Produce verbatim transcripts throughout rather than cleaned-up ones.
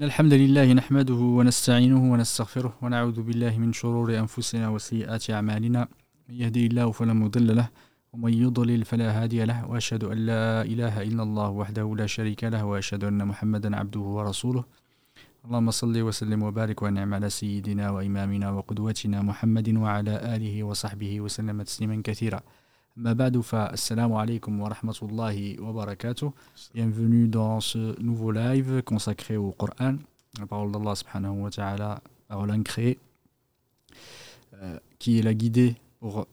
الحمد لله نحمده ونستعينه ونستغفره ونعوذ بالله من شرور أنفسنا وسيئات أعمالنا من يهدي الله فلا مضل له ومن يضلل فلا هادي له وأشهد أن لا إله إلا الله وحده لا شريك له وأشهد أن محمدا عبده ورسوله اللهم صل وسلم وبارك وانعم على سيدنا وإمامنا وقدوتنا محمد وعلى آله وصحبه وسلم تسليما كثيرا. أما بعد فالسلام عليكم ورحمة الله وبركاته. Bienvenue dans ce nouveau live consacré au Coran, la parole d'Allah subhanahu wa ta'ala, parole incréée, euh, qui est la guidée pour,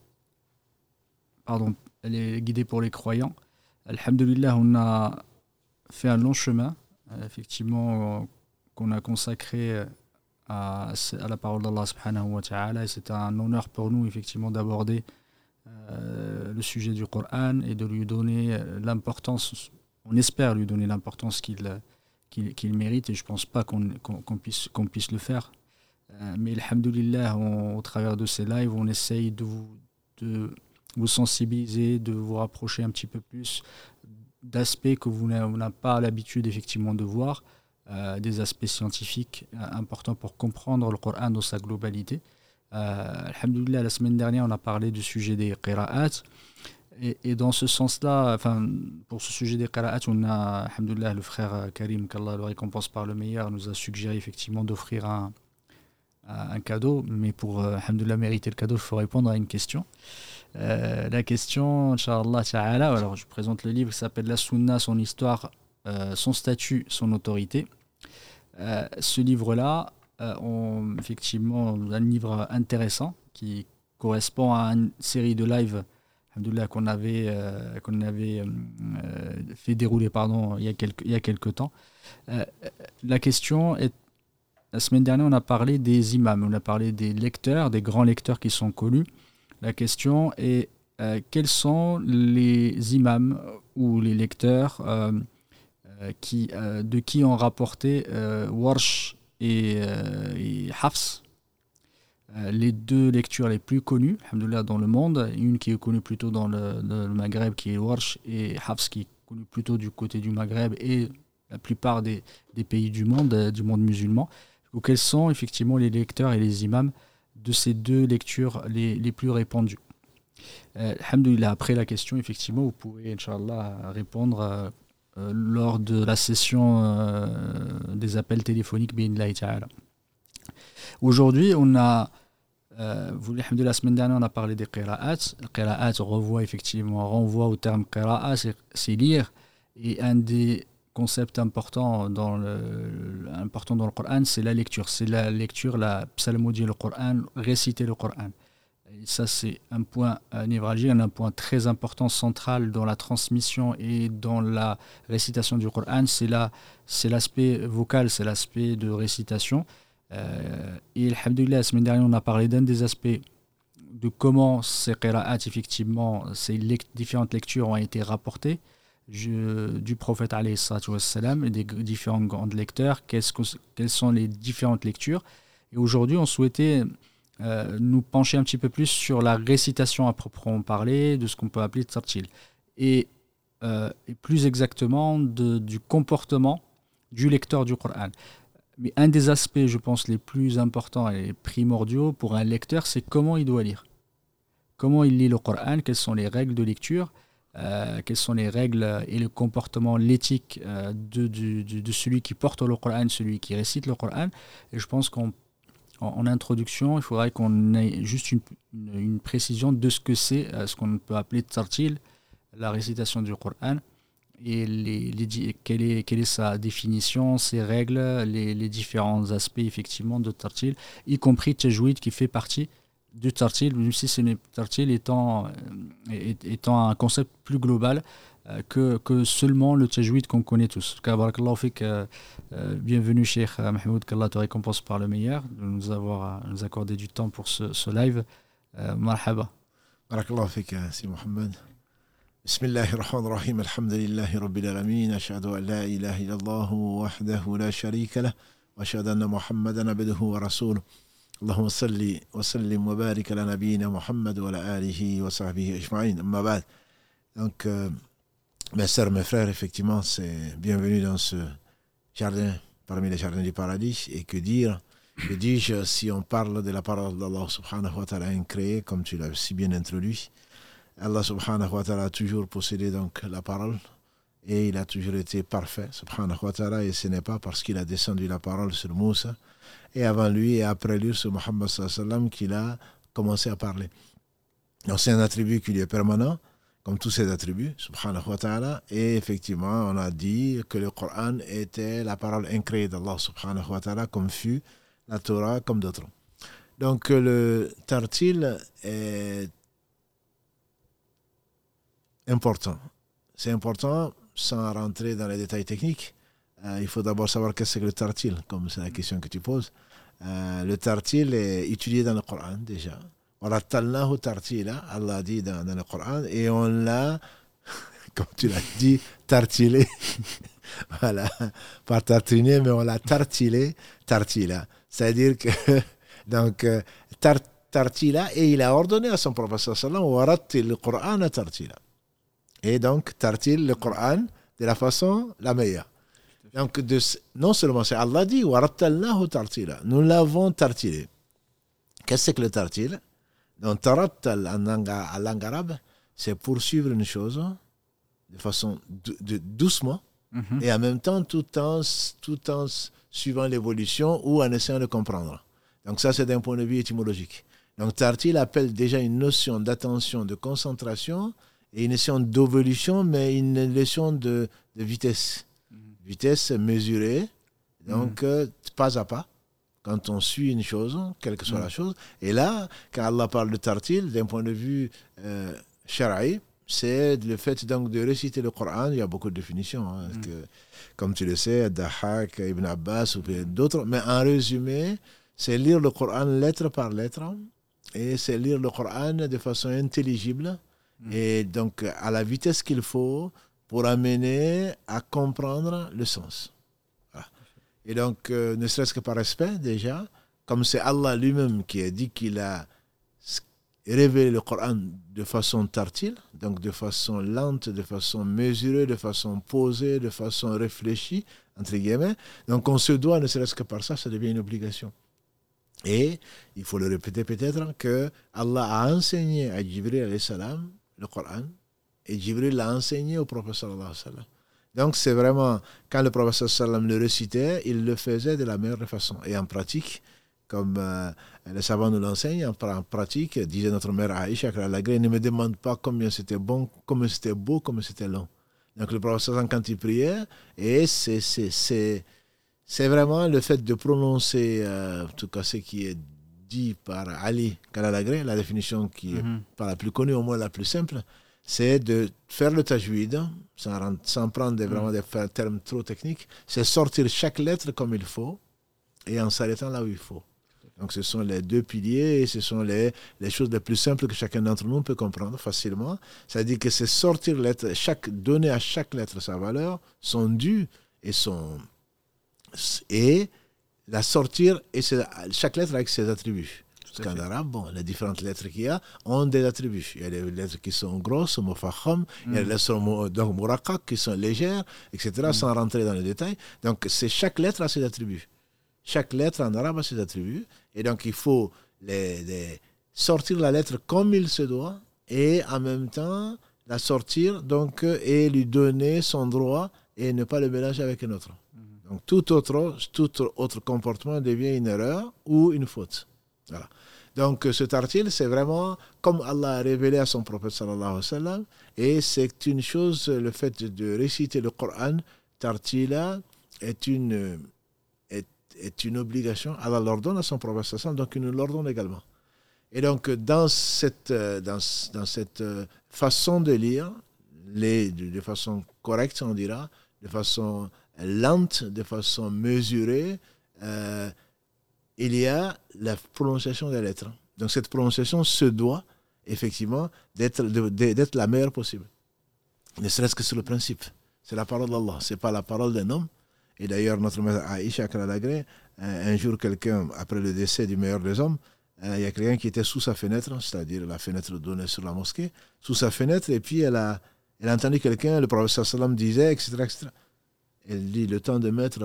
pardon, elle est guidée pour les croyants. Alhamdulillah, on a fait un long chemin, euh, effectivement, euh, qu'on a consacré à, à la parole d'Allah subhanahu wa ta'ala, et c'est un honneur pour nous, effectivement, d'aborder Euh, le sujet du Coran et de lui donner l'importance, on espère lui donner l'importance qu'il, qu'il, qu'il mérite, et je ne pense pas qu'on, qu'on, qu'on, puisse, qu'on puisse le faire. Euh, mais alhamdoulilah, on, au travers de ces lives, on essaye de vous, de vous sensibiliser, de vous rapprocher un petit peu plus d'aspects que vous n'avez, vous n'avez pas l'habitude effectivement de voir, euh, des aspects scientifiques euh, importants pour comprendre le Coran dans sa globalité. Euh, Alhamdulillah, la semaine dernière, on a parlé du sujet des qira'at. Et, et dans ce sens-là, enfin, pour ce sujet des qira'at, on a, alhamdulillah, le frère Karim, qu'Allah le récompense par le meilleur, nous a suggéré effectivement d'offrir un, un cadeau. Mais pour, alhamdulillah, mériter le cadeau, il faut répondre à une question. Euh, la question, Inch'Allah ta'ala, alors je présente le livre qui s'appelle La Sunna, son histoire, euh, son statut, son autorité. Euh, ce livre-là, Euh, on, effectivement, un livre intéressant qui correspond à une série de lives qu'on avait, euh, qu'on avait euh, fait dérouler pardon, il, y a quelques, il y a quelques temps. Euh, la question est, la semaine dernière, on a parlé des imams, on a parlé des lecteurs, des grands lecteurs qui sont connus. La question est, euh, quels sont les imams ou les lecteurs euh, euh, qui, euh, de qui ont rapporté euh, Warsh et, euh, et Hafs, euh, les deux lectures les plus connues, alhamdoulilah, dans le monde. Une qui est connue plutôt dans le, le Maghreb, qui est Warsh, et Hafs qui est connue plutôt du côté du Maghreb et la plupart des, des pays du monde, euh, du monde musulman. Donc, quels sont effectivement les lecteurs et les imams de ces deux lectures les, les plus répandues. euh, Alhamdoulilah, après la question, effectivement, vous pouvez, Inch'Allah, répondre euh, Euh, lors de la session euh, des appels téléphoniques bi'idhnillahi ta'ala. Aujourd'hui, on a, euh, vous l'avez la semaine dernière, on a parlé des qira'at. Le qira'at revoit effectivement, renvoie au terme qira'a, c'est, c'est lire. Et un des concepts importants dans le, important dans le Coran, c'est la lecture. C'est la lecture, la psalmodier le Coran, réciter le Coran. Et ça, c'est un point euh, névralgique, un point très important, central dans la transmission et dans la récitation du Coran. C'est, la, c'est l'aspect vocal, c'est l'aspect de récitation. Euh, et alhamdoulilah, la semaine dernière, on a parlé d'un des aspects de comment ces qira'at, effectivement, ces lect- différentes lectures ont été rapportées je, du prophète alayhi salatu wassalam et des différents grands lecteurs, qu'est-ce que, quelles sont les différentes lectures. Et aujourd'hui, on souhaitait Euh, nous pencher un petit peu plus sur la récitation à proprement parler, de ce qu'on peut appeler tartil. Et, euh, et plus exactement de, du comportement du lecteur du Coran. Mais un des aspects, je pense, les plus importants et primordiaux pour un lecteur, c'est comment il doit lire. Comment il lit le Coran, quelles sont les règles de lecture, euh, quelles sont les règles et le comportement, l'éthique euh, de, de, de, de celui qui porte le Coran, celui qui récite le Coran. Et je pense qu'on En, en introduction, il faudrait qu'on ait juste une, une, une précision de ce que c'est, euh, ce qu'on peut appeler tartil, la récitation du Coran, et les, les, quelle, est, quelle est sa définition, ses règles, les, les différents aspects effectivement de tartil, y compris tajwid qui fait partie du tartil, même si ce n'est tartil étant, euh, étant un concept plus global que, que seulement le tajwid qu'on connaît tous. Barakallahu fik, euh, euh, bienvenue Cheikh Mahmoud, qu'Allah te récompense par le meilleur de nous avoir nous accorder du temps pour ce, ce live. Euh, marhaba. Barakallahu fik, si Mohamed. Bismillahir Rahmanir Rahim, alhamdulillahi Rabbil Alamin, ashhadu an la ilaha illallah wahdahu la sharika lah, wa ashhadu anna Muhammadan abduhu wa rasuluh. Allahumma salli wa sallim wa barik ala nabiyyina Muhammad wa ala alihi wa sahbihi ajma'in. Amma ba'd. Donc, euh, mes sœurs, mes frères, effectivement, c'est bienvenue dans ce jardin parmi les jardins du paradis. Et que dire, que dis-je, si on parle de la parole d'Allah subhanahu wa ta'ala incréée, comme tu l'as si bien introduit, Allah subhanahu wa ta'ala a toujours possédé donc la parole et il a toujours été parfait, subhanahu wa ta'ala, et ce n'est pas parce qu'il a descendu la parole sur Moussa et avant lui et après lui sur Muhammad sallallahu alayhi wa sallam qu'il a commencé à parler. Donc c'est un attribut qui lui est permanent, comme tous ces attributs, subhanahu wa ta'ala, et effectivement on a dit que le Coran était la parole incréée d'Allah subhanahu wa ta'ala, comme fut la Torah, comme d'autres. Donc le tartil est important. C'est important, sans rentrer dans les détails techniques. Euh, il faut d'abord savoir qu'est-ce que le tartil, comme c'est la question que tu poses. Euh, le tartil est étudié dans le Coran déjà. وَرَتَّلْنَاهُ تَرْتِيلًا, Allah dit dans, dans le Coran, et on l'a, comme tu l'as dit, tartilé. Voilà, pas tartiné, mais on l'a tartilé, tartila. C'est-à-dire que, donc, tar, tartila, et il a ordonné à son prophète sallallahu alayhi wa sallam, وَرَتِّلْ الْقُرْآنَ تَرْتِيلًا. Et donc, tartil le Coran de la façon la meilleure. Donc, de, non seulement c'est Allah dit, وَرَتَّلْنَاهُ تَرْتِيلًا, nous l'avons tartilé. Qu'est-ce que le tartil? Donc, tarattal en langue, en langue arabe, c'est poursuivre une chose de façon de, de, doucement mm-hmm. et en même temps tout en, tout en suivant l'évolution ou en essayant de comprendre. Donc, ça, c'est d'un point de vue étymologique. Donc, tartil appelle déjà une notion d'attention, de concentration et une notion d'évolution, mais une notion de, de vitesse. Mm-hmm. Vitesse mesurée, donc mm-hmm. euh, pas à pas. Quand on suit une chose, quelle que soit mmh. la chose. Et là, quand Allah parle de tartil, d'un point de vue euh, shara'i, c'est le fait donc de réciter le Coran. Il y a beaucoup de définitions. Hein, mmh. que, comme tu le sais, Dahak, Ibn Abbas ou d'autres. Mais en résumé, c'est lire le Coran lettre par lettre. Et c'est lire le Coran de façon intelligible. Mmh. Et donc, à la vitesse qu'il faut pour amener à comprendre le sens. Et donc, euh, ne serait-ce que par respect, déjà, comme c'est Allah lui-même qui a dit qu'il a révélé le Coran de façon tartile, donc de façon lente, de façon mesurée, de façon posée, de façon réfléchie, entre guillemets. Donc, on se doit, ne serait-ce que par ça, ça devient une obligation. Et, il faut le répéter peut-être, que Allah a enseigné à Jibril alayhi salam le Coran, et Jibril l'a enseigné au prophète sallallahu alayhi wa sallam. Donc, c'est vraiment, quand le prophète sallam le récitait, il le faisait de la meilleure façon. Et en pratique, comme euh, les savants nous l'enseignent, en, en pratique, disait notre mère Aïcha, ne me demande pas combien c'était bon, combien c'était beau, combien c'était long. Donc, le prophète sallam, quand il priait, et c'est, c'est, c'est, c'est vraiment le fait de prononcer, euh, en tout cas ce qui est dit par Ali Kalalagré, la définition qui est mm-hmm. pas la plus connue, au moins la plus simple, c'est de faire le tajwid, sans, sans prendre des, vraiment des termes trop techniques, c'est sortir chaque lettre comme il faut et en s'arrêtant là où il faut. Donc ce sont les deux piliers et ce sont les, les choses les plus simples que chacun d'entre nous peut comprendre facilement. C'est-à-dire que c'est sortir lettre, chaque, donner à chaque lettre sa valeur, son dû et, son, et la sortir, et chaque lettre avec ses attributs. Parce qu'en arabe, bon, les différentes lettres qu'il y a ont des attributs. Il y a des lettres qui sont grosses, mufakham, mm. il y a des lettres donc muraqqaq qui sont légères, et cetera, mm. sans rentrer dans les détails. Donc, c'est chaque lettre a ses attributs. Chaque lettre en arabe a ses attributs. Et donc, il faut les, les sortir la lettre comme il se doit et en même temps la sortir donc, et lui donner son droit et ne pas le mélanger avec un autre. Mm. Donc, tout autre, tout autre comportement devient une erreur ou une faute. Voilà. Donc, ce tartil, c'est vraiment comme Allah a révélé à son prophète sallallahu alayhi wa sallam, et c'est une chose, le fait de réciter le Coran, tartila, est une, est, est une obligation. Allah l'ordonne à son prophète sallallahu alayhi wa sallam, donc il nous l'ordonne également. Et donc, dans cette, dans, dans cette façon de lire, les, de, de façon correcte, on dira, de façon lente, de façon mesurée, euh, il y a la prononciation des lettres. Donc cette prononciation se doit effectivement d'être, de, d'être la meilleure possible. Ne serait-ce que sur le principe. C'est la parole d'Allah, ce n'est pas la parole d'un homme. Et d'ailleurs, notre mère Aïcha Kalalagré, un jour, quelqu'un, après le décès du meilleur des hommes, il y a quelqu'un qui était sous sa fenêtre, c'est-à-dire la fenêtre donnée sur la mosquée, sous sa fenêtre, et puis elle a, elle a entendu quelqu'un, le prophète sallam disait, et cetera, et cetera. Elle dit, le temps de mettre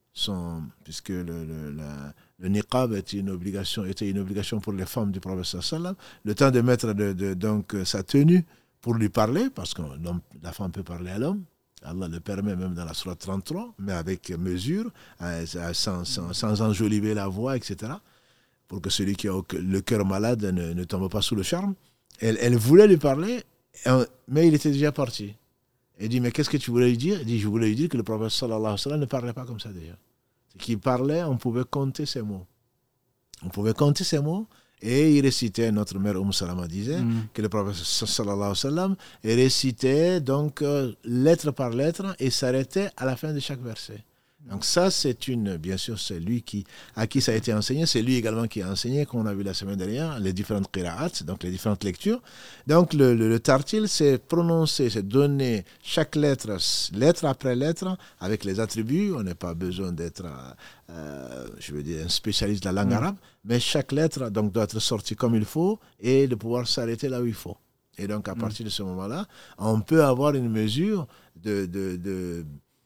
sont, puisque le, le, la, le niqab était une obligation, était une obligation pour les femmes du prophète sallallahu alayhi wa sallam, le temps de mettre de, de, donc, sa tenue pour lui parler, parce que la femme peut parler à l'homme, Allah le permet même dans la sourate trente-trois, mais avec mesure, sans, sans, sans enjoliver la voix, et cetera, pour que celui qui a le cœur malade ne, ne tombe pas sous le charme. Elle, elle voulait lui parler, mais il était déjà parti. Elle dit, mais qu'est-ce que tu voulais lui dire? Elle dit, je voulais lui dire que le prophète sallallahu alayhi wa sallam ne parlait pas comme ça déjà. C'est qu'il parlait, on pouvait compter ses mots. On pouvait compter ses mots, et il récitait, notre mère Umm Salama disait, mm. que le prophète sallallahu alayhi wa sallam récitait donc euh, lettre par lettre et s'arrêtait à la fin de chaque verset. Donc ça, c'est une, bien sûr, c'est lui qui, à qui ça a été enseigné, c'est lui également qui a enseigné, comme on a vu la semaine dernière, les différentes qira'at, donc les différentes lectures. Donc le, le, le tartil, c'est prononcer, c'est donner chaque lettre, lettre après lettre, avec les attributs. On n'a pas besoin d'être, euh, je veux dire, un spécialiste de la langue mmh. arabe, mais chaque lettre donc, doit être sortie comme il faut et de pouvoir s'arrêter là où il faut. Et donc à mmh. partir de ce moment-là, on peut avoir une mesure de, de, de,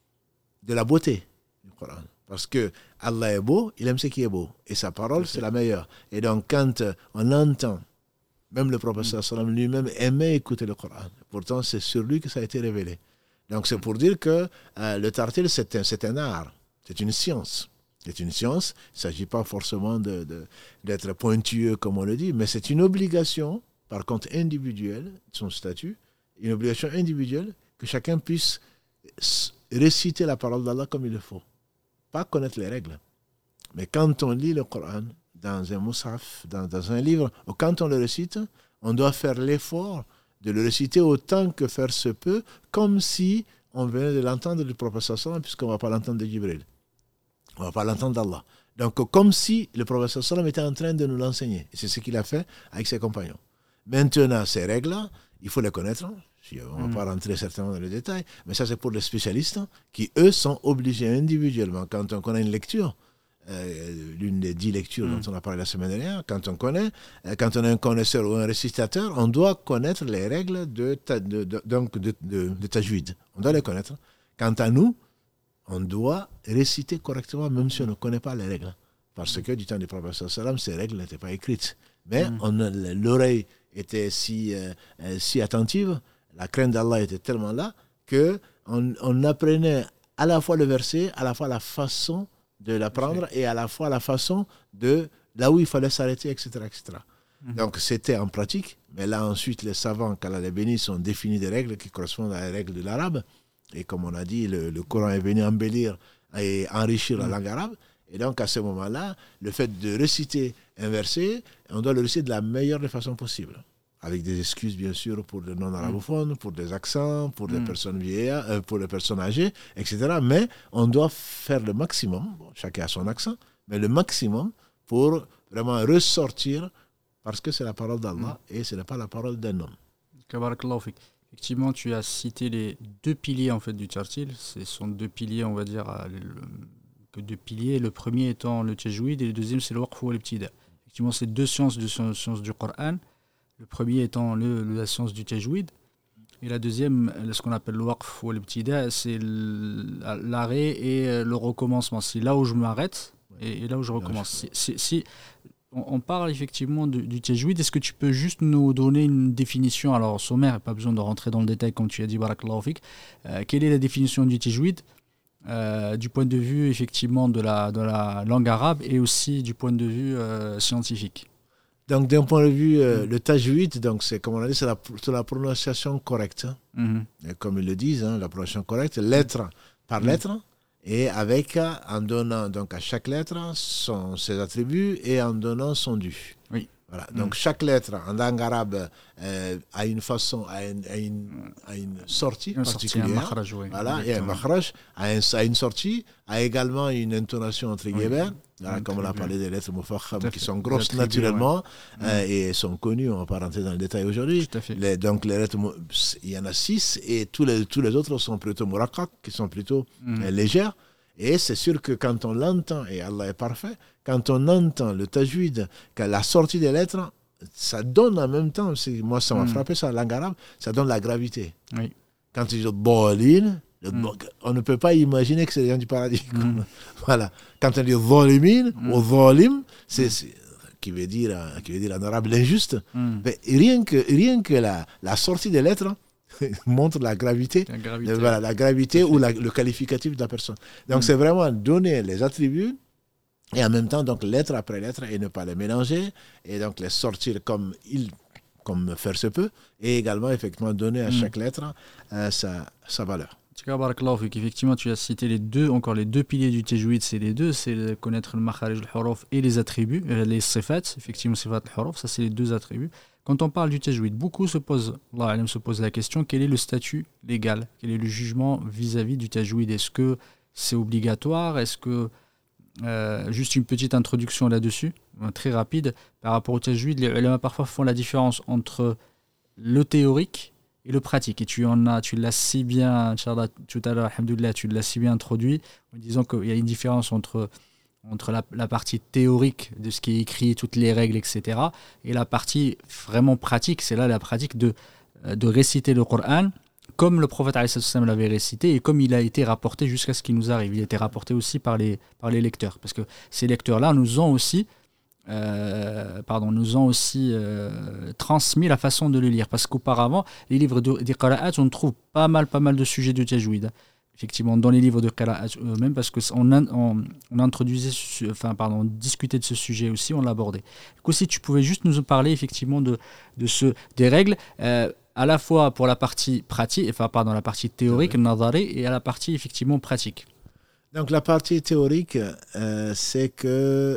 de la beauté. Parce que Allah est beau, il aime ce qui est beau. Et sa parole, c'est la meilleure. Et donc, quand on entend, même le prophète sallallahu alayhi wa sallam lui-même aimait écouter le Coran. Pourtant, c'est sur lui que ça a été révélé. Donc, c'est pour dire que euh, le tartil, c'est un, c'est un art. C'est une science. C'est une science. Il ne s'agit pas forcément de, de, d'être pointueux, comme on le dit, mais c'est une obligation, par contre, individuelle, de son statut, une obligation individuelle que chacun puisse réciter la parole d'Allah comme il le faut. Pas connaître les règles. Mais quand on lit le Coran dans un mushaf, dans, dans un livre, ou quand on le récite, on doit faire l'effort de le réciter autant que faire se peut, comme si on venait de l'entendre du prophète sallallahu alayhi wa sallam, puisqu'on ne va pas l'entendre de Jibril. On ne va pas l'entendre d'Allah. Donc, comme si le prophète sallallahu alayhi wa sallam était en train de nous l'enseigner. Et c'est ce qu'il a fait avec ses compagnons. Maintenant, ces règles-là, il faut les connaître. On ne va mmh. pas rentrer certainement dans les détails, mais ça c'est pour les spécialistes qui, eux, sont obligés individuellement. Quand on connaît une lecture, euh, l'une des dix lectures mmh. dont on a parlé la semaine dernière, quand on connaît, euh, quand on est un connaisseur ou un récitateur, on doit connaître les règles de, ta, de, de, donc de, de, de tajwid. On doit les connaître. Quant à nous, on doit réciter correctement, même si on ne connaît pas les règles. Parce que du temps du prophète sallallahu alayhi wa sallam, ces règles n'étaient pas écrites. Mais mmh. on, l'oreille était si, euh, si attentive, la crainte d'Allah était tellement là qu'on on apprenait à la fois le verset, à la fois la façon de l'apprendre et à la fois la façon de là où il fallait s'arrêter, et cetera et cetera. Mm-hmm. Donc c'était en pratique, mais là ensuite les savants, qu'Allah les bénisse, ont défini des règles qui correspondent à les règles de l'arabe. Et comme on a dit, le, le Coran est venu embellir et enrichir mm-hmm. la langue arabe. Et donc à ce moment-là, le fait de réciter un verset, on doit le réciter de la meilleure des façons possibles. Avec des excuses, bien sûr, pour les non-arabophones, pour des accents, pour les mm. personnes vieilles, euh, pour les personnes âgées, et cetera. Mais on doit faire le maximum, bon, chacun a son accent, mais le maximum pour vraiment ressortir, parce que c'est la parole d'Allah mm. et ce n'est pas la parole d'un homme. Effectivement, tu as cité les deux piliers en fait, du tartil. Ce sont deux piliers, on va dire, le, que deux piliers. Le premier étant le tajwid et le deuxième, c'est le waqf ou l'ibtida. Effectivement, c'est deux sciences, deux sciences du Coran. Le premier étant le, la science du tajwid, et la deuxième, ce qu'on appelle le waqf ou l'ibtida, c'est l'arrêt et le recommencement. C'est là où je m'arrête et, et là où je recommence. Si, si, si on, on parle effectivement du, du tajwid, est-ce que tu peux juste nous donner une définition, alors sommaire, pas besoin de rentrer dans le détail comme tu as dit, barakallahu fik, euh, quelle est la définition du tajwid euh, du point de vue effectivement de la, de la langue arabe et aussi du point de vue euh, scientifique? Donc, d'un point de vue, euh, mm. le tajwid, donc c'est, comme on a dit, c'est la, c'est la prononciation correcte. Mm-hmm. Et comme ils le disent, hein, la prononciation correcte, lettre par mm. lettre, et avec, en donnant donc à chaque lettre son, ses attributs et en donnant son dû. Oui. Voilà. Donc, mm. chaque lettre en langue arabe euh, a une façon, a une, a une, a une sortie une particulière. Sortie, un makhraj, oui. Voilà, et un makhraj a, un, a une sortie, a également une intonation entre guillemets. Oui. Voilà, comme on a parlé des lettres mufakham qui sont grosses naturellement ouais. euh, et sont connues, on ne va pas rentrer dans le détail aujourd'hui. Les, donc les lettres, il y en a six et tous les, tous les autres sont plutôt murakkak, qui sont plutôt mm. euh, légères. Et c'est sûr que quand on l'entend, et Allah est parfait, quand on entend le tajwid, qu'à la sortie des lettres, ça donne en même temps, moi ça m'a mm. frappé ça, la langue arabe, ça donne la gravité. Oui. Quand il dit bolin, Le, mm. On ne peut pas imaginer que c'est les gens du paradis. Mm. Voilà. Quand on dit zalimin Mm. ou zalim, c'est, Mm. c'est qui veut dire, qui veut dire en arabe l'injuste. Mm. Mais rien que, rien que la, la sortie des lettres montre la gravité, La gravité, voilà, la gravité ou la, le qualificatif de la personne. Donc mm. c'est vraiment donner les attributs et en même temps donc lettre après lettre et ne pas les mélanger et donc les sortir comme il comme faire se peut et également effectivement donner à mm. chaque lettre euh, sa, sa valeur. Effectivement, tu as cité les deux, encore les deux piliers du tajwid, c'est les deux, c'est connaître le makharij al-huruf et les attributs, les sifat, effectivement sifat al-huruf, ça c'est les deux attributs. Quand on parle du tajwid, beaucoup se posent, Allah se pose la question, quel est le statut légal, quel est le jugement vis-à-vis du tajwid, est-ce que c'est obligatoire, est-ce que euh, juste une petite introduction là-dessus, très rapide, par rapport au tajwid, les ulama parfois font la différence entre le théorique et le pratique. Et tu en as, tu l'as si bien, Inch'Allah, tout à l'heure, alhamdoulilah, tu l'as si bien introduit, en disant qu'il y a une différence entre, entre la, la partie théorique de ce qui est écrit, toutes les règles, et cetera, et la partie vraiment pratique, c'est là la pratique de, de réciter le Coran, comme le prophète alayhi salam l'avait récité, et comme il a été rapporté jusqu'à ce qu'il nous arrive. Il a été rapporté aussi par les, par les lecteurs, parce que ces lecteurs-là nous ont aussi Euh, pardon, nous ont aussi euh, transmis la façon de le lire, parce qu'auparavant les livres de, des qira'at, on trouve pas mal pas mal de sujets de tajwid effectivement dans les livres de qira'at eux-mêmes, parce qu'on on, on introduisait enfin pardon on discutait de ce sujet aussi, on l'abordait. Du coup, si tu pouvais juste nous parler effectivement de, de ce, des règles euh, à la fois pour la partie pratique, enfin pardon la partie théorique, oui. Nadari, et à la partie effectivement pratique. Donc la partie théorique euh, c'est que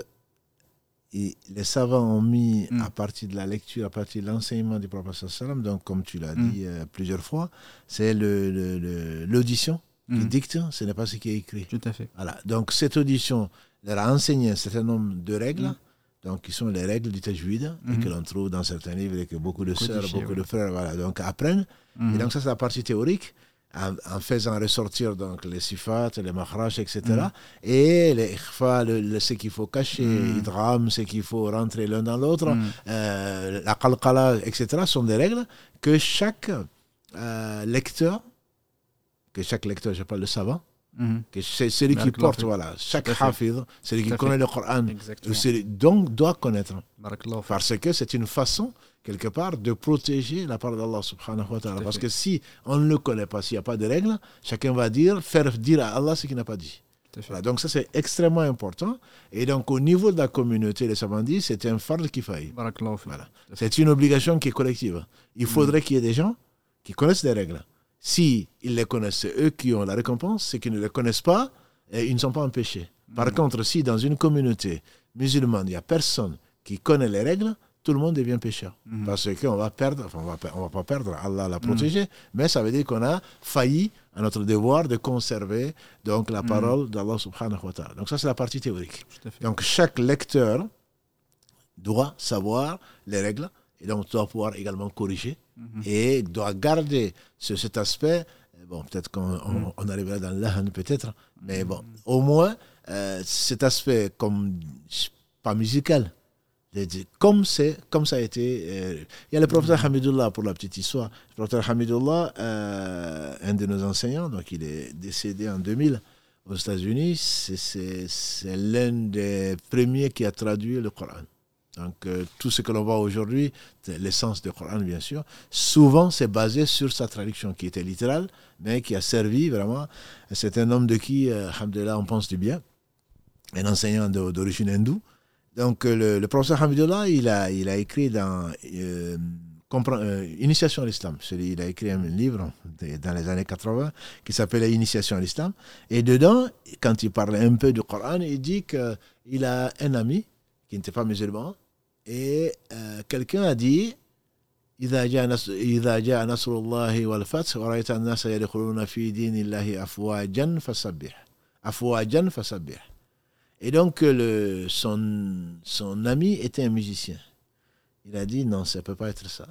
et les savants ont mis, mm. à partir de la lecture, à partir de l'enseignement du prophète sallam, donc comme tu l'as mm. dit euh, plusieurs fois, c'est le, le, le, l'audition mm. qui dicte, ce n'est pas ce qui est écrit. Tout à fait. Voilà. Donc cette audition leur a enseigné un certain nombre de règles, mm. donc qui sont les règles du tajwid, mm. et que l'on trouve dans certains livres et que beaucoup de sœurs, beaucoup ouais. de frères voilà, donc, apprennent. Mm. Et donc ça, c'est la partie théorique. En, en faisant ressortir donc les sifat, les makhraj, et cetera. Mm. Et les ikhfa, le, le, ce qu'il faut cacher, mm. idgham, ce qu'il faut rentrer l'un dans l'autre, mm. euh, la qalqala, et cetera sont des règles que chaque euh, lecteur, que chaque lecteur, je parle de savant, mm. que c'est celui qui porte, voilà, chaque hafid, celui qui connaît le Coran, celui, donc doit connaître. Parce que c'est une façon quelque part, de protéger la parole d'Allah subhanahu wa ta'ala. Parce que si on ne le connaît pas, s'il n'y a pas de règles, chacun va dire, faire dire à Allah ce qu'il n'a pas dit. Voilà, donc ça, c'est extrêmement important. Et donc, au niveau de la communauté, les savants disent, c'est un fard kifaï. Voilà. C'est une obligation qui est collective. Il faudrait mm. qu'il y ait des gens qui connaissent les règles. Si ils les connaissent, c'est eux qui ont la récompense. Ceux qui ne les connaissent pas, ils ne sont pas empêchés. Par mm. contre, si dans une communauté musulmane, il n'y a personne qui connaît les règles, tout le monde devient pécheur. Mm-hmm. Parce qu'on va perdre, enfin on va, on va pas perdre, Allah l'a protégé, mm-hmm. mais ça veut dire qu'on a failli à notre devoir de conserver donc, la parole mm-hmm. d'Allah subhanahu wa ta'ala. Donc ça, c'est la partie théorique. Donc chaque lecteur doit savoir les règles et donc doit pouvoir également corriger mm-hmm. et doit garder ce, cet aspect. Bon, peut-être qu'on mm-hmm. on, on arrivera dans l'ahan peut-être, mais bon, au moins euh, cet aspect comme pas musical. Comme, c'est, comme ça a été... Euh, il y a le professeur Hamidullah, pour la petite histoire. Le professeur Hamidullah, euh, un de nos enseignants, donc il est décédé en deux mille aux États-Unis. C'est, c'est, c'est l'un des premiers qui a traduit le Coran. Donc euh, tout ce que l'on voit aujourd'hui, c'est l'essence du Coran, bien sûr, souvent c'est basé sur sa traduction, qui était littérale, mais qui a servi vraiment. C'est un homme de qui, euh, alhamdoulilah, on pense du bien. Un enseignant de, d'origine hindoue. Donc, le, le professeur Hamidullah, il a, il a écrit dans euh, comprend, euh, Initiation à l'Islam. Il a écrit un livre dans les années quatre-vingts qui s'appelait Initiation à l'Islam. Et dedans, quand il parlait un peu du Coran, il dit qu'il a un ami qui n'était pas musulman. Et euh, quelqu'un a dit إذا جاء نصر إذا جاء نصر الله والفتح ورأيت الناس يدخلون في دين الله أفواجا فسبح أفواجا فسبح. Et donc, le, son, son ami était un musicien. Il a dit, non, ça ne peut pas être ça.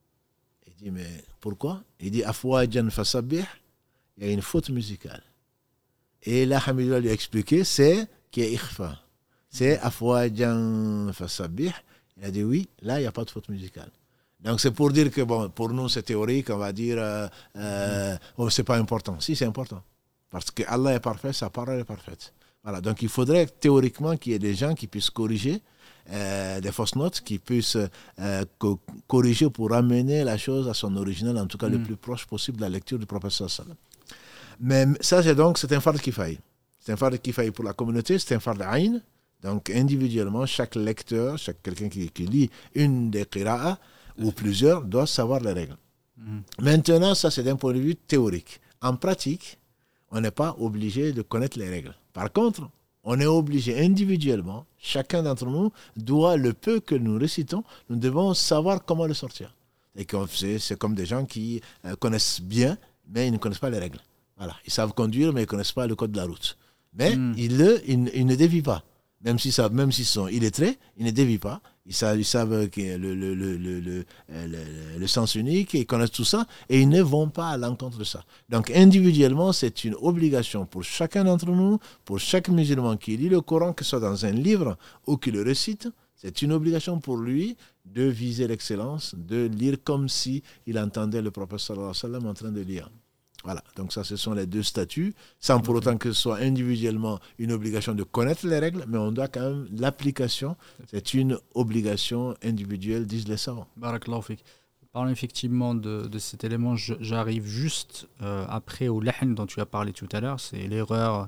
Il dit, mais pourquoi? Il dit, Afwajan fasabbih, il y a une faute musicale. Et là, Hamidullah lui a expliqué, c'est qui est ikhfa. C'est Afwajan fasabbih. Il a dit, oui, là, il n'y a pas de faute musicale. Donc c'est pour dire que bon, pour nous c'est théorique, on va dire, euh, euh, oh, c'est pas important. Si, c'est important. Parce que Allah est parfait, sa parole est parfaite. Voilà. Donc il faudrait théoriquement qu'il y ait des gens qui puissent corriger euh, des fausses notes, qui puissent euh, co- corriger pour ramener la chose à son original, en tout cas mm. le plus proche possible de la lecture du prophète sallallahu alayhi wa sallam. Mais ça, c'est donc, c'est un farд kifaï. C'est un farд kifaï pour la communauté, c'est un farд aïn. Donc individuellement, chaque lecteur, chaque quelqu'un qui, qui lit une des qira'a ou plusieurs doit savoir les règles. Mm. Maintenant, ça c'est d'un point de vue théorique. En pratique, on n'est pas obligé de connaître les règles. Par contre, on est obligé individuellement, chacun d'entre nous doit, le peu que nous récitons, nous devons savoir comment le sortir. Et c'est, c'est comme des gens qui euh, connaissent bien, mais ils ne connaissent pas les règles. Voilà. Ils savent conduire, mais ils ne connaissent pas le code de la route. Mais mm. ils, le, ils, ils ne dévient pas. Même s'ils savent, même s'ils sont illettrés, ils ne dévient pas. Ils savent, ils savent que le, le, le, le, le, le, le sens unique, ils connaissent tout ça, et ils ne vont pas à l'encontre de ça. Donc individuellement, c'est une obligation pour chacun d'entre nous, pour chaque musulman qui lit le Coran, que ce soit dans un livre ou qui le récite, c'est une obligation pour lui de viser l'excellence, de lire comme si il entendait le prophète sallallahu alayhi wa sallam en train de lire. Voilà, donc ça, ce sont les deux statuts, sans pour autant que ce soit individuellement une obligation de connaître les règles, mais on doit quand même, l'application, c'est une obligation individuelle, disent les savants. Barakallahu fik. Parlons effectivement de, de cet élément, je, j'arrive juste euh, après au lahn dont tu as parlé tout à l'heure, c'est l'erreur,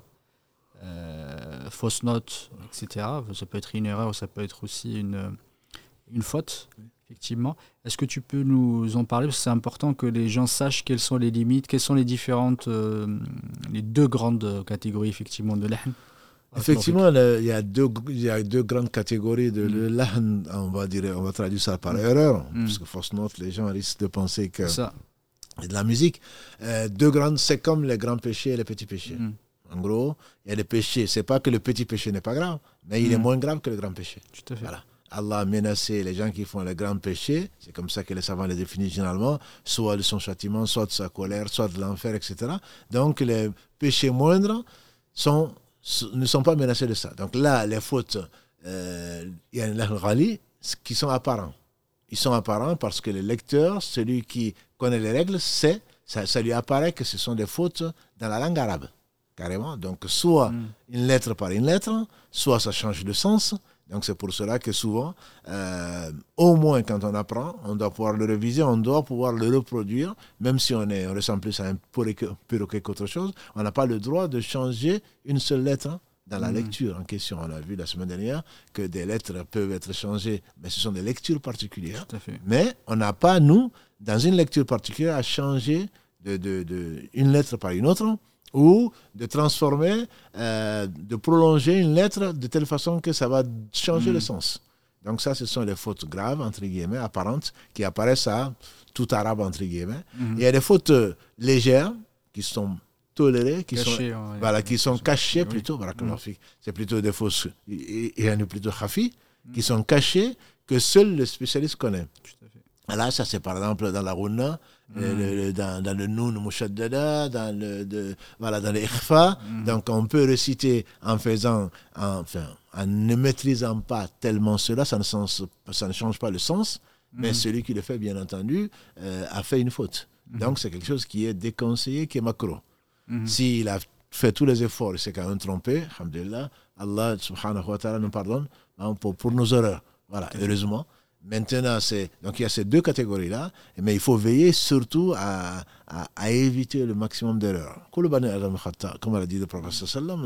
euh, fausse note, et cetera. Ça peut être une erreur, ça peut être aussi une, une faute. Effectivement. Est-ce que tu peux nous en parler? Parce que c'est important que les gens sachent quelles sont les limites, quelles sont les différentes, euh, les deux grandes catégories effectivement de lahn. Effectivement, le, il y a deux, il y a deux grandes catégories de mm. lahn. On va dire, on va traduire ça par mm. erreur, mm. parce que fausse note, les gens risquent de penser que c'est de la musique. Euh, deux grandes, c'est comme les grands péchés et les petits péchés. Mm. En gros, il y a des péchés. C'est pas que le petit péché n'est pas grave, mais il mm. est moins grave que le grand péché. Tout à fait. Voilà. Allah a menacé les gens qui font les grands péchés, c'est comme ça que les savants les définissent généralement, soit de son châtiment, soit de sa colère, soit de l'enfer, et cetera. Donc les péchés moindres sont, ne sont pas menacés de ça. Donc là, les fautes, euh, il y a un rallye qui sont apparents. Ils sont apparents parce que le lecteur, celui qui connaît les règles, sait, ça, ça lui apparaît que ce sont des fautes dans la langue arabe, carrément. Donc soit mm. une lettre par une lettre, soit ça change de sens. Donc c'est pour cela que souvent, euh, au moins quand on apprend, on doit pouvoir le réviser, on doit pouvoir le reproduire, même si on, est, on ressemble plus à un perroquet qu'autre chose, on n'a pas le droit de changer une seule lettre dans la mmh. lecture en question. On a vu la semaine dernière que des lettres peuvent être changées, mais ce sont des lectures particulières. Tout à fait. Mais on n'a pas, nous, dans une lecture particulière, à changer de, de, de, une lettre par une autre, ou de transformer, euh, de prolonger une lettre de telle façon que ça va changer mmh. le sens. Donc ça, ce sont les fautes graves, entre guillemets, apparentes, qui apparaissent à tout arabe, entre guillemets. Mmh. Il y a des fautes légères qui sont tolérées, qui Caché, sont, ouais, voilà, qui sont cachées oui. plutôt. Voilà, mmh. C'est plutôt des fautes, il y en a plutôt khafi, mmh. qui sont cachées, que seul le spécialiste connaît. Tout à fait. Là, ça c'est par exemple dans la Rouna, Mmh. Le, le, dans, dans le Noun Mushaddada, dans le, de, voilà, dans le Ikhfa. Mmh. Donc on peut réciter en faisant, en, enfin, en ne maîtrisant pas tellement cela, ça ne, sens, ça ne change pas le sens, mmh. mais celui qui le fait, bien entendu, euh, a fait une faute. Mmh. Donc c'est quelque chose qui est déconseillé, qui est macro. Mmh. S'il a fait tous les efforts, il s'est quand même trompé, alhamdulillah, Allah subhanahu wa ta'ala nous pardonne hein, pour, pour nos erreurs. Voilà, mmh. heureusement. Maintenant, c'est, donc il y a ces deux catégories-là, mais il faut veiller surtout à, à, à éviter le maximum d'erreurs. Comme l'a dit le prophète sallam,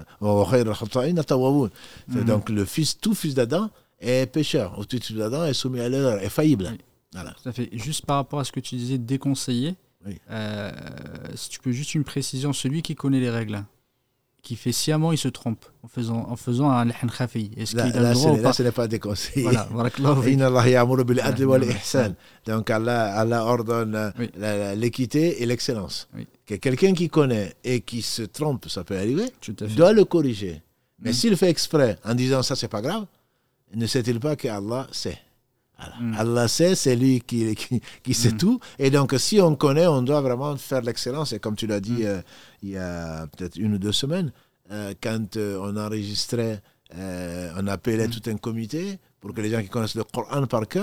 donc le fils, tout fils d'Adam est pécheur, ou tout fils d'Adam est soumis à l'erreur, est faillible. Oui. Voilà. Tout à fait. Juste par rapport à ce que tu disais, déconseillé, oui. euh, si tu peux juste une précision, celui qui connaît les règles, qui fait sciemment, il se trompe en faisant, en faisant un lahn khafi. Est-ce là, qu'il a là, le droit ou pas? Là, ce n'est pas déconseillé. Voilà, Inna Allah ya'muru bil adli wal ihsan. Donc Allah, Allah ordonne oui. la, la, l'équité et l'excellence. Oui. Que quelqu'un qui connaît et qui se trompe, ça peut arriver, doit le corriger. Mais mmh. s'il fait exprès en disant ça, c'est pas grave, ne sait-il pas que Allah sait? Voilà. Mm. Allah sait, c'est lui qui, qui, qui sait mm. tout. Et donc, si on connaît, on doit vraiment faire l'excellence. Et comme tu l'as dit mm. euh, il y a peut-être une ou deux semaines, euh, quand euh, on enregistrait, euh, on appelait mm. tout un comité pour que les gens qui connaissent le Coran par cœur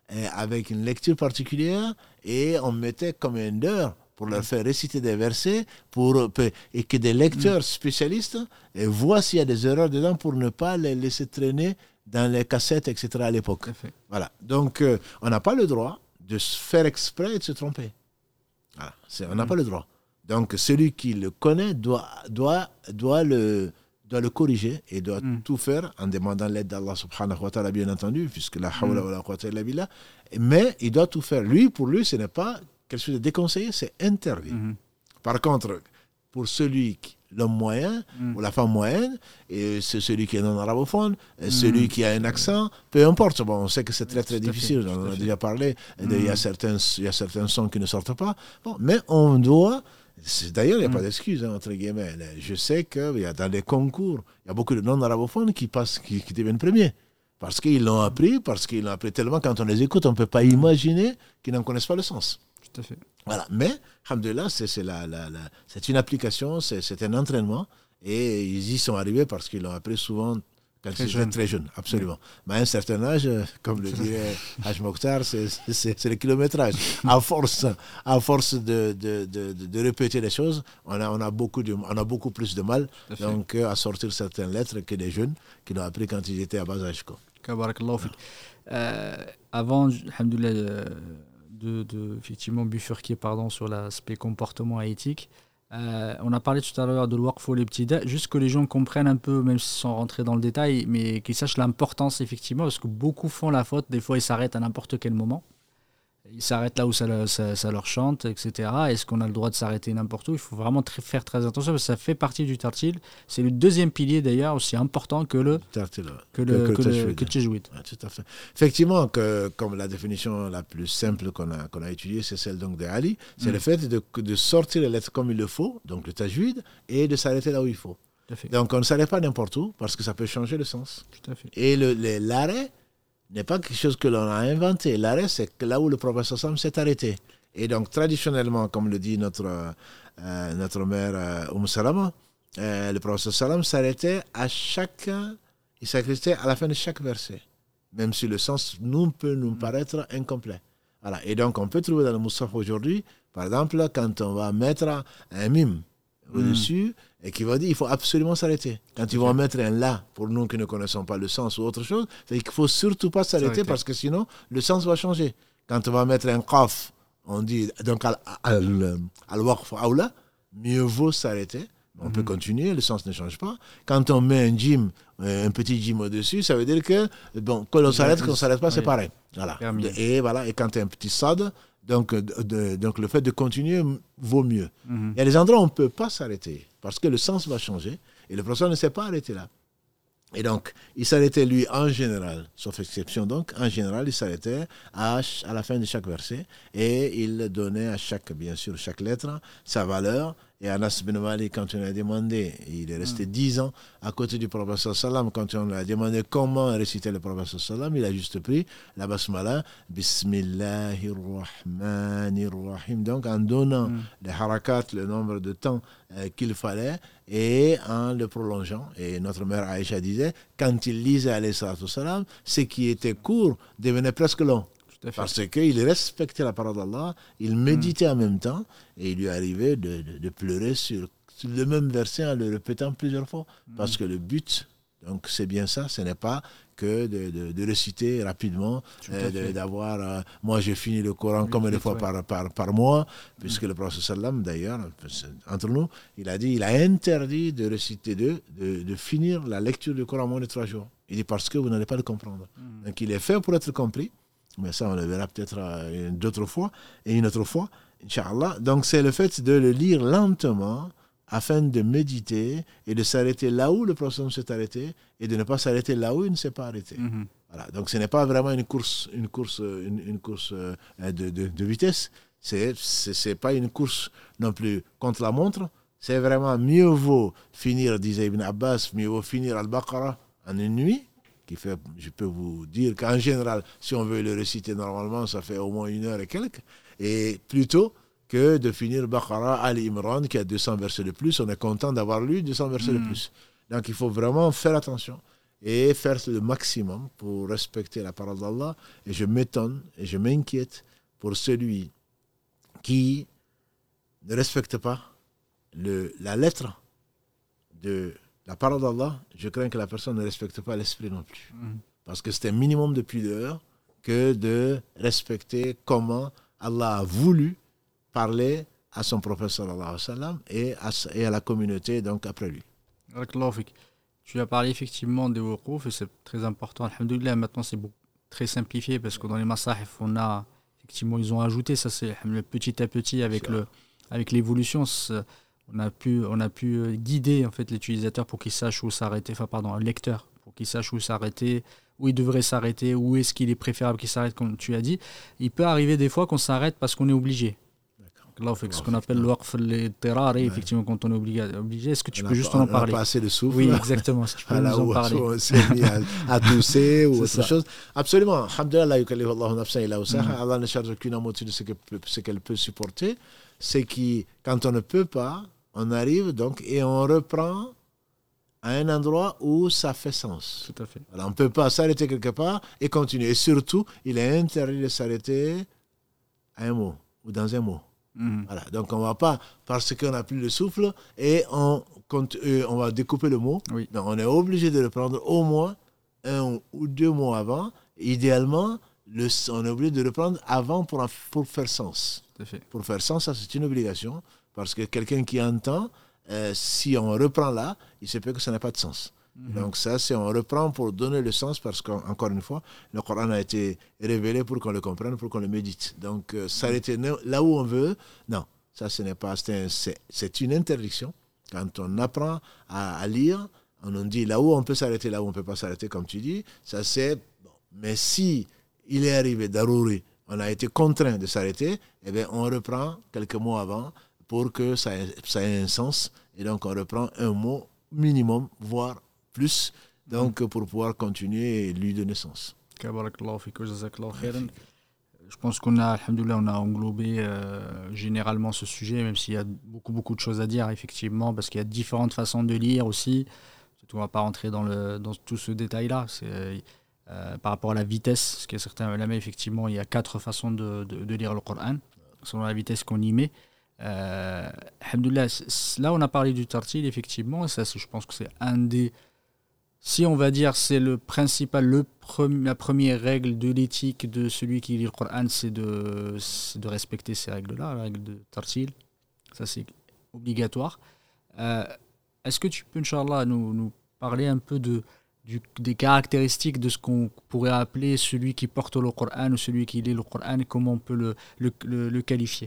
euh, avec une lecture particulière et on mettait combien d'heures pour leur faire réciter des versets pour, et que des lecteurs spécialistes et voient s'il y a des erreurs dedans pour ne pas les laisser traîner dans les cassettes, et cetera à l'époque. Voilà. Donc, euh, on n'a pas le droit de se faire exprès et de se tromper. Voilà. C'est, on n'a mmh. pas le droit. Donc, celui qui le connaît doit, doit, doit, le, doit le corriger et doit mmh. tout faire en demandant l'aide d'Allah subhanahu wa ta'ala, bien entendu, puisque la hawla wa la quwwata illa billah. Mais il doit tout faire. Lui, pour lui, ce n'est pas quelque chose de déconseillé, c'est interdit. Mmh. Par contre, pour celui qui l'homme moyen mm. ou la femme moyenne, et c'est celui qui est non arabophone, mm. celui qui a un accent, peu importe. Bon, on sait que c'est très très tout difficile, fait, on en a déjà parlé, mm. il, y a certains, il y a certains sons qui ne sortent pas. Bon, mais on doit, d'ailleurs il n'y a mm. pas d'excuse, hein, entre guillemets. Je sais qu'il y a dans les concours, il y a beaucoup de non arabophones qui, passent, qui, qui deviennent premiers. Parce qu'ils l'ont appris, parce qu'ils l'ont appris tellement, quand on les écoute, on ne peut pas imaginer qu'ils n'en connaissent pas le sens. Tout à fait. Voilà, mais, alhamdoulilah, c'est, c'est, la, la, la, c'est une application, c'est, c'est un entraînement, et ils y sont arrivés parce qu'ils l'ont appris souvent quand très ils étaient jeune. très jeunes, absolument. Oui. Mais à un certain âge, comme le dirait Haj Mokhtar, c'est, c'est, c'est le kilométrage. À force, à force de, de, de, de, de répéter les choses, on a, on, a beaucoup de, on a beaucoup plus de mal donc, à sortir certaines lettres que des jeunes qui l'ont appris quand ils étaient à bas âge. Barakallahu fik. Euh, avant, alhamdoulilah, euh, De, de effectivement bifurquer pardon, sur l'aspect comportement et éthique. Euh, on a parlé tout à l'heure de l'waqf ou l'ibtida, juste que les gens comprennent un peu, même sans rentrer dans le détail, mais qu'ils sachent l'importance effectivement, parce que beaucoup font la faute, des fois ils s'arrêtent à n'importe quel moment. Ils s'arrêtent là où ça, ça, ça leur chante, et cetera. Est-ce qu'on a le droit de s'arrêter n'importe où? Il faut vraiment très, faire très attention, parce que ça fait partie du tartil. C'est le deuxième pilier d'ailleurs, aussi important que le tartil, que le, que, que, que, que, que tchejouid. Ouais, tout à fait. Effectivement, que, comme la définition la plus simple qu'on a, qu'on a étudiée, c'est celle donc de Ali, c'est mm. le fait de, de sortir les lettres comme il le faut, donc le tajwid, et de s'arrêter là où il faut. Donc on ne s'arrête pas n'importe où, parce que ça peut changer le sens. Tout à fait. Et le, le, l'arrêt n'est pas quelque chose que l'on a inventé. L'arrêt, c'est là où le prophète sallam s'est arrêté. Et donc, traditionnellement, comme le dit notre, euh, notre mère euh, Umm Salama, euh, le prophète sallam s'arrêtait à chaque... Il s'arrêtait à la fin de chaque verset. Même si le sens nous peut nous paraître incomplet. Voilà. Et donc, on peut trouver dans le Moussaf aujourd'hui, par exemple, quand on va mettre un mime au-dessus, mm. et qui va dire qu'il faut absolument s'arrêter. Quand ils vont mettre un là, pour nous qui ne connaissons pas le sens ou autre chose, c'est qu'il ne faut surtout pas s'arrêter, s'arrêter parce que sinon, le sens va changer. Quand on va mettre un qaf, on dit, donc al-waqf aula, mieux vaut s'arrêter. On mm-hmm. peut continuer, le sens ne change pas. Quand on met un jim, un petit jim au-dessus, ça veut dire que, bon, quand on s'arrête, quand on ne s'arrête pas, oui. c'est pareil. Voilà. Et voilà, et quand tu as un petit sad, Donc, de, donc, le fait de continuer vaut mieux. Mm-hmm. Il y a des endroits où on ne peut pas s'arrêter parce que le sens va changer et le professeur ne s'est pas arrêté là. Et donc, il s'arrêtait, lui, en général, sauf exception donc, en général, il s'arrêtait à, à la fin de chaque verset et il donnait à chaque, bien sûr, chaque lettre sa valeur. Et Anas bin Malik, quand on lui a demandé, il est resté dix ans à côté du prophète sallam, quand on lui a demandé comment réciter le prophète sallam, il a juste pris la basmala, Bismillahirrahmanirrahim, donc en donnant mm. les harakat, le nombre de temps euh, qu'il fallait, et en le prolongeant. Et notre mère Aïcha disait, quand il lisait alayhi salatu salam, ce qui était court devenait presque long. Parce qu'il respectait la parole d'Allah, il méditait mmh. en même temps, et il lui arrivait de, de, de pleurer sur, sur le même verset en le répétant plusieurs fois. Mmh. Parce que le but, donc c'est bien ça, ce n'est pas que de, de, de réciter rapidement, euh, de, d'avoir... Euh, moi, j'ai fini le Coran oui, combien de fois par, par, par mois, puisque mmh. le prophète sallam, d'ailleurs, entre nous, il a dit, il a interdit de réciter, de, de, de finir la lecture du Coran en moins de trois jours. Il dit, parce que vous n'allez pas le comprendre. Mmh. Donc, il est fait pour être compris. Mais ça, on le verra peut-être euh, d'autres fois et une autre fois, Inch'Allah. Donc, c'est le fait de le lire lentement afin de méditer et de s'arrêter là où le prophète s'est arrêté et de ne pas s'arrêter là où il ne s'est pas arrêté. Mm-hmm. Voilà. Donc, ce n'est pas vraiment une course, une course, une, une course euh, de, de, de vitesse. C'est, c'est, c'est pas une course non plus contre la montre. C'est vraiment mieux vaut finir, disait Ibn Abbas, mieux vaut finir Al-Baqarah en une nuit. Qui fait, je peux vous dire qu'en général, si on veut le réciter normalement, ça fait au moins une heure et quelques. Et plutôt que de finir Baqarah Al-Imran, qui a deux cents versets de plus, on est content d'avoir lu deux cents versets mmh. de plus. Donc il faut vraiment faire attention. et faire le maximum pour respecter la parole d'Allah. Et je m'étonne et je m'inquiète pour celui qui ne respecte pas le, la lettre de la parole d'Allah. Je crains que la personne ne respecte pas l'esprit non plus. Mmh. Parce que c'est un minimum de pudeur que de respecter comment Allah a voulu parler à son prophète sallallahu alayhi wa sallam et à, et à la communauté donc après lui. Tu as parlé effectivement des wuqouf et c'est très important. Alhamdoulilah, maintenant c'est beaucoup, très simplifié parce que dans les masahif, on a effectivement, ils ont ajouté ça, c'est petit à petit avec, le, avec l'évolution. On a, pu, on a pu guider en fait, l'utilisateur pour qu'il sache où s'arrêter, enfin pardon, le lecteur, pour qu'il sache où s'arrêter, où il devrait s'arrêter, où est-ce qu'il est préférable qu'il s'arrête, comme tu as dit. Il peut arriver des fois qu'on s'arrête parce qu'on est obligé. Là, fait ce qu'on appelle le waqf al-idtirar, effectivement, quand on est obligé. obligé. Est-ce que tu on peux a, juste en parler? On n'a pas assez de souffle. Oui, exactement. Je peux nous en parler. On s'est mis à, à tousser ou autre ça. chose. Absolument. Alhamdulillah, la yukallifu Allahu nafsan illa wus'aha. Allah ne charge aucune âme au-dessus de ce, que, ce qu'elle peut supporter. C'est que quand on ne peut pas, on arrive donc et on reprend à un endroit où ça fait sens. Tout à fait. Alors, on ne peut pas s'arrêter quelque part et continuer. Et surtout, il est interdit de s'arrêter à un mot ou dans un mot. Mmh. Voilà. Donc, on ne va pas, parce qu'on n'a plus le souffle, et on, on va découper le mot. Oui. Donc, on est obligé de le prendre au moins un ou deux mots avant. Idéalement, le, on est obligé de le prendre avant pour, pour faire sens. Tout à fait. Pour faire sens, ça, c'est une obligation. Parce que quelqu'un qui entend, euh, si on reprend là, il se peut que ça n'a pas de sens. Mmh. Donc ça, c'est on reprend pour donner le sens parce qu'encore une fois, le Coran a été révélé pour qu'on le comprenne, pour qu'on le médite. Donc euh, s'arrêter là où on veut, non, ça ce n'est pas, c'est, un, c'est, c'est une interdiction. Quand on apprend à, à lire, on nous dit là où on peut s'arrêter, là où on ne peut pas s'arrêter, comme tu dis, ça c'est bon. Mais si il est arrivé d'Arouri, on a été contraint de s'arrêter, eh bien on reprend quelques mots avant pour que ça ait, ça ait un sens. Et donc on reprend un mot minimum, voire plus, donc mmh. pour pouvoir continuer et lui donner sens. Je pense qu'on a, alhamdoulilah, on a englobé euh, généralement ce sujet, même s'il y a beaucoup, beaucoup de choses à dire, effectivement, parce qu'il y a différentes façons de lire aussi. On ne va pas rentrer dans, le, dans tout ce détail-là. C'est, euh, par rapport à la vitesse, parce qu'il y a certains ulama, effectivement, il y a quatre façons de, de, de lire le Coran, selon la vitesse qu'on y met. Euh, alhamdoulilah, là, on a parlé du tartil, effectivement, et ça, je pense que c'est un des... Si on va dire c'est le principal, le pre- la première règle de l'éthique de celui qui lit le Coran, c'est de, c'est de respecter ces règles-là, la règle de tartil. Ça, c'est obligatoire. Euh, est-ce que tu peux, Inch'Allah, nous, nous parler un peu de, du, des caractéristiques de ce qu'on pourrait appeler celui qui porte le Coran ou celui qui lit le Coran et comment on peut le, le, le, le qualifier?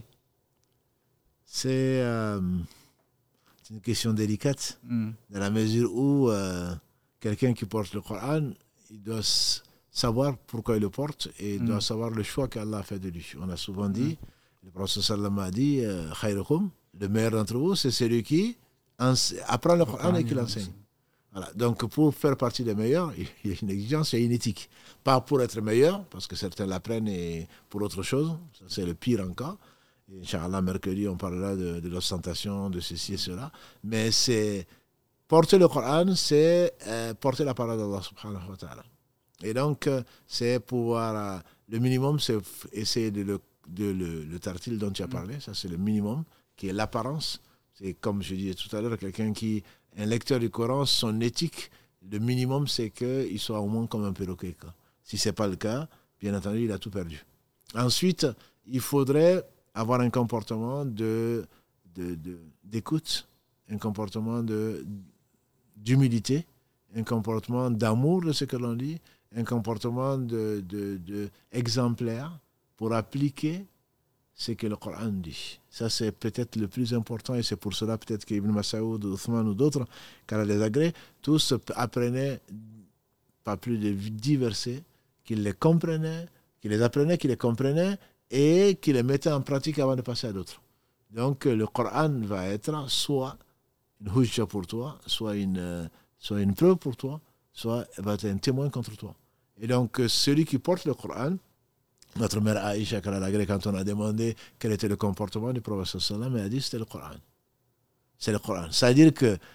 C'est, euh, c'est une question délicate, mm. dans la mesure où... Euh, quelqu'un qui porte le Coran, il doit savoir pourquoi il le porte et il mm. doit savoir le choix qu'Allah a fait de lui. On a souvent dit, mm. le prophète sallam a dit, khayrukum, le meilleur d'entre vous, c'est celui qui apprend le Coran et qui l'enseigne. Voilà. Donc pour faire partie des meilleurs, il y a une exigence, il y a une éthique. Pas pour être meilleur, parce que certains l'apprennent et pour autre chose, ça, c'est le pire encore. Et Inch'Allah, mercredi, on parlera de, de l'ostentation, de ceci et cela. Mais c'est... Porter le Coran, c'est euh, porter la parole d'Allah subhanahu wa ta'ala. Et donc, euh, c'est pouvoir... Euh, le minimum, c'est f- essayer de le, de le, le tartil dont tu as parlé. Ça, c'est le minimum, qui est l'apparence. C'est comme je disais tout à l'heure, quelqu'un qui... Un lecteur du Coran, son éthique, le minimum, c'est qu'il soit au moins comme un perroquet. Quoi. Si ce n'est pas le cas, bien entendu, il a tout perdu. Ensuite, il faudrait avoir un comportement de, de, de, d'écoute, un comportement de... d'humilité, un comportement d'amour de ce que l'on dit, un comportement de, de, de exemplaire pour appliquer ce que le Coran dit. Ça, c'est peut-être le plus important et c'est pour cela peut-être qu'Ibn Mas'oud, Othman ou d'autres, car les agrès, tous apprenaient pas plus de dix versets, qu'ils les comprenaient, qu'ils les apprenaient, qu'ils les comprenaient et qu'ils les mettaient en pratique avant de passer à d'autres. Donc, le Coran va être soit une hujja pour toi, soit une, euh, soit une preuve pour toi, soit va être un témoin contre toi. Et donc, euh, celui qui porte le Coran, notre mère Aïcha, quand on a demandé quel était le comportement du prophète sallallahu alayhi wa sallam, elle a dit c'était le Coran. C'est le Coran. C'est-à-dire que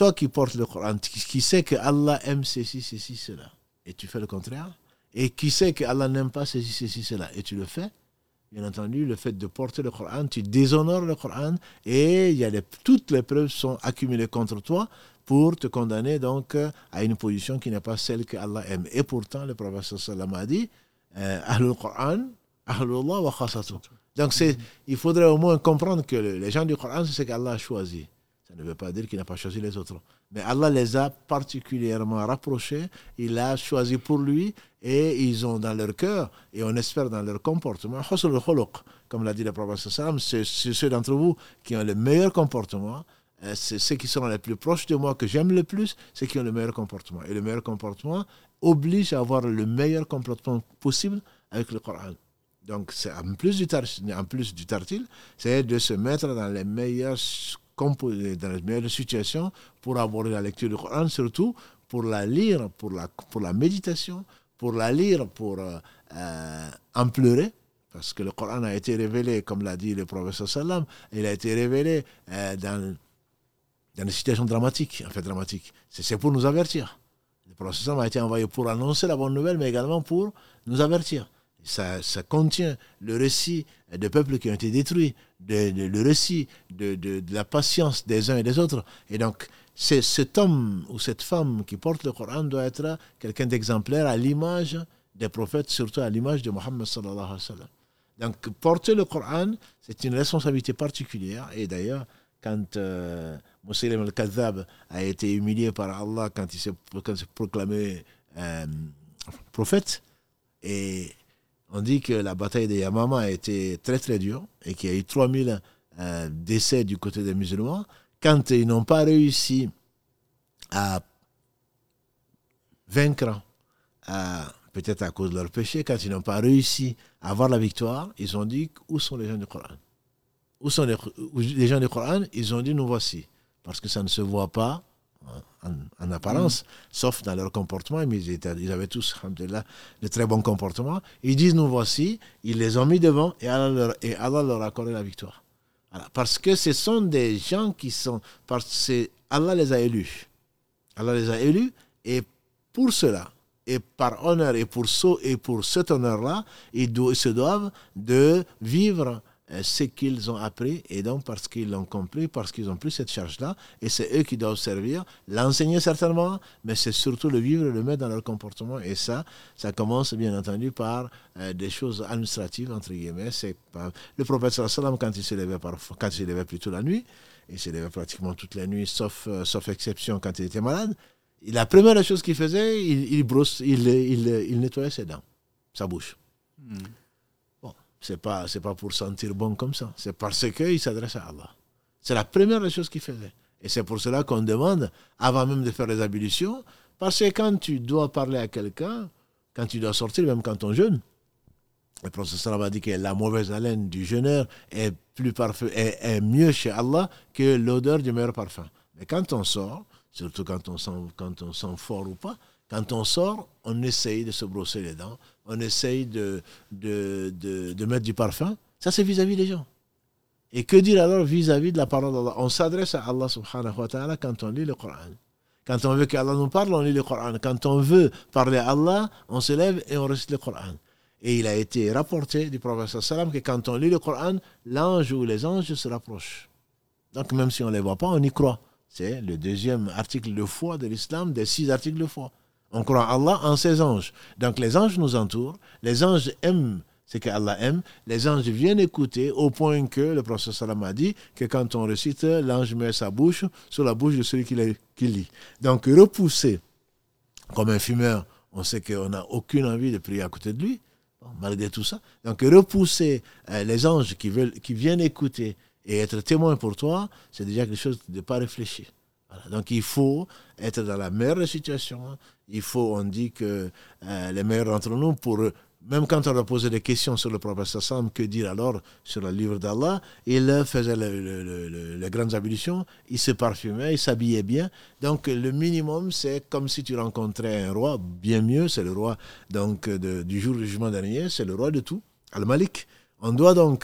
toi qui portes le Coran, qui sait que Allah aime ceci, ceci, cela, et tu fais le contraire, et qui sait que Allah n'aime pas ceci, ceci, cela, et tu le fais, bien entendu, le fait de porter le Coran, tu déshonores le Coran, et il y a les, toutes les preuves sont accumulées contre toi pour te condamner donc à une position qui n'est pas celle que Allah aime. Et pourtant, le prophète sallallahu alayhi wa sallam a dit Ahlul Coran, Ahlullah wa khasatu. Donc c'est, il faudrait au moins comprendre que les gens du Coran, c'est ce qu'Allah a choisi. Ça ne veut pas dire qu'il n'a pas choisi les autres. Mais Allah les a particulièrement rapprochés, il a choisi pour lui, et ils ont dans leur cœur, et on espère dans leur comportement, husnul khuluq, comme l'a dit le prophète sallallahu alayhi wa sallam, c'est ceux d'entre vous qui ont le meilleur comportement, c'est ceux qui seront les plus proches de moi, que j'aime le plus, ceux qui ont le meilleur comportement. Et le meilleur comportement oblige à avoir le meilleur comportement possible avec le Coran. Donc, c'est, en plus du tar- en plus du tartil, c'est de se mettre dans les meilleures compo- dans les meilleures situations pour aborder la lecture du Coran, surtout pour la lire, pour la, pour la méditation, pour la lire, pour euh, euh, en pleurer. Parce que le Coran a été révélé, comme l'a dit le prophète sallam, il a été révélé euh, dans, dans des situations dramatiques, en fait dramatiques. C'est, c'est pour nous avertir. Le prophète sallam a été envoyé pour annoncer la bonne nouvelle, mais également pour nous avertir. Ça, ça contient le récit de peuples qui ont été détruits, de, de, le récit de, de, de la patience des uns et des autres. Et donc, c'est cet homme ou cette femme qui porte le Coran doit être quelqu'un d'exemplaire à l'image des prophètes, surtout à l'image de Mohammed sallallahu alayhi wa sallam. Donc, porter le Coran, c'est une responsabilité particulière. Et d'ailleurs, quand euh, Musaylim al-Kadhab a été humilié par Allah quand il s'est, quand il s'est proclamé euh, prophète, et on dit que la bataille de Yamama a été très très dure et qu'il y a eu trois mille euh, décès du côté des musulmans. Quand ils n'ont pas réussi à vaincre, à, peut-être à cause de leur péché, quand ils n'ont pas réussi à avoir la victoire, ils ont dit où sont les gens du Coran? Où sont les, les gens du Coran? Ils ont dit nous voici. Parce que ça ne se voit pas en, en apparence, mmh. sauf dans leur comportement, mais ils, étaient, ils avaient tous de très bons comportements. Ils disent nous voici, ils les ont mis devant et Allah leur, et Allah leur a accordé la victoire. Voilà. Parce que ce sont des gens qui sont, parce que Allah les a élus. Allah les a élus et pour cela, et par honneur et pour, ce, et pour cet honneur-là, ils, do, ils se doivent de vivre ce qu'ils ont appris, et donc parce qu'ils l'ont compris, parce qu'ils ont pris cette charge-là, et c'est eux qui doivent servir, l'enseigner certainement, mais c'est surtout le vivre et le mettre dans leur comportement, et ça, ça commence bien entendu par euh, des choses administratives, entre guillemets. C'est pas... Le prophète sallallahu alayhi wa sallam, quand il se levait, parfois, quand il se levait plutôt la nuit, il se levait pratiquement toute la nuit, sauf, euh, sauf exception quand il était malade, et la première chose qu'il faisait, il, il, brosse, il, il, il nettoyait ses dents, sa bouche. Mm. Ce n'est pas, c'est pas pour sentir bon comme ça. C'est parce qu'il s'adresse à Allah. C'est la première chose qu'il faisait. Et c'est pour cela qu'on demande, avant même de faire les ablutions, parce que quand tu dois parler à quelqu'un, quand tu dois sortir, même quand on jeûne, le professeur a dit que la mauvaise haleine du jeûneur est, plus parfait, est, est mieux chez Allah que l'odeur du meilleur parfum. Mais quand on sort, surtout quand on sent, quand on sent fort ou pas, quand on sort, on essaye de se brosser les dents, on essaye de, de, de, de mettre du parfum. Ça, c'est vis-à-vis des gens. Et que dire alors vis-à-vis de la parole d'Allah? On s'adresse à Allah subhanahu wa ta'ala quand on lit le Coran. Quand on veut qu'Allah nous parle, on lit le Coran. Quand on veut parler à Allah, on se lève et on récite le Coran. Et il a été rapporté du prophète sallam que quand on lit le Coran, l'ange ou les anges se rapprochent. Donc même si on ne les voit pas, on y croit. C'est le deuxième article de foi de l'islam, des six articles de foi. On croit en Allah, en ses anges. Donc les anges nous entourent, les anges aiment ce qu'Allah aime, les anges viennent écouter au point que le prophète sallam a dit que quand on récite, l'ange met sa bouche sur la bouche de celui qui, qui lit. Donc repousser, comme un fumeur, on sait qu'on n'a aucune envie de prier à côté de lui, bon, malgré tout ça. Donc repousser euh, les anges qui, veulent, qui viennent écouter et être témoins pour toi, c'est déjà quelque chose de ne pas réfléchir. Voilà. Donc il faut être dans la meilleure situation. Il faut, on dit que euh, les meilleurs d'entre nous, pour, même quand on a posé des questions sur le prophète sallam, que dire alors sur le livre d'Allah, il faisait le, le, le, le, les grandes ablutions, il se parfumait, il s'habillait bien. Donc le minimum, c'est comme si tu rencontrais un roi, bien mieux, c'est le roi donc, de, du jour du jugement dernier, c'est le roi de tout, Al-Malik. On doit donc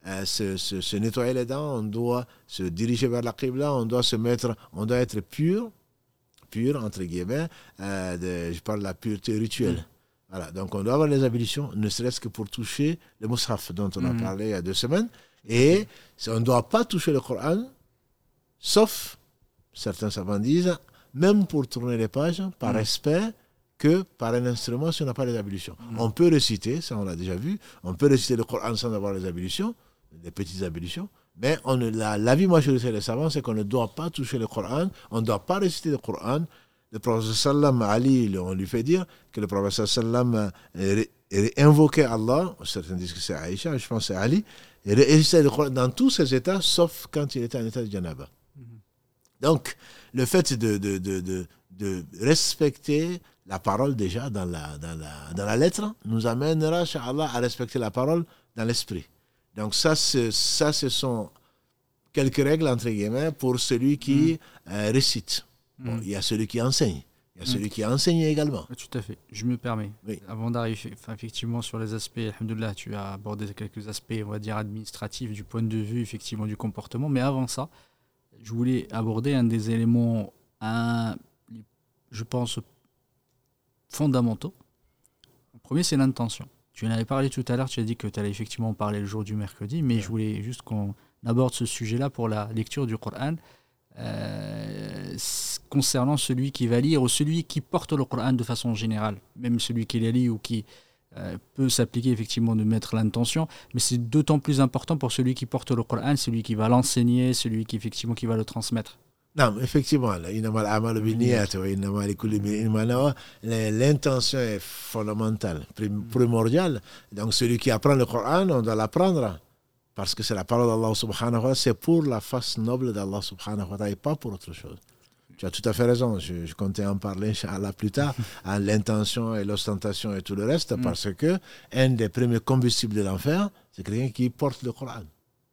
euh, se, se, se nettoyer les dents, on doit se diriger vers la qibla, on doit se mettre, on doit être pur, pur entre guillemets, euh, de, je parle de la pureté rituelle. Mmh. Voilà, donc on doit avoir les ablutions, ne serait-ce que pour toucher le mushaf dont on a mmh. parlé il y a deux semaines. Et on ne doit pas toucher le Coran, sauf, certains savants disent, même pour tourner les pages, par mmh. respect, que par un instrument si on n'a pas les ablutions. Mmh. On peut réciter, ça on l'a déjà vu, on peut réciter le Coran sans avoir les ablutions, les petites ablutions, mais on, la, l'avis majoritaire des savants, c'est qu'on ne doit pas toucher le Coran, on ne doit pas réciter le Coran. Le prophète sallam, Ali, on lui fait dire que le prophète sallam invoquait Allah, certains disent que c'est Aïcha, je pense que c'est Ali, il récitait le Coran dans tous ses états, sauf quand il était en état de janaba. Mm-hmm. Donc, le fait de, de, de, de, de respecter la parole déjà dans la, dans la, dans la lettre nous amènera, Inch'Allah, à respecter la parole dans l'esprit. Donc ça, c'est, ça, ce sont quelques règles, entre guillemets, pour celui qui mm. euh, récite. Bon, mm. Il y a celui qui enseigne. Il y a mm. celui qui enseigne également. Tout à fait. Je me permets. Oui. Avant d'arriver enfin, effectivement sur les aspects, alhamdoulilah, tu as abordé quelques aspects, on va dire, administratifs du point de vue, effectivement, du comportement. Mais avant ça, je voulais aborder un des éléments, un, je pense, fondamentaux. Le premier, c'est l'intention. Tu en avais parlé tout à l'heure, tu as dit que tu allais effectivement parler le jour du mercredi, mais ouais. je voulais juste qu'on aborde ce sujet-là pour la lecture du Coran, euh, concernant celui qui va lire ou celui qui porte le Coran de façon générale, même celui qui le lit ou qui euh, peut s'appliquer effectivement de mettre l'intention, mais c'est d'autant plus important pour celui qui porte le Coran, celui qui va l'enseigner, celui qui effectivement qui va le transmettre. Non, effectivement, l'intention est fondamentale, primordiale. Donc celui qui apprend le Coran, on doit l'apprendre parce que c'est la parole d'Allah subhanahu wa ta'ala, c'est pour la face noble d'Allah subhanahu wa ta'ala et pas pour autre chose. Tu as tout à fait raison, je, je comptais en parler Inch'Allah plus tard, à l'intention et l'ostentation et tout le reste, mm. parce que un des premiers combustibles de l'enfer, c'est quelqu'un qui porte le Coran,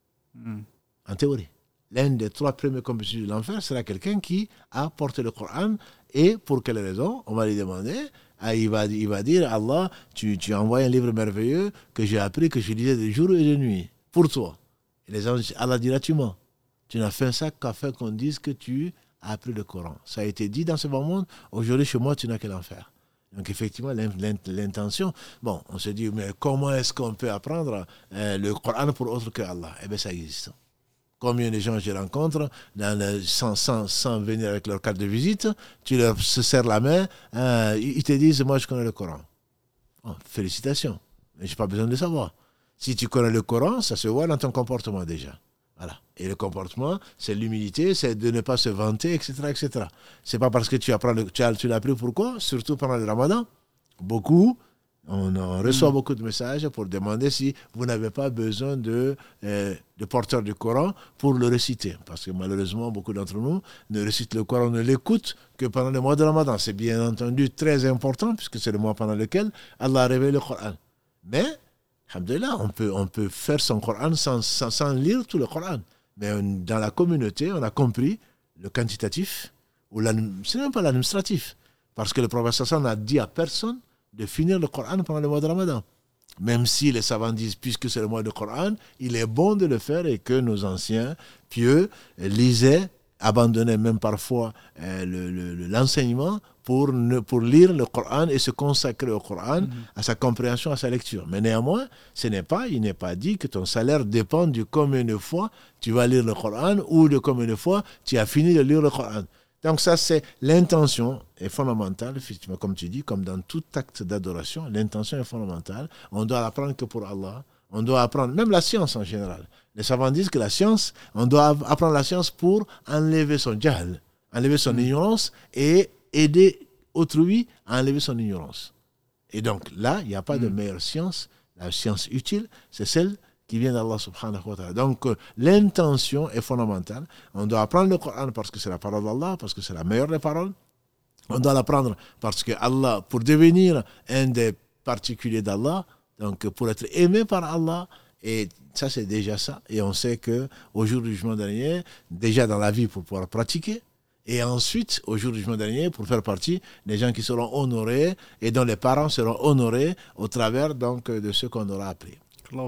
mm. en théorie. L'un des trois premiers combustibles de l'enfer sera quelqu'un qui a porté le Coran et pour quelle raison? On va lui demander, ah, il, va, il va dire, Allah, tu, tu as envoyé un livre merveilleux que j'ai appris, que je lisais de jour et de nuit, pour toi. Et les gens disent, Allah dira, tu mens. Tu n'as fait ça qu'afin qu'on dise que tu as appris le Coran. Ça a été dit dans ce bon monde, aujourd'hui chez moi, tu n'as qu'à l'enfer. Donc effectivement, l'intention, bon, on se dit, mais comment est-ce qu'on peut apprendre euh, le Coran pour autre que Allah? Eh bien, ça existe. Combien de gens je rencontre dans le, sans, sans, sans venir avec leur carte de visite, tu leur se serres la main, euh, ils te disent, moi je connais le Coran. Oh, félicitations, mais je n'ai pas besoin de le savoir. Si tu connais le Coran, ça se voit dans ton comportement déjà. Voilà. Et le comportement, c'est l'humilité, c'est de ne pas se vanter, et cetera, et cetera. C'est pas parce que tu apprends, le, tu, as, tu l'as appris pourquoi? Surtout pendant le Ramadan. Beaucoup, on, on reçoit mmh. beaucoup de messages pour demander si vous n'avez pas besoin de, euh, de porteurs du Coran pour le réciter. Parce que malheureusement, beaucoup d'entre nous ne récitent le Coran, ne l'écoutent que pendant le mois de Ramadan. C'est bien entendu très important puisque c'est le mois pendant lequel Allah a révélé le Coran. Mais, alhamdoulilah, on peut, on peut faire son Coran sans, sans, sans lire tout le Coran. Mais on, dans la communauté, on a compris le quantitatif, ou c'est même pas l'administratif. Parce que le prophète sallallahu n'a dit à personne de finir le Coran pendant le mois de Ramadan. Même si les savants disent, puisque c'est le mois du Coran, il est bon de le faire et que nos anciens pieux lisaient, abandonnaient même parfois euh, le, le, l'enseignement pour, ne, pour lire le Coran et se consacrer au Coran, mm-hmm. à sa compréhension, à sa lecture. Mais néanmoins, ce n'est pas, il n'est pas dit que ton salaire dépend de combien de fois tu vas lire le Coran ou de combien de fois tu as fini de lire le Coran. Donc ça, c'est l'intention est fondamentale, effectivement, comme tu dis, comme dans tout acte d'adoration, l'intention est fondamentale. On doit l'apprendre que pour Allah. On doit apprendre, même la science en général. Les savants disent que la science, on doit apprendre la science pour enlever son jahl, enlever son mmh. ignorance et aider autrui à enlever son ignorance. Et donc là, il n'y a pas mmh. de meilleure science. La science utile, c'est celle qui vient d'Allah subhanahu wa ta'ala. Donc, euh, l'intention est fondamentale. On doit apprendre le Coran parce que c'est la parole d'Allah, parce que c'est la meilleure des paroles. On doit l'apprendre parce que Allah, pour devenir un des particuliers d'Allah, donc pour être aimé par Allah, et ça c'est déjà ça. Et on sait qu'au jour du jugement dernier, déjà dans la vie pour pouvoir pratiquer, et ensuite, au jour du jugement dernier, pour faire partie des gens qui seront honorés et dont les parents seront honorés au travers donc, de ce qu'on aura appris.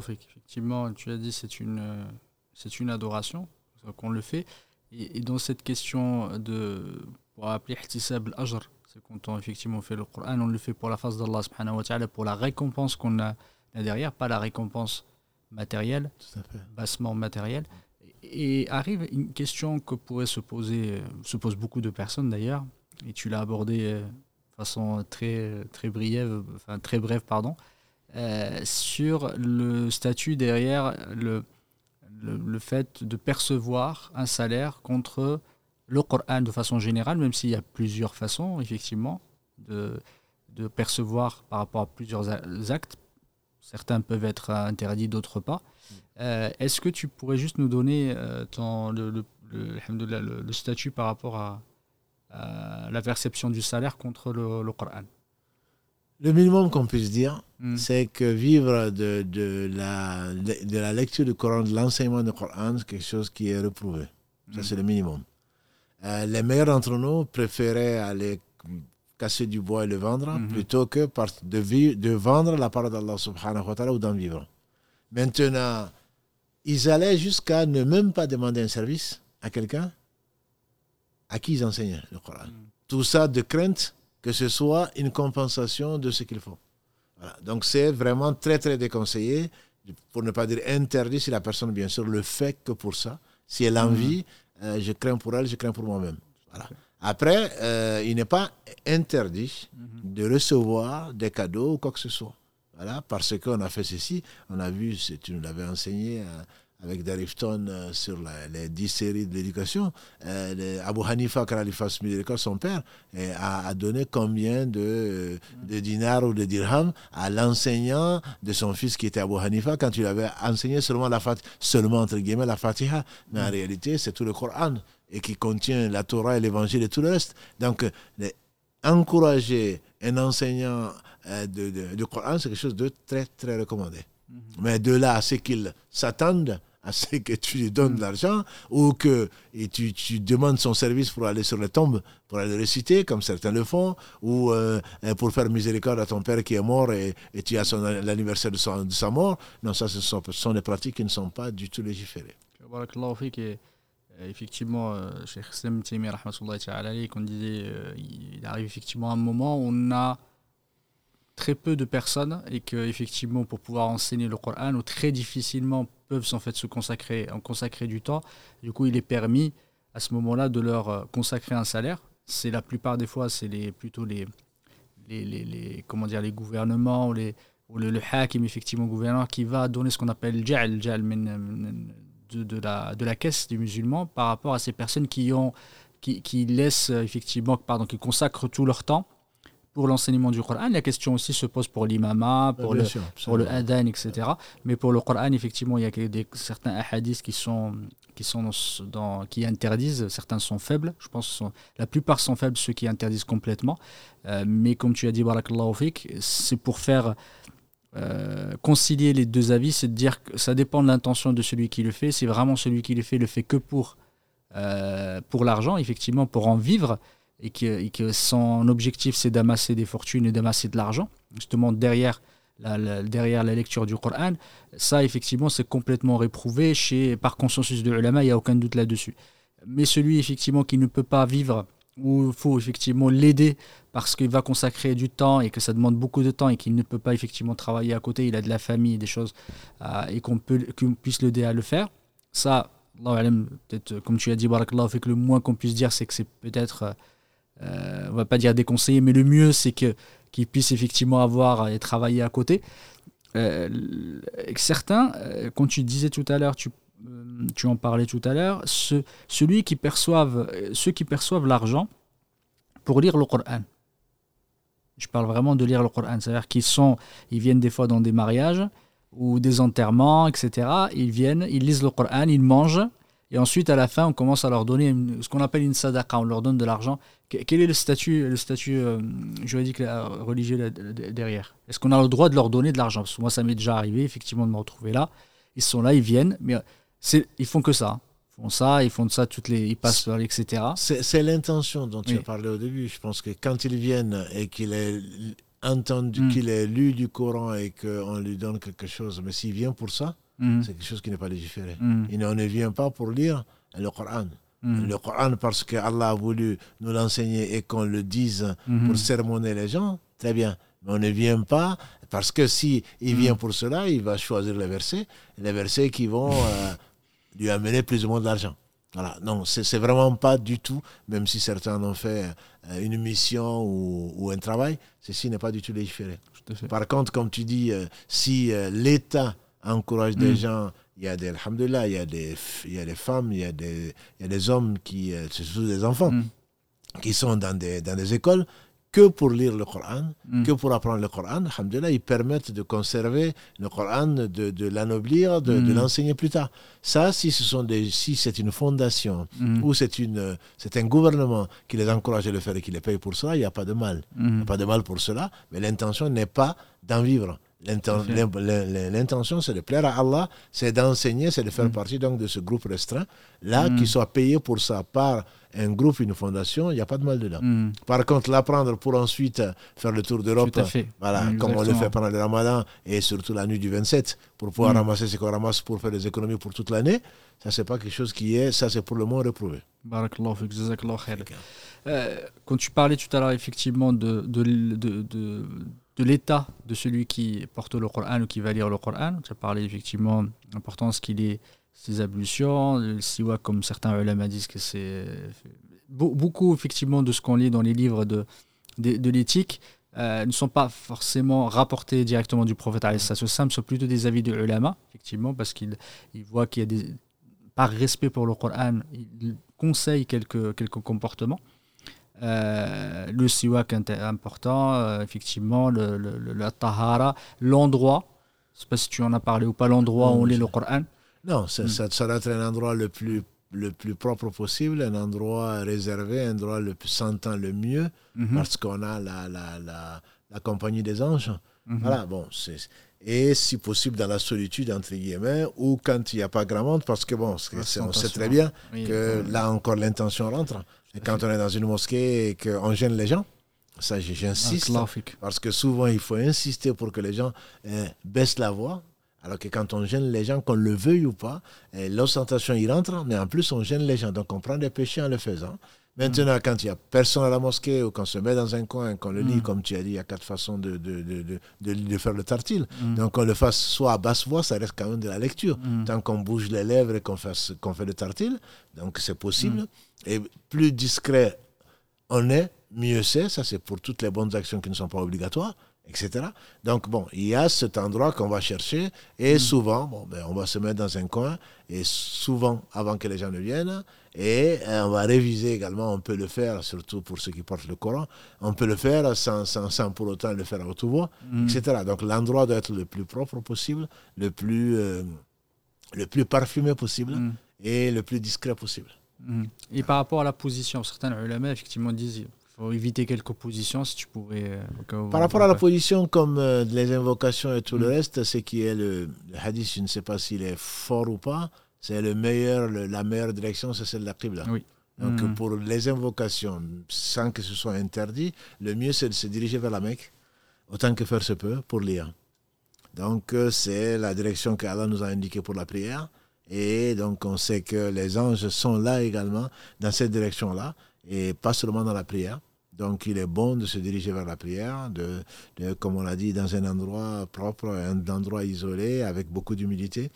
effectivement, tu as dit c'est une, euh, c'est une adoration qu'on le fait. Et, et dans cette question de, pour appeler ihtisab al-ajr, c'est quand on effectivement fait le Coran, on le fait pour la face d'Allah subhanahu wa ta'ala, pour la récompense qu'on a là derrière, pas la récompense matérielle, bassement matérielle. Et arrive une question que pourrait se poser, se pose beaucoup de personnes d'ailleurs, et tu l'as abordé de façon très, très brève, enfin très brève, pardon, euh, sur le statut derrière le, le, le fait de percevoir un salaire contre le Coran de façon générale, même s'il y a plusieurs façons, effectivement, de, de percevoir par rapport à plusieurs actes. Certains peuvent être interdits, d'autres pas. Euh, est-ce que tu pourrais juste nous donner euh, ton, le, le, le, le, le statut par rapport à, à la perception du salaire contre le, le Coran? Le minimum qu'on puisse dire, mm. c'est que vivre de, de, la, de la lecture du Coran, de l'enseignement du Coran, c'est quelque chose qui est réprouvé. Ça, mm. c'est le minimum. Euh, les meilleurs d'entre nous préféraient aller casser du bois et le vendre mm-hmm. plutôt que par, de, vivre, de vendre la parole d'Allah subhanahu wa ta'ala ou d'en vivre. Maintenant, ils allaient jusqu'à ne même pas demander un service à quelqu'un à qui ils enseignaient le Coran. Mm. Tout ça de crainte que ce soit une compensation de ce qu'il faut. Voilà. Donc c'est vraiment très très déconseillé, pour ne pas dire interdit si la personne bien sûr le fait que pour ça. Si elle en vit, mm. euh, je crains pour elle, je crains pour moi-même. Voilà. Après, euh, il n'est pas interdit mm-hmm. de recevoir des cadeaux ou quoi que ce soit. Voilà, parce qu'on a fait ceci, on a vu, tu nous l'avais enseigné euh, avec Darifton euh, sur la, les dix séries de l'éducation. Euh, les, Abu Hanifa, quand il fasse l'école, son père, et a, a donné combien de, de dinars ou de dirhams à l'enseignant de son fils qui était Abu Hanifa quand il avait enseigné seulement la Fatiha, seulement entre guillemets la Fatiha. Mais en réalité, c'est tout le Coran et qui contient la Torah et l'Évangile et tout le reste. Donc, les, encourager un enseignant euh, de, de, de Coran, c'est quelque chose de très, très recommandé. Mm-hmm. Mais de là à ce qu'ils s'attendent à ce que tu lui donnes mm-hmm. de l'argent ou que et tu, tu demandes son service pour aller sur les tombes, pour aller réciter, comme certains le font, ou euh, pour faire miséricorde à ton père qui est mort et, et tu as son, l'anniversaire de, son, de sa mort. Non, ça, ce sont, ce sont des pratiques qui ne sont pas du tout légiférées. Effectivement, Cheikh Islam Taymiyyah rahmatullahi ta'ala alayhi, qu'on disait, euh, il arrive effectivement un moment où on a très peu de personnes et que effectivement pour pouvoir enseigner le Coran, ou très difficilement peuvent en fait se consacrer, en consacrer du temps. Du coup, il est permis à ce moment-là de leur consacrer un salaire. C'est la plupart des fois, c'est les plutôt les les, les, les comment dire les gouvernements ou les ou le, le hakim effectivement gouverneur qui va donner ce qu'on appelle ja'al ja'al min, min De, de, la, de la caisse des musulmans par rapport à ces personnes qui, ont, qui, qui laissent effectivement, pardon, qui consacrent tout leur temps pour l'enseignement du Coran. La question aussi se pose pour l'imama, pour, le, sûr, pour le adhan, et cetera. Mais pour le Coran, effectivement, il y a des, certains hadiths qui, sont, qui, sont dans, qui interdisent, certains sont faibles, je pense sont, la plupart sont faibles, ceux qui interdisent complètement. Euh, mais comme tu as dit, barakallahu fik, c'est pour faire... Euh, concilier les deux avis, c'est de dire que ça dépend de l'intention de celui qui le fait. Si vraiment celui qui le fait le fait que pour, euh, pour l'argent, effectivement, pour en vivre, et que, et que son objectif c'est d'amasser des fortunes et d'amasser de l'argent, justement derrière la, la, derrière la lecture du Coran, ça effectivement c'est complètement réprouvé chez, par consensus de ulama, il n'y a aucun doute là-dessus. Mais celui effectivement qui ne peut pas vivre, où il faut effectivement l'aider parce qu'il va consacrer du temps et que ça demande beaucoup de temps et qu'il ne peut pas effectivement travailler à côté, il a de la famille, des choses, euh, et qu'on, peut, qu'on puisse l'aider à le faire. Ça, peut-être, comme tu as dit, barakallahu fik, le moins qu'on puisse dire, c'est que c'est peut-être, euh, on ne va pas dire déconseillé, mais le mieux, c'est que, qu'il puisse effectivement avoir et travailler à côté. Euh, certains, quand tu disais tout à l'heure, tu tu en parlais tout à l'heure, ce, celui qui perçoivent, ceux qui perçoivent l'argent pour lire le Coran. Je parle vraiment de lire le Coran, c'est-à-dire qu'ils sont, ils viennent des fois dans des mariages ou des enterrements, et cetera. Ils viennent, ils lisent le Coran, ils mangent, et ensuite à la fin on commence à leur donner une, ce qu'on appelle une sadaqa, on leur donne de l'argent. Quel est le statut, le statut euh, juridique, religieux là, derrière? Est-ce qu'on a le droit de leur donner de l'argent? Parce que moi ça m'est déjà arrivé effectivement de me retrouver là. Ils sont là, ils viennent, mais c'est, ils font que ça. Ils font ça, ils font de ça, toutes les, ils passent par, et cetera. C'est, c'est l'intention dont tu oui. as parlé au début. Je pense que quand ils viennent et qu'il est entendu, mm. qu'il est lu du Coran et qu'on lui donne quelque chose, mais s'il vient pour ça, mm. c'est quelque chose qui n'est pas légiféré. Mm. Et on ne vient pas pour lire le Coran. Mm. Le Coran, parce qu'Allah a voulu nous l'enseigner et qu'on le dise mm. pour sermonner les gens, très bien. Mais on ne vient pas, parce que si il vient mm. pour cela, il va choisir les versets, les versets qui vont euh, lui amener plus ou moins de l'argent. Voilà, non, c'est, c'est vraiment pas du tout, même si certains en ont fait euh, une mission ou, ou un travail, ceci n'est pas du tout légiféré. Par contre, comme tu dis, euh, si euh, l'État encourage mm. des gens, il y a des, alhamdoulilah, il y a des, il y a des femmes, il y a des, il y a des hommes, qui, euh, c'est surtout des enfants, mm. qui sont dans des, dans des écoles, que pour lire le Coran, mm. que pour apprendre le Coran, alhamdoulilah, ils permettent de conserver le Coran, de, de l'anoblir, de, mm. de l'enseigner plus tard. Ça, si, ce sont des, si c'est une fondation mm. ou c'est, une, c'est un gouvernement qui les encourage à le faire et qui les paye pour cela, il n'y a pas de mal. Mm. Il n'y a pas de mal pour cela, mais l'intention n'est pas d'en vivre. L'inten- L'intention, c'est de plaire à Allah, c'est d'enseigner, c'est de faire mm. partie donc de ce groupe restreint, là, mm. qui soit payé pour ça par un groupe, une fondation, il n'y a pas de mal dedans. Mm. Par contre, l'apprendre pour ensuite faire le tour d'Europe, voilà, mm, comme on le fait pendant le Ramadan et surtout la nuit du vingt-sept, pour pouvoir mm. ramasser ce qu'on ramasse pour faire des économies pour toute l'année, ça, c'est pas quelque chose qui est, ça, c'est pour le moins réprouvé. Barakallahu fik, jazakallahu khair. Euh, quand tu parlais tout à l'heure, effectivement, de, de, de, de, de de l'état de celui qui porte le Coran ou qui va lire le Coran. Tu as parlé effectivement de l'importance qu'il ait ses ablutions, le siwak, comme certains ulama disent que c'est beaucoup effectivement de ce qu'on lit dans les livres de, de, de l'éthique euh, ne sont pas forcément rapportés directement du prophète alayhi salatu wassalam, sont plutôt des avis de ulama, effectivement, parce qu'ils ils voient qu'il y a des, par respect pour le Coran, ils conseillent quelques, quelques comportements. Euh, le siwak est important, euh, effectivement, le, le, le, la tahara, l'endroit, je ne sais pas si tu en as parlé ou pas, l'endroit non, où on lit le Coran. Non, ça, mm. ça, ça doit être un endroit le plus, le plus propre possible, un endroit réservé, un endroit le plus sentant le mieux, mm-hmm. parce qu'on a la, la, la, la compagnie des anges. Mm-hmm. Voilà, bon, c'est... Et si possible dans la solitude, entre guillemets, ou quand il n'y a pas grand monde, parce que bon, c'est, c'est, on sait très bien oui, que oui. là encore l'intention rentre. Et quand on est dans une mosquée et qu'on gêne les gens, ça j'insiste, ah, parce que souvent il faut insister pour que les gens euh, baissent la voix, alors que quand on gêne les gens, qu'on le veuille ou pas, euh, l'ostentation y rentre, mais en plus on gêne les gens, donc on prend des péchés en le faisant. Maintenant, mm. quand il n'y a personne à la mosquée ou qu'on se met dans un coin, qu'on le lit, mm. comme tu as dit, il y a quatre façons de, de, de, de, de, de faire le tartil. Mm. Donc, qu'on le fasse soit à basse voix, ça reste quand même de la lecture. Mm. Tant qu'on bouge les lèvres et qu'on, fasse, qu'on fait le tartil, donc c'est possible. Mm. Et plus discret on est, mieux c'est. Ça, c'est pour toutes les bonnes actions qui ne sont pas obligatoires, et cetera. Donc, bon, il y a cet endroit qu'on va chercher et mm. souvent, bon, ben, on va se mettre dans un coin et souvent, avant que les gens ne viennent, et euh, on va réviser également, on peut le faire, surtout pour ceux qui portent le Coran, on peut le faire sans, sans, sans pour autant le faire à haute voix, mm. et cetera. Donc, l'endroit doit être le plus propre possible, le plus, euh, le plus parfumé possible mm. et le plus discret possible. Mm. Et par rapport à la position, certains ulama effectivement disent qu'il faut éviter quelques positions si tu pourrais. Euh, par rapport à la position, comme euh, les invocations et tout mm. le reste, c'est qui est le, le hadith, je ne sais pas s'il est fort ou pas, c'est le meilleur, le, la meilleure direction, c'est celle de la Qibla. Oui. Donc mm. pour les invocations, sans que ce soit interdit, le mieux c'est de se diriger vers la Mecque, autant que faire se peut, pour lire. Donc c'est la direction qu'Allah nous a indiquée pour la prière. Et donc, on sait que les anges sont là également, dans cette direction-là, et pas seulement dans la prière. Donc, il est bon de se diriger vers la prière, de, de, comme on l'a dit, dans un endroit propre, un endroit isolé, avec beaucoup d'humilité,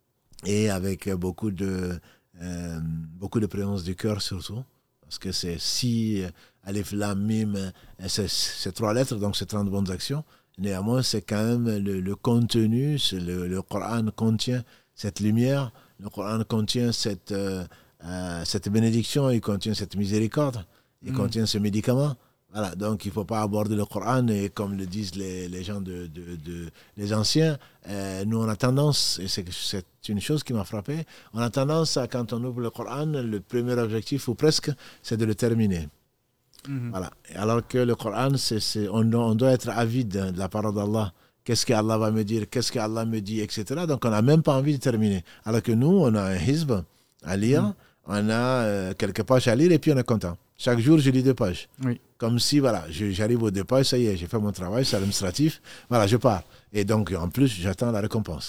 et avec beaucoup de, euh, beaucoup de présence du cœur surtout. Parce que c'est si, alif, lam, mim, c'est, c'est trois lettres, donc c'est trente bonnes actions. Néanmoins, c'est quand même le, le contenu, c'est le, le Coran contient cette lumière, le Coran contient cette, euh, euh, cette bénédiction, il contient cette miséricorde, il mmh. contient ce médicament. Voilà, donc il ne faut pas aborder le Coran et comme le disent les, les gens, de, de, de, les anciens, euh, nous on a tendance, et c'est, c'est une chose qui m'a frappé, on a tendance à, quand on ouvre le Coran, le premier objectif, ou presque, c'est de le terminer. Mmh. Voilà. Alors que le Coran, c'est, c'est, on, on doit être avide de la parole d'Allah. Qu'est-ce qu'Allah va me dire, qu'est-ce qu'Allah me dit, et cetera. Donc on n'a même pas envie de terminer. Alors que nous, on a un hizb à lire, mmh. on a euh, quelques pages à lire et puis on est content. Chaque jour, je lis deux pages. Oui. Comme si, voilà, je, j'arrive aux deux pages, ça y est, j'ai fait mon travail, c'est administratif, voilà, je pars. Et donc, en plus, j'attends la récompense.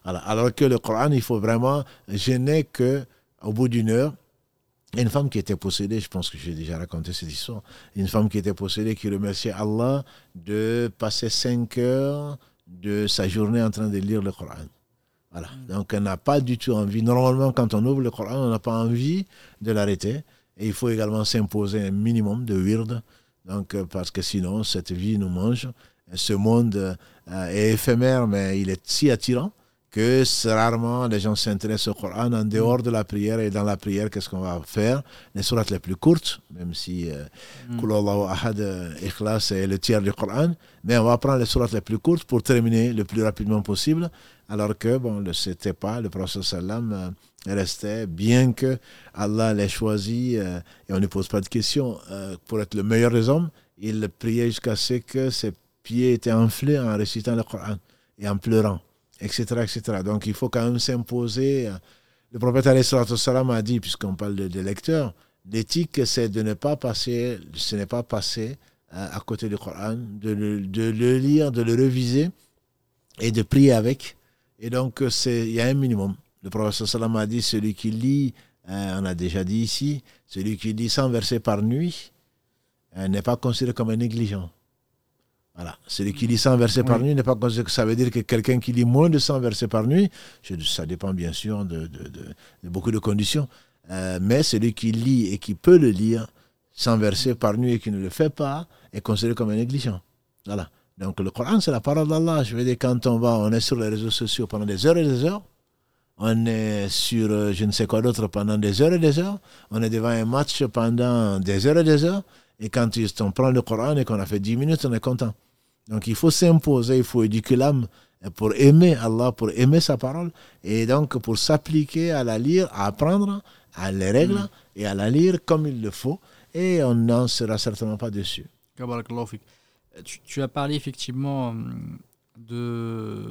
Voilà. Alors que le Coran, il faut vraiment jeûner qu'au bout d'une heure. Une femme qui était possédée, je pense que j'ai déjà raconté cette histoire, une femme qui était possédée qui remerciait Allah de passer cinq heures de sa journée en train de lire le Coran. Voilà. Donc, elle n'a pas du tout envie. Normalement, quand on ouvre le Coran, on n'a pas envie de l'arrêter. Et il faut également s'imposer un minimum de wird. Donc, parce que sinon, cette vie nous mange. Ce monde euh, est éphémère, mais il est si attirant que rarement les gens s'intéressent au Coran en dehors de la prière. Et dans la prière, qu'est-ce qu'on va faire? Les sourates les plus courtes, même si Qul Allahu Ahad, Ikhlas est le tiers du Coran, mais on va prendre les sourates les plus courtes pour terminer le plus rapidement possible, alors que bon, ce n'était pas le prophète sallam euh, restait, bien que Allah l'ait choisi, euh, et on ne pose pas de questions, euh, pour être le meilleur des hommes, il priait jusqu'à ce que ses pieds étaient enflés en récitant le Coran et en pleurant, et cetera, et cetera. Donc, il faut quand même s'imposer. Le prophète alayhi salatu wassalam a dit, puisqu'on parle de, de lecteurs, l'éthique, c'est de ne pas passer, ce n'est pas passer euh, à côté du Coran, de le, de le lire, de le réviser et de prier avec. Et donc, c'est, il y a un minimum. Le prophète sallam a dit, celui qui lit, euh, on a déjà dit ici, celui qui lit cent versets par nuit euh, n'est pas considéré comme un négligent. Voilà. Celui qui lit cent versets oui. par nuit n'est pas considéré. Ça veut dire que quelqu'un qui lit moins de cent versets par nuit, ça dépend bien sûr de, de, de, de beaucoup de conditions, euh, mais celui qui lit et qui peut le lire cent versets par nuit et qui ne le fait pas est considéré comme un négligent. Voilà. Donc le Coran, c'est la parole d'Allah. Je veux dire, quand on va, on est sur les réseaux sociaux pendant des heures et des heures, on est sur euh, je ne sais quoi d'autre pendant des heures et des heures, on est devant un match pendant des heures et des heures, et quand on prend le Coran et qu'on a fait dix minutes, on est content. Donc il faut s'imposer, il faut éduquer l'âme pour aimer Allah, pour aimer sa parole, et donc pour s'appliquer à la lire, à apprendre à les règles mmh. et à la lire comme il le faut, et on n'en sera certainement pas déçu. Tu, tu as parlé effectivement de...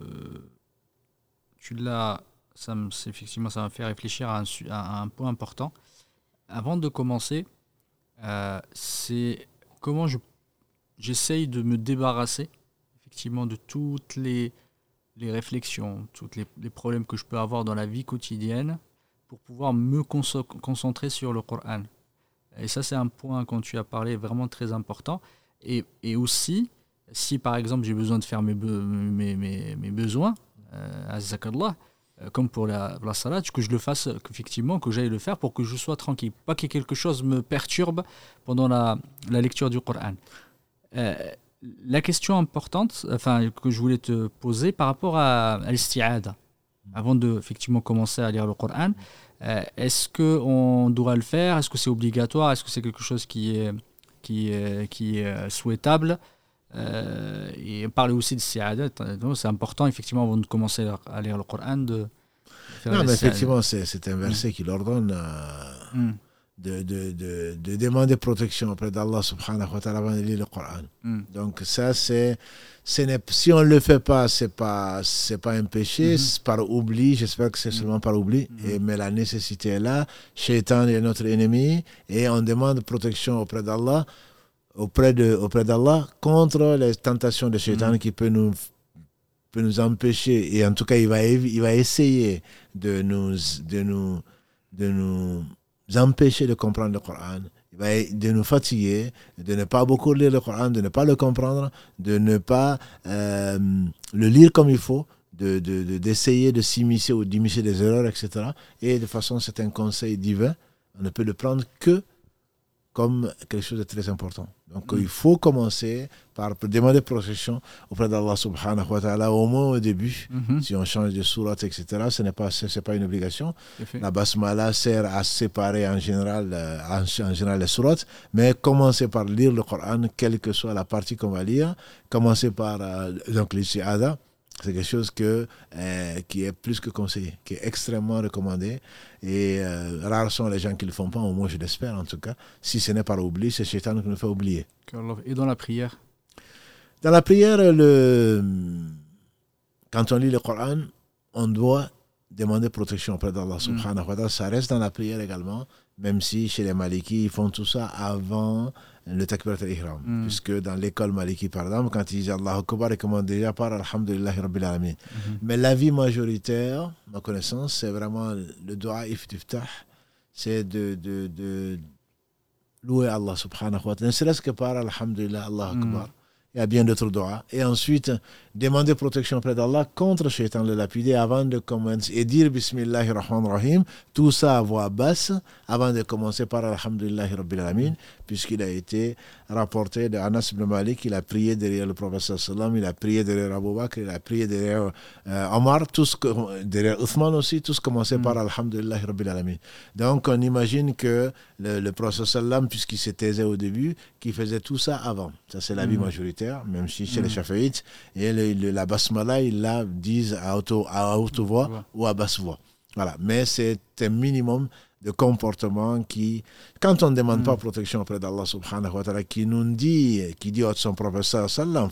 Tu l'as... Ça me, effectivement, ça m'a fait réfléchir à un, à un point important. Avant de commencer, euh, c'est comment je, j'essaye de me débarrasser effectivement de toutes les, les réflexions, tous les, les problèmes que je peux avoir dans la vie quotidienne pour pouvoir me conso- concentrer sur le Coran. Et ça, c'est un point, quand tu as parlé, vraiment très important. Et, et aussi, si par exemple j'ai besoin de faire mes, be- mes, mes, mes besoins, euh, azzakallah, comme pour la, la salat, que je le fasse, qu'effectivement, que j'aille le faire pour que je sois tranquille, pas que quelque chose me perturbe pendant la, la lecture du Coran. Euh, la question importante, enfin, que je voulais te poser par rapport à, à l'isti'ada, avant de effectivement commencer à lire le Coran, euh, est-ce qu'on doit le faire? Est-ce que c'est obligatoire? Est-ce que c'est quelque chose qui est, qui est, qui est souhaitable? Euh, et parler aussi de si'ada, c'est important effectivement avant de commencer à lire le Coran de faire non mais effectivement c'est, c'est un verset mm. qui leur donne euh, mm. de, de, de, de demander protection auprès d'Allah subhanahu wa ta'ala avant de lire le Coran. Mm. Donc ça c'est, ce n'est, si on ne le fait pas c'est pas, c'est pas un péché, mm-hmm. c'est par oubli, j'espère que c'est mm. seulement par oubli, mm-hmm. et, mais la nécessité est là, Shaitan est notre ennemi et on demande protection auprès d'Allah auprès de auprès d'Allah contre les tentations de Shaitan mmh. qui peut nous peut nous empêcher, et en tout cas il va il va essayer de nous de nous de nous empêcher de comprendre le Coran, il va de nous fatiguer, de ne pas beaucoup lire le Coran, de ne pas le comprendre, de ne pas euh, le lire comme il faut, de, de, de d'essayer de s'immiscer ou d'immiscer des erreurs, et cetera. Et de toute façon c'est un conseil divin, on ne peut le prendre que comme quelque chose de très important. Donc mmh. il faut commencer par demander protection auprès d'Allah subhanahu wa ta'ala, au moins au début. Mmh. Si on change de sourate, et cetera, ce n'est pas, ce n'est pas une obligation. La basmala sert à séparer en général, euh, en, en général les sourates, mais commencer par lire le Coran, quelle que soit la partie qu'on va lire, commencer par euh, donc l'isti'ada, c'est quelque chose que, euh, qui est plus que conseillé, qui est extrêmement recommandé. Et euh, rares sont les gens qui ne le font pas, au moins je l'espère en tout cas. Si ce n'est par oubli, c'est Shaitan qui nous fait oublier. Et dans la prière? Dans la prière, le... quand on lit le Coran, on doit demander protection auprès d'Allah subhanahu wa ta'ala. Ça reste dans la prière également. même si chez les Malikis, ils font tout ça avant le takbirat al-ihram. Mm. Puisque dans l'école Maliki, par exemple, quand ils disent Allahu Akbar, ils commencent déjà par Alhamdulillahi Rabbil Alamin. Mm-hmm. Mais l'avis majoritaire, ma connaissance, c'est vraiment le dua iftiftah, c'est de, de, de louer Allah subhanahu wa ta'ala, ne serait-ce que par Alhamdulillah, Allahu Akbar. Mm. Il y a bien d'autres doigts. Et ensuite, demander protection auprès d'Allah contre Shaitan le lapidé avant de commencer. Et dire Bismillahir Rahmanir Rahim, tout ça à voix basse, avant de commencer par Alhamdulillahi Rabbil Alamin, puisqu'il a été rapporté de Anas ibn Malik, il a prié derrière le prophète sallam, il a prié derrière Abu Bakr, il a prié derrière euh, Omar, tous, derrière Uthman aussi, tous commençaient mm. par Alhamdulillahi Rabbil Alamin. Donc, on imagine que le, le prophète sallam, puisqu'il se taisait au début, qu'il faisait tout ça avant. Ça, c'est l'avis mm. majoritaire, même si chez mm. les Shafi'ites, et le, le, la basmala, ils la disent à haute, à haute voix ouais. ou à basse voix. Voilà. Mais c'est un minimum de comportement qui, quand on ne demande mm. pas protection auprès d'Allah subhanahu wa ta'ala, qui nous dit, qui dit à son prophète sallam,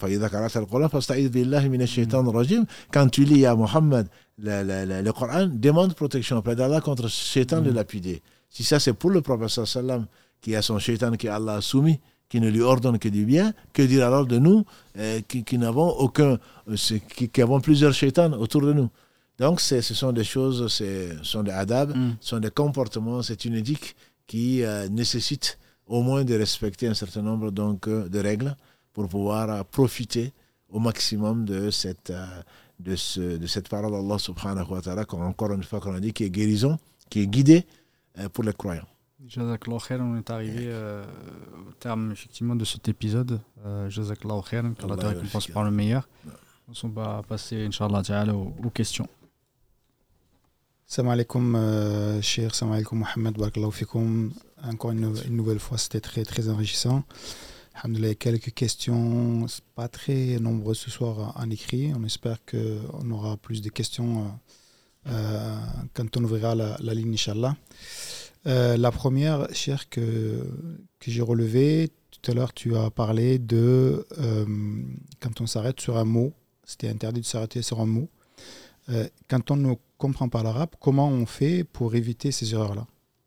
quand tu lis à Mohammed le, le, le, le Coran, demande protection auprès d'Allah contre Shaitan mm. de lapidé. Si ça c'est pour le prophète sallam, qui a son Shaitan qui Allah a soumis, qui ne lui ordonne que du bien, que dire alors de nous euh, qui, qui n'avons aucun, euh, qui, qui avons plusieurs shaitans autour de nous. Donc c'est, ce sont des choses, ce sont des adab, mm. ce sont des comportements, c'est une éthique qui euh, nécessite au moins de respecter un certain nombre donc, euh, de règles pour pouvoir euh, profiter au maximum de cette, euh, de ce, de cette parole d'Allah subhanahu wa ta'ala, encore une fois qu'on a dit, qui est guérison, qui est guidée euh, pour les croyants. Jazakallah khair, on est arrivé euh, au terme effectivement de cet épisode. Euh, Jazakallah khair, qu'Allah te récompense par le meilleur. On va passer, Inch'Allah ta'ala, aux, aux questions. Salam alaikum, euh, cher, salam alaikum Mohamed, barakallahu fikoum. Encore une, une nouvelle fois, c'était très très enrichissant. Alhamdoulilah, quelques questions, pas très nombreuses ce soir en écrit. On espère qu'on aura plus de questions euh, quand on ouvrira la, la ligne, Inch'Allah. Euh, la première, cher, que, que j'ai relevée, tout à l'heure, tu as parlé de euh, quand on s'arrête sur un mot, c'était interdit de s'arrêter sur un mot. Euh, quand on ne comprend pas l'arabe, comment on fait pour éviter ces erreurs-là ?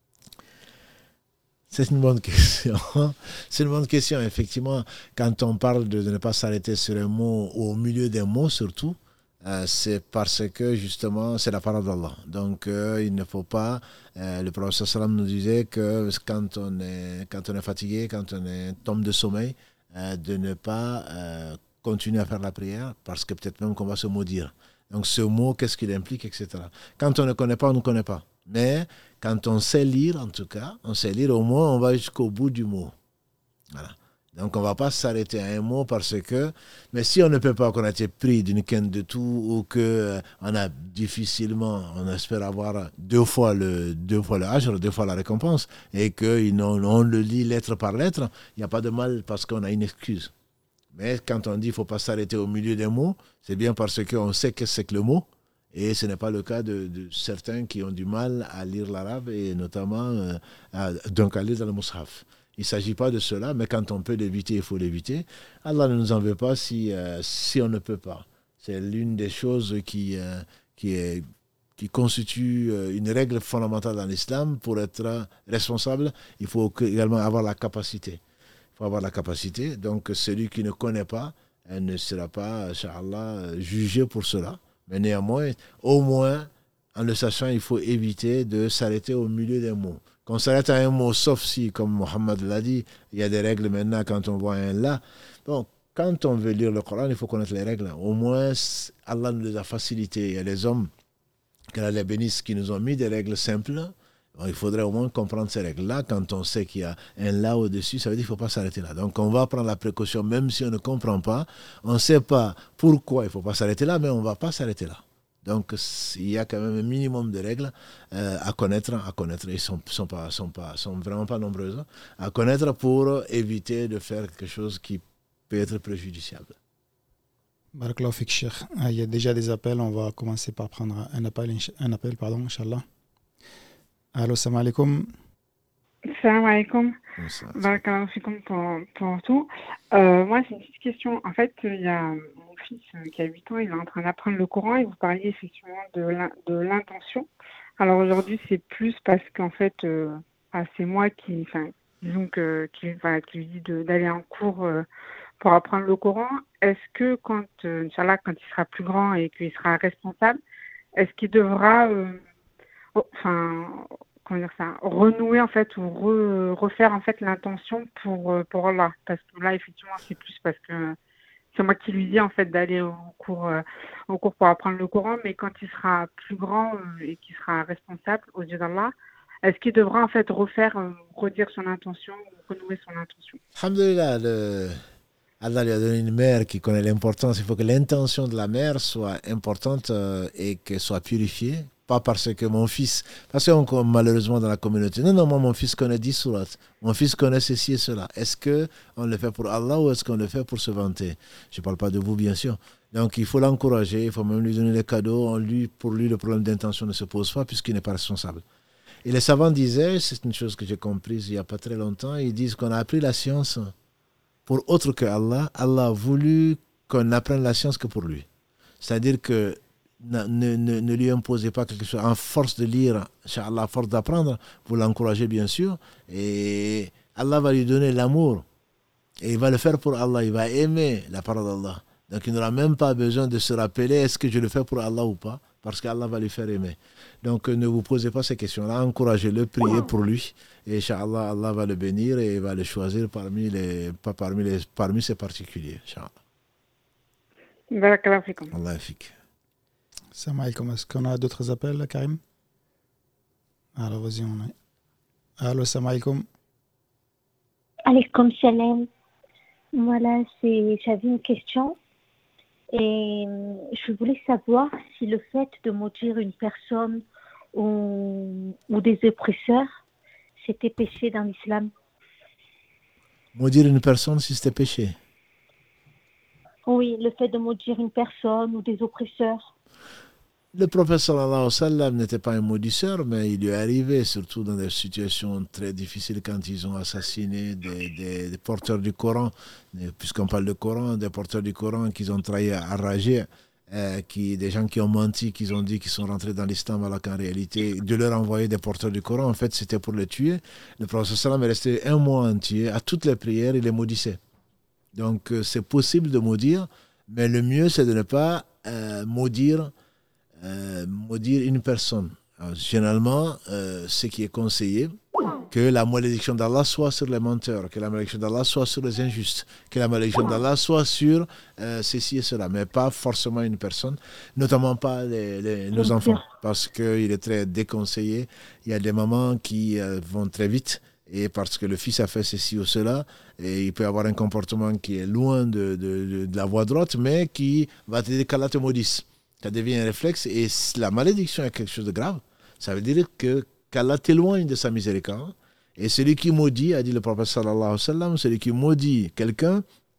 C'est une bonne question. C'est une bonne question, effectivement. Quand on parle de, de ne pas s'arrêter sur un mot, ou au milieu d'un mot surtout, Euh, c'est parce que justement c'est la parole d'Allah. Donc euh, il ne faut pas, euh, le prophète sallam nous disait que quand on est, quand on est fatigué, quand on est tombe de sommeil, euh, de ne pas euh, continuer à faire la prière parce que peut-être même qu'on va se maudire. Donc ce mot, qu'est-ce qu'il implique, et cetera. Quand on ne connaît pas, on ne connaît pas. Mais quand on sait lire, en tout cas, on sait lire, au moins on va jusqu'au bout du mot. Voilà. Donc on ne va pas s'arrêter à un mot parce que, mais si on ne peut pas, qu'on a été pris d'une quinte de tout ou qu'on euh, a difficilement, on espère avoir deux fois le, deux fois le ajr, deux fois la récompense, et qu'on on le lit lettre par lettre, il n'y a pas de mal parce qu'on a une excuse. Mais quand on dit qu'il ne faut pas s'arrêter au milieu d'un mot, c'est bien parce qu'on sait que c'est que le mot, et ce n'est pas le cas de, de certains qui ont du mal à lire l'arabe, et notamment euh, à, donc à lire dans le mushaf. Il ne s'agit pas de cela, mais quand on peut l'éviter, il faut l'éviter. Allah ne nous en veut pas si, euh, si on ne peut pas. C'est l'une des choses qui, euh, qui, est, qui constitue une règle fondamentale dans l'islam. Pour être responsable, il faut également avoir la capacité. Il faut avoir la capacité. Donc, celui qui ne connaît pas, elle ne sera pas, Inch'Allah, jugé pour cela. Mais néanmoins, au moins, en le sachant, il faut éviter de s'arrêter au milieu des mots. Qu'on s'arrête à un mot, sauf si, comme Mohammed l'a dit, il y a des règles maintenant quand on voit un là. Donc, quand on veut lire le Coran, il faut connaître les règles. Au moins, Allah nous les a facilitées. Il y a les hommes, qu'Allah les bénisse, qui nous ont mis des règles simples. Donc, il faudrait au moins comprendre ces règles-là. Quand on sait qu'il y a un là au-dessus, ça veut dire qu'il ne faut pas s'arrêter là. Donc, on va prendre la précaution, même si on ne comprend pas. On ne sait pas pourquoi il ne faut pas s'arrêter là, mais on ne va pas s'arrêter là. Donc, il y a quand même un minimum de règles euh, à connaître, à connaître, et sont, sont pas, sont pas, sont vraiment pas nombreuses, à connaître pour éviter de faire quelque chose qui peut être préjudiciable. Barakallahu fik, Cheikh. Il y a déjà des appels, on va commencer par prendre un appel, un appel, pardon, Inch'Allah. Allô, salam alaikum. Salam alaikum. Barakallahu fikum pour, pour tout. Euh, moi, c'est une petite question. En fait, il y a mon fils qui a huit ans, il est en train d'apprendre le Coran et vous parliez effectivement de, l'in- de l'intention. Alors aujourd'hui, c'est plus parce qu'en fait, euh, à c'est moi qui, enfin, disons que qui, voilà, qui lui dit de- d'aller en cours euh, pour apprendre le Coran, est-ce que quand, euh, Inch'Allah, quand il sera plus grand et qu'il sera responsable, est-ce qu'il devra, euh, oh, enfin, comment dire ça, renouer en fait ou re- refaire en fait l'intention pour euh, pour Allah, parce que là effectivement c'est plus parce que c'est moi qui lui dis en fait d'aller au cours euh, au cours pour apprendre le Coran, mais quand il sera plus grand euh, et qu'il sera responsable aux yeux d'Allah, est-ce qu'il devra en fait refaire, euh, redire son intention ou renouer son intention? Alhamdulillah, le... Allah lui a donné une mère qui connaît l'importance. Il faut que l'intention de la mère soit importante euh, et qu'elle soit purifiée. Pas parce que mon fils, parce qu'on malheureusement dans la communauté, non, non, moi mon fils connaît dix sourates, mon fils connaît ceci et cela. Est-ce qu'on le fait pour Allah ou est-ce qu'on le fait pour se vanter? Je ne parle pas de vous bien sûr. Donc il faut l'encourager, il faut même lui donner des cadeaux. On lui, pour lui, le problème d'intention ne se pose pas puisqu'il n'est pas responsable. Et les savants disaient, c'est une chose que j'ai comprise il n'y a pas très longtemps, ils disent qu'on a appris la science pour autre que Allah. Allah a voulu qu'on apprenne la science que pour lui. C'est-à-dire que ne, ne, ne lui imposez pas quelque chose. En force de lire, Inch'Allah, à force d'apprendre, vous l'encouragez bien sûr. Et Allah va lui donner l'amour. Et il va le faire pour Allah. Il va aimer la parole d'Allah. Donc il n'aura même pas besoin de se rappeler est-ce que je le fais pour Allah ou pas. Parce qu'Allah va lui faire aimer. Donc ne vous posez pas ces questions-là. Encouragez-le, priez pour lui. Et Inch'Allah, Allah va le bénir et va le choisir parmi, les, pas parmi, les, parmi ses particuliers. Inch'Allah. Barakallahu fikum. Allah fik. Salam alaikum. Est-ce qu'on a d'autres appels, Karim? Alors, vas-y, on est. Allô, salam alaikum. Alaikum salam. Voilà, c'est, j'avais une question et je voulais savoir si le fait de maudire une personne ou, ou des oppresseurs, c'était péché dans l'islam. Maudire une personne si c'était péché. Oui, le fait de maudire une personne ou des oppresseurs. Le prophète sallallahu alayhi wa sallam n'était pas un maudisseur, mais il lui est arrivé, surtout dans des situations très difficiles, quand ils ont assassiné des, des, des porteurs du Coran, puisqu'on parle de Coran, des porteurs du Coran qu'ils ont trahi à rager, euh, qui, des gens qui ont menti, qui ont dit qu'ils sont rentrés dans l'islam, alors qu'en réalité, de leur envoyer des porteurs du Coran, en fait, c'était pour les tuer. Le prophète sallallahu alayhi wa sallam est resté un mois entier, à toutes les prières, il les maudissait. Donc, euh, c'est possible de maudire, mais le mieux, c'est de ne pas euh, maudire Euh, maudire une personne. Alors, généralement, euh, ce qui est conseillé, que la malédiction d'Allah soit sur les menteurs, que la malédiction d'Allah soit sur les injustes, que la malédiction d'Allah soit sur euh, ceci et cela, mais pas forcément une personne, notamment pas les, les, nos enfants, parce qu'il est très déconseillé. Il y a des mamans qui euh, vont très vite, et parce que le fils a fait ceci ou cela, et il peut avoir un comportement qui est loin de, de, de, de la voie droite, mais qui va te dire qu'Allah te maudisse. Ça devient un réflexe et la malédiction est quelque chose de grave. Ça veut dire que qu'Allah t'éloigne de sa miséricorde. Et celui qui maudit, a dit le prophète sallallahu alayhi wa sallam, celui qui maudit quelqu'un,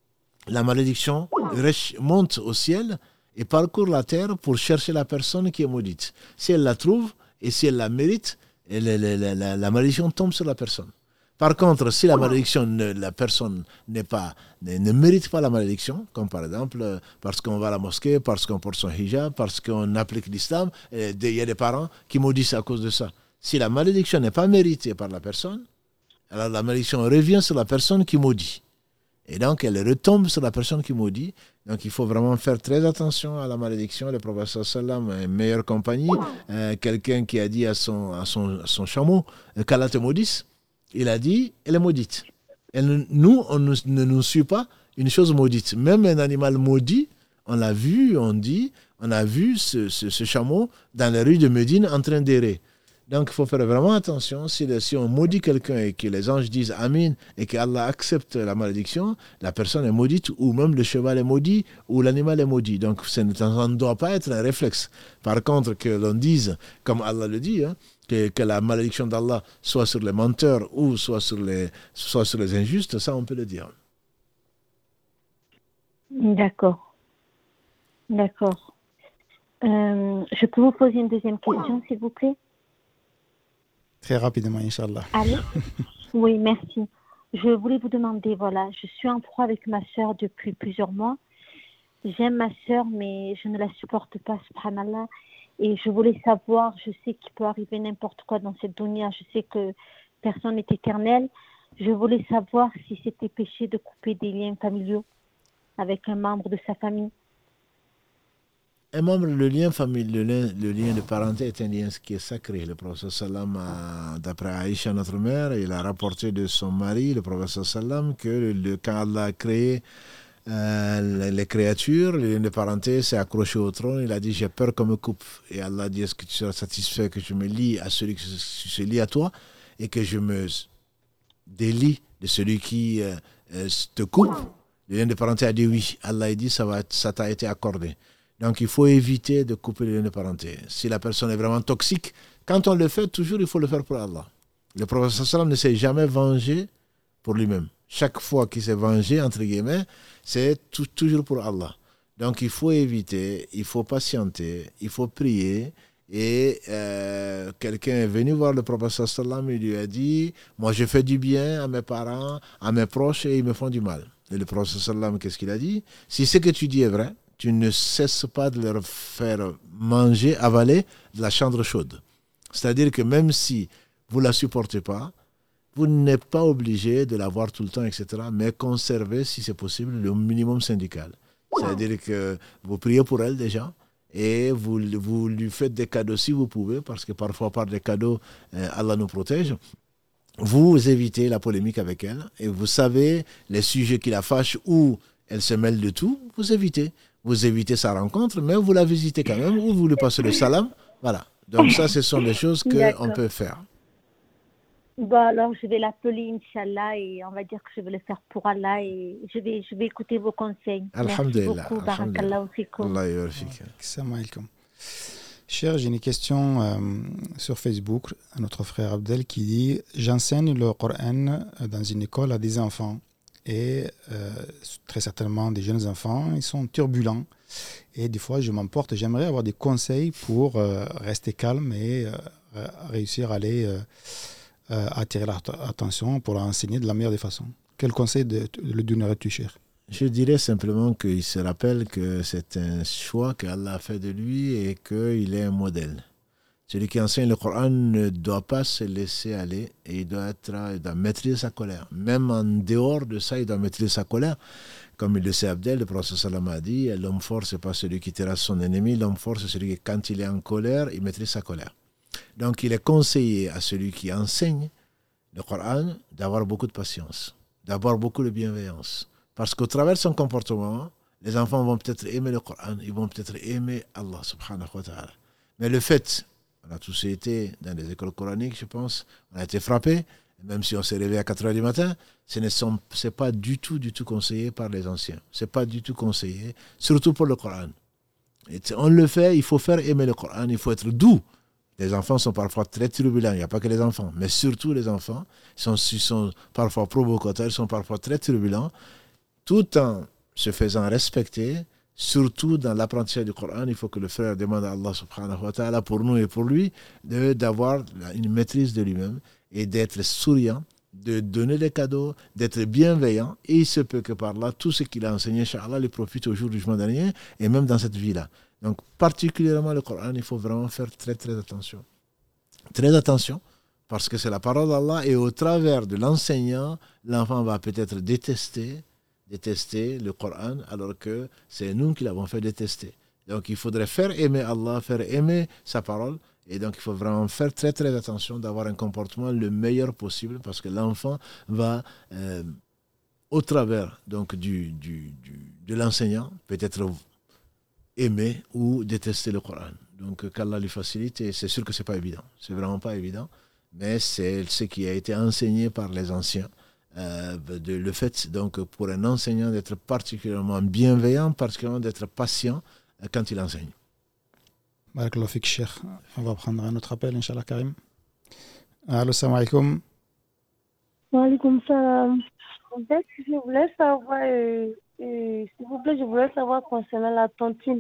la malédiction monte au ciel et parcourt la terre pour chercher la personne qui est maudite. Si elle la trouve et si elle la mérite, la, la, la, la, la malédiction tombe sur la personne. Par contre, si la malédiction, ne, la personne n'est pas, ne, ne mérite pas la malédiction, comme par exemple parce qu'on va à la mosquée, parce qu'on porte son hijab, parce qu'on applique l'islam, il y a des parents qui maudissent à cause de ça. Si la malédiction n'est pas méritée par la personne, alors la malédiction revient sur la personne qui maudit. Et donc, elle retombe sur la personne qui maudit. Donc, il faut vraiment faire très attention à la malédiction. Le prophète sallam est meilleure compagnie. Euh, quelqu'un qui a dit à son, à son, à son chameau qu'Allah te maudisse, il a dit, elle est maudite. Elle, nous, on ne, ne nous suit pas une chose maudite. Même un animal maudit, on l'a vu, on dit, on a vu ce, ce, ce chameau dans les rues de Médine en train d'errer. Donc, il faut faire vraiment attention. Si, le, si on maudit quelqu'un et que les anges disent Amin et qu'Allah accepte la malédiction, la personne est maudite ou même le cheval est maudit ou l'animal est maudit. Donc, ça ne doit pas être un réflexe. Par contre, que l'on dise, comme Allah le dit, hein, Que, que la malédiction d'Allah soit sur les menteurs ou soit sur les, soit sur les injustes, ça on peut le dire. D'accord. D'accord. Euh, je peux vous poser une deuxième question, s'il vous plaît? Très rapidement, Inch'Allah. Allez. Oui, merci. Je voulais vous demander, voilà, je suis en proie avec ma sœur depuis plusieurs mois. J'aime ma sœur, mais je ne la supporte pas, subhanallah. Et je voulais savoir, je sais qu'il peut arriver n'importe quoi dans cette dunya, je sais que personne est éternelle. Je voulais savoir si c'était péché de couper des liens familiaux avec un membre de sa famille. Un membre, le lien familial, le lien, le lien de parenté est un lien qui est sacré. Le prophète sallam, a, d'après Aïcha, notre mère, il a rapporté de son mari, le prophète sallam, que le, le, quand Allah a créé euh, les créatures, le lien de parenté s'est accroché au trône. Il a dit, j'ai peur qu'on me coupe. Et Allah a dit, est-ce que tu seras satisfait que je me lie à celui qui se lie à toi et que je me délie de celui qui euh, te coupe? Le lien de parenté a dit oui. Allah a dit, ça, va, ça t'a été accordé. Donc, il faut éviter de couper les liens de parenté. Si la personne est vraiment toxique, quand on le fait, toujours, il faut le faire pour Allah. Le prophète sallam ne s'est jamais vengé pour lui-même. Chaque fois qu'il s'est vengé, entre guillemets, c'est tout, toujours pour Allah. Donc, il faut éviter, il faut patienter, il faut prier. Et euh, quelqu'un est venu voir le prophète sallam, il lui a dit, moi, je fais du bien à mes parents, à mes proches, et ils me font du mal. Et le prophète sallam, qu'est-ce qu'il a dit? Si ce que tu dis est vrai, tu ne cesses pas de leur faire manger, avaler de la cendre chaude. C'est-à-dire que même si vous ne la supportez pas, vous n'êtes pas obligé de la voir tout le temps, et cetera, mais conservez, si c'est possible, le minimum syndical. C'est-à-dire que vous priez pour elle déjà, et vous, vous lui faites des cadeaux si vous pouvez, parce que parfois par des cadeaux, euh, Allah nous protège. Vous évitez la polémique avec elle, et vous savez les sujets qui la fâchent ou elle se mêle de tout, vous évitez. Vous évitez sa rencontre, mais vous la visitez quand même, ou vous lui passez le salam. Voilà. Donc ça, ce sont des choses qu'on peut faire. Bon, alors je vais l'appeler, Inch'Allah, et on va dire que je vais le faire pour Allah, et je vais, je vais écouter vos conseils. Merci beaucoup. Barakallahu fikoum. Allah ybarfik. Assalamu alaikum. Cher, j'ai une question euh, sur Facebook, à notre frère Abdel qui dit « J'enseigne le Coran dans une école à des enfants. Et euh, très certainement des jeunes enfants, ils sont turbulents. Et des fois, je m'emporte, j'aimerais avoir des conseils pour euh, rester calme et euh, réussir à aller euh, euh, attirer leur attention pour leur enseigner de la meilleure des façons. Quel conseil de, de, le donnerais-tu, cher? Je dirais simplement qu'il se rappelle que c'est un choix qu'Allah a fait de lui et qu'il est un modèle. Celui qui enseigne le Coran ne doit pas se laisser aller et il doit, être, il doit maîtriser sa colère. Même en dehors de ça, il doit maîtriser sa colère. Comme il le sait Abdel, le prophète sallam a dit, l'homme fort, ce n'est pas celui qui terrasse son ennemi. L'homme fort, c'est celui qui, quand il est en colère, il maîtrise sa colère. Donc, il est conseillé à celui qui enseigne le Coran d'avoir beaucoup de patience, d'avoir beaucoup de bienveillance. Parce qu'au travers de son comportement, les enfants vont peut-être aimer le Coran, ils vont peut-être aimer Allah subhanahu wa ta'ala. Mais le fait... On a tous été dans des écoles coraniques, je pense. On a été frappés, même si on s'est réveillé à quatre heures du matin. Ce n'est pas du tout, du tout conseillé par les anciens. Ce n'est pas du tout conseillé, surtout pour le Coran. Et on le fait, il faut faire aimer le Coran, il faut être doux. Les enfants sont parfois très turbulents, il n'y a pas que les enfants, mais surtout les enfants sont, sont parfois provocateurs, sont parfois très turbulents, tout en se faisant respecter. Surtout dans l'apprentissage du Coran, il faut que le frère demande à Allah subhanahu wa ta'ala pour nous et pour lui de, d'avoir une maîtrise de lui-même et d'être souriant, de donner des cadeaux, d'être bienveillant. Et il se peut que par là, tout ce qu'il a enseigné, Inch'Allah, lui profite au jour du jugement dernier et même dans cette vie-là. Donc, particulièrement le Coran, il faut vraiment faire très très attention. Très attention, parce que c'est la parole d'Allah et au travers de l'enseignant, l'enfant va peut-être détester détester le Coran alors que c'est nous qui l'avons fait détester. Donc il faudrait faire aimer Allah, faire aimer sa parole et donc il faut vraiment faire très très attention d'avoir un comportement le meilleur possible parce que l'enfant va euh, au travers donc du, du, du, de l'enseignant peut-être aimer ou détester le Coran. Donc qu'Allah lui facilite et c'est sûr que c'est pas évident. C'est vraiment pas évident mais c'est ce qui a été enseigné par les anciens. Euh, de, le fait donc pour un enseignant d'être particulièrement bienveillant, particulièrement d'être patient euh, quand il enseigne. Barakallahu fik, Cheikh. On va prendre un autre appel, Inch'Allah, Karim. Allô, salam alaikum. Wa alaikum salam. En fait, je voulais savoir, euh, euh, s'il vous plaît, je voulais savoir concernant la tontine.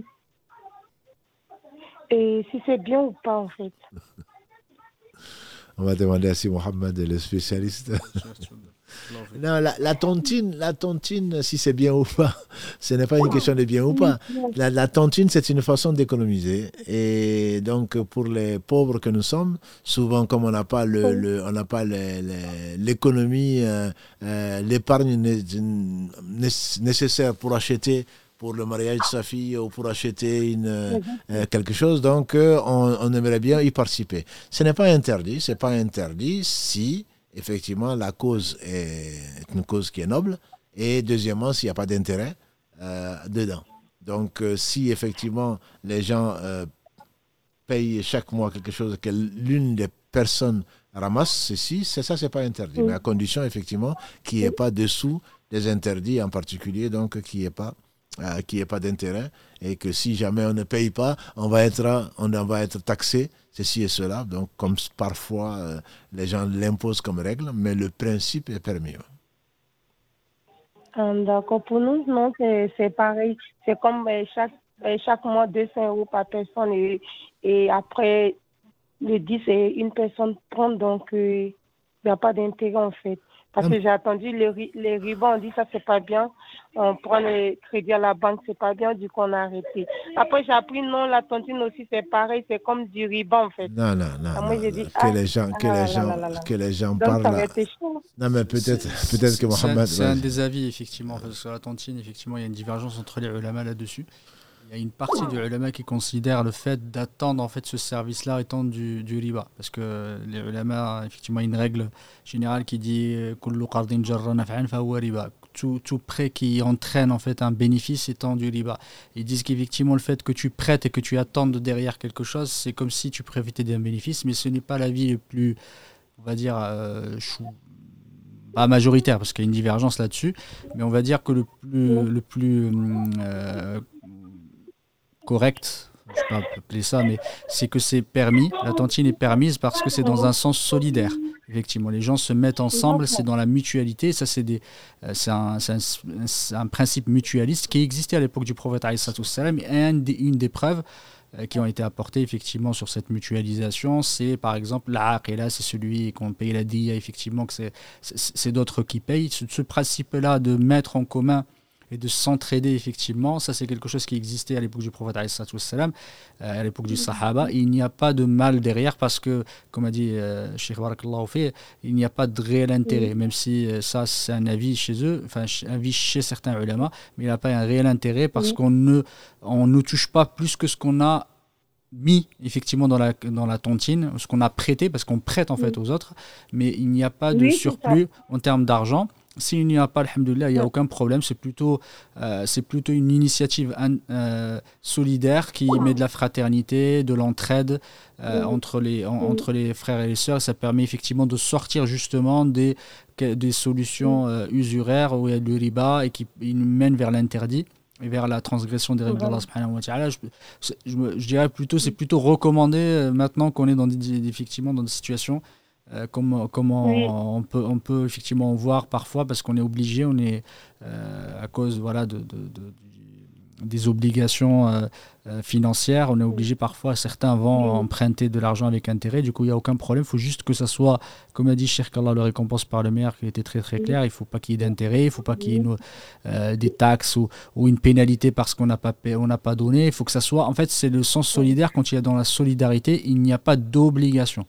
Et si c'est bien ou pas, en fait. On va demander à Si Mohamed, le spécialiste. Non, la, la tontine, la tontine, si c'est bien ou pas, ce n'est pas une question de bien ou pas. La, la tontine, c'est une façon d'économiser. Et donc, pour les pauvres que nous sommes, souvent, comme on n'a pas le, le on n'a pas le, le, l'économie, euh, euh, l'épargne né- né- nécessaire pour acheter pour le mariage de sa fille ou pour acheter une, euh, quelque chose, donc euh, on, on aimerait bien y participer. Ce n'est pas interdit, c'est pas interdit si effectivement la cause est une cause qui est noble et deuxièmement s'il n'y a pas d'intérêt euh, dedans. Donc euh, si effectivement les gens euh, payent chaque mois quelque chose que l'une des personnes ramasse, ceci, c'est ça, c'est pas interdit, oui. Mais à condition effectivement qu'il n'y ait pas dessous des interdits en particulier, donc qu'il n'y ait pas Euh, qu'il n'y ait pas d'intérêt et que si jamais on ne paye pas, on va être, on va être taxé, ceci et cela. Donc, comme parfois euh, les gens l'imposent comme règle, mais le principe est permis. Euh, d'accord. Pour nous, non, c'est, c'est pareil. C'est comme euh, chaque, euh, chaque mois deux cents euros par personne et, et après le dix, c'est une personne prend, donc il euh, n'y a pas d'intérêt en fait. Parce que j'ai attendu les, les ribans, on dit ça c'est pas bien, on prend le crédit à la banque, c'est pas bien, du coup on a arrêté. Après j'ai appris non, la tontine aussi c'est pareil, c'est comme du ruban en fait. Non, non, non, ah, non, moi, j'ai non. Dit, que ah, les gens, que ah, les gens, là, là, là. que les gens Donc, parlent ça là. aurait été chaud. Non mais peut-être, c'est, peut-être que Mohamed... C'est, un, c'est un des avis effectivement, parce que sur la tontine, effectivement il y a une divergence entre les ulama là-dessus. Il y a une partie du ulama qui considère le fait d'attendre en fait ce service-là étant du, du riba, parce que les ulama effectivement il y a une règle générale qui dit kullu qardin jarra naf'an fa huwa riba, tout, tout prêt qui entraîne en fait un bénéfice étant du riba. Ils disent qu'effectivement le fait que tu prêtes et que tu attendes derrière quelque chose, c'est comme si tu profitais d'un bénéfice, mais ce n'est pas l'avis le plus, on va dire, euh, chou, pas majoritaire parce qu'il y a une divergence là-dessus, mais on va dire que le plus, le plus euh, correct, je ne sais pas appeler ça, mais c'est que c'est permis, la tontine est permise parce que c'est dans un sens solidaire. Effectivement, les gens se mettent ensemble, c'est dans la mutualité, ça c'est, des, c'est, un, c'est, un, c'est un principe mutualiste qui existait à l'époque du prophète alayhi salatu wassalam, et un des, une des preuves qui ont été apportées effectivement sur cette mutualisation, c'est par exemple l'aqila, c'est celui qu'on paye la diya, effectivement, que c'est, c'est, c'est d'autres qui payent. Ce, ce principe-là de mettre en commun et de s'entraider effectivement, ça c'est quelque chose qui existait à l'époque du prophète alayhi salatu wassalam, euh, à l'époque du sahaba, et il n'y a pas de mal derrière parce que, comme a dit euh, Cheikh Barakallahu fi, il n'y a pas de réel intérêt, même si euh, ça c'est un avis chez eux, enfin un avis chez certains ulama, mais il n'y a pas un réel intérêt parce qu'on ne, on ne touche pas plus que ce qu'on a mis effectivement dans la, dans la tontine, ce qu'on a prêté, parce qu'on prête en fait aux autres, mais il n'y a pas de oui, surplus en termes d'argent. S'il n'y a pas, alhamdoulilah, il n'y a aucun problème. C'est plutôt, euh, c'est plutôt une initiative euh, solidaire qui met de la fraternité, de l'entraide euh, oui. entre, les, en, entre les frères et les sœurs. Ça permet effectivement de sortir justement des, des solutions euh, usuraires où il y a le riba et qui nous mènent vers l'interdit et vers la transgression des règles d'Allah subhanahu wa ta'ala. Je, je, je dirais plutôt, c'est plutôt recommandé euh, maintenant qu'on est dans des, effectivement dans des situations Euh, comme, comme on, oui. on, peut, on peut effectivement en voir parfois parce qu'on est obligé, on est euh, à cause voilà, de, de, de, de, des obligations euh, euh, financières, on est obligé parfois, certains vont oui. emprunter de l'argent avec intérêt, du coup il n'y a aucun problème, il faut juste que ça soit, comme a dit Cheikh qu'Allah le récompense par le meilleur, qui était très très clair, il ne faut pas qu'il y ait d'intérêt, il ne faut pas qu'il y ait une, euh, des taxes ou, ou une pénalité parce qu'on n'a pas, on n'a pas donné, il faut que ça soit, en fait c'est le sens solidaire, quand il y a dans la solidarité, il n'y a pas d'obligation.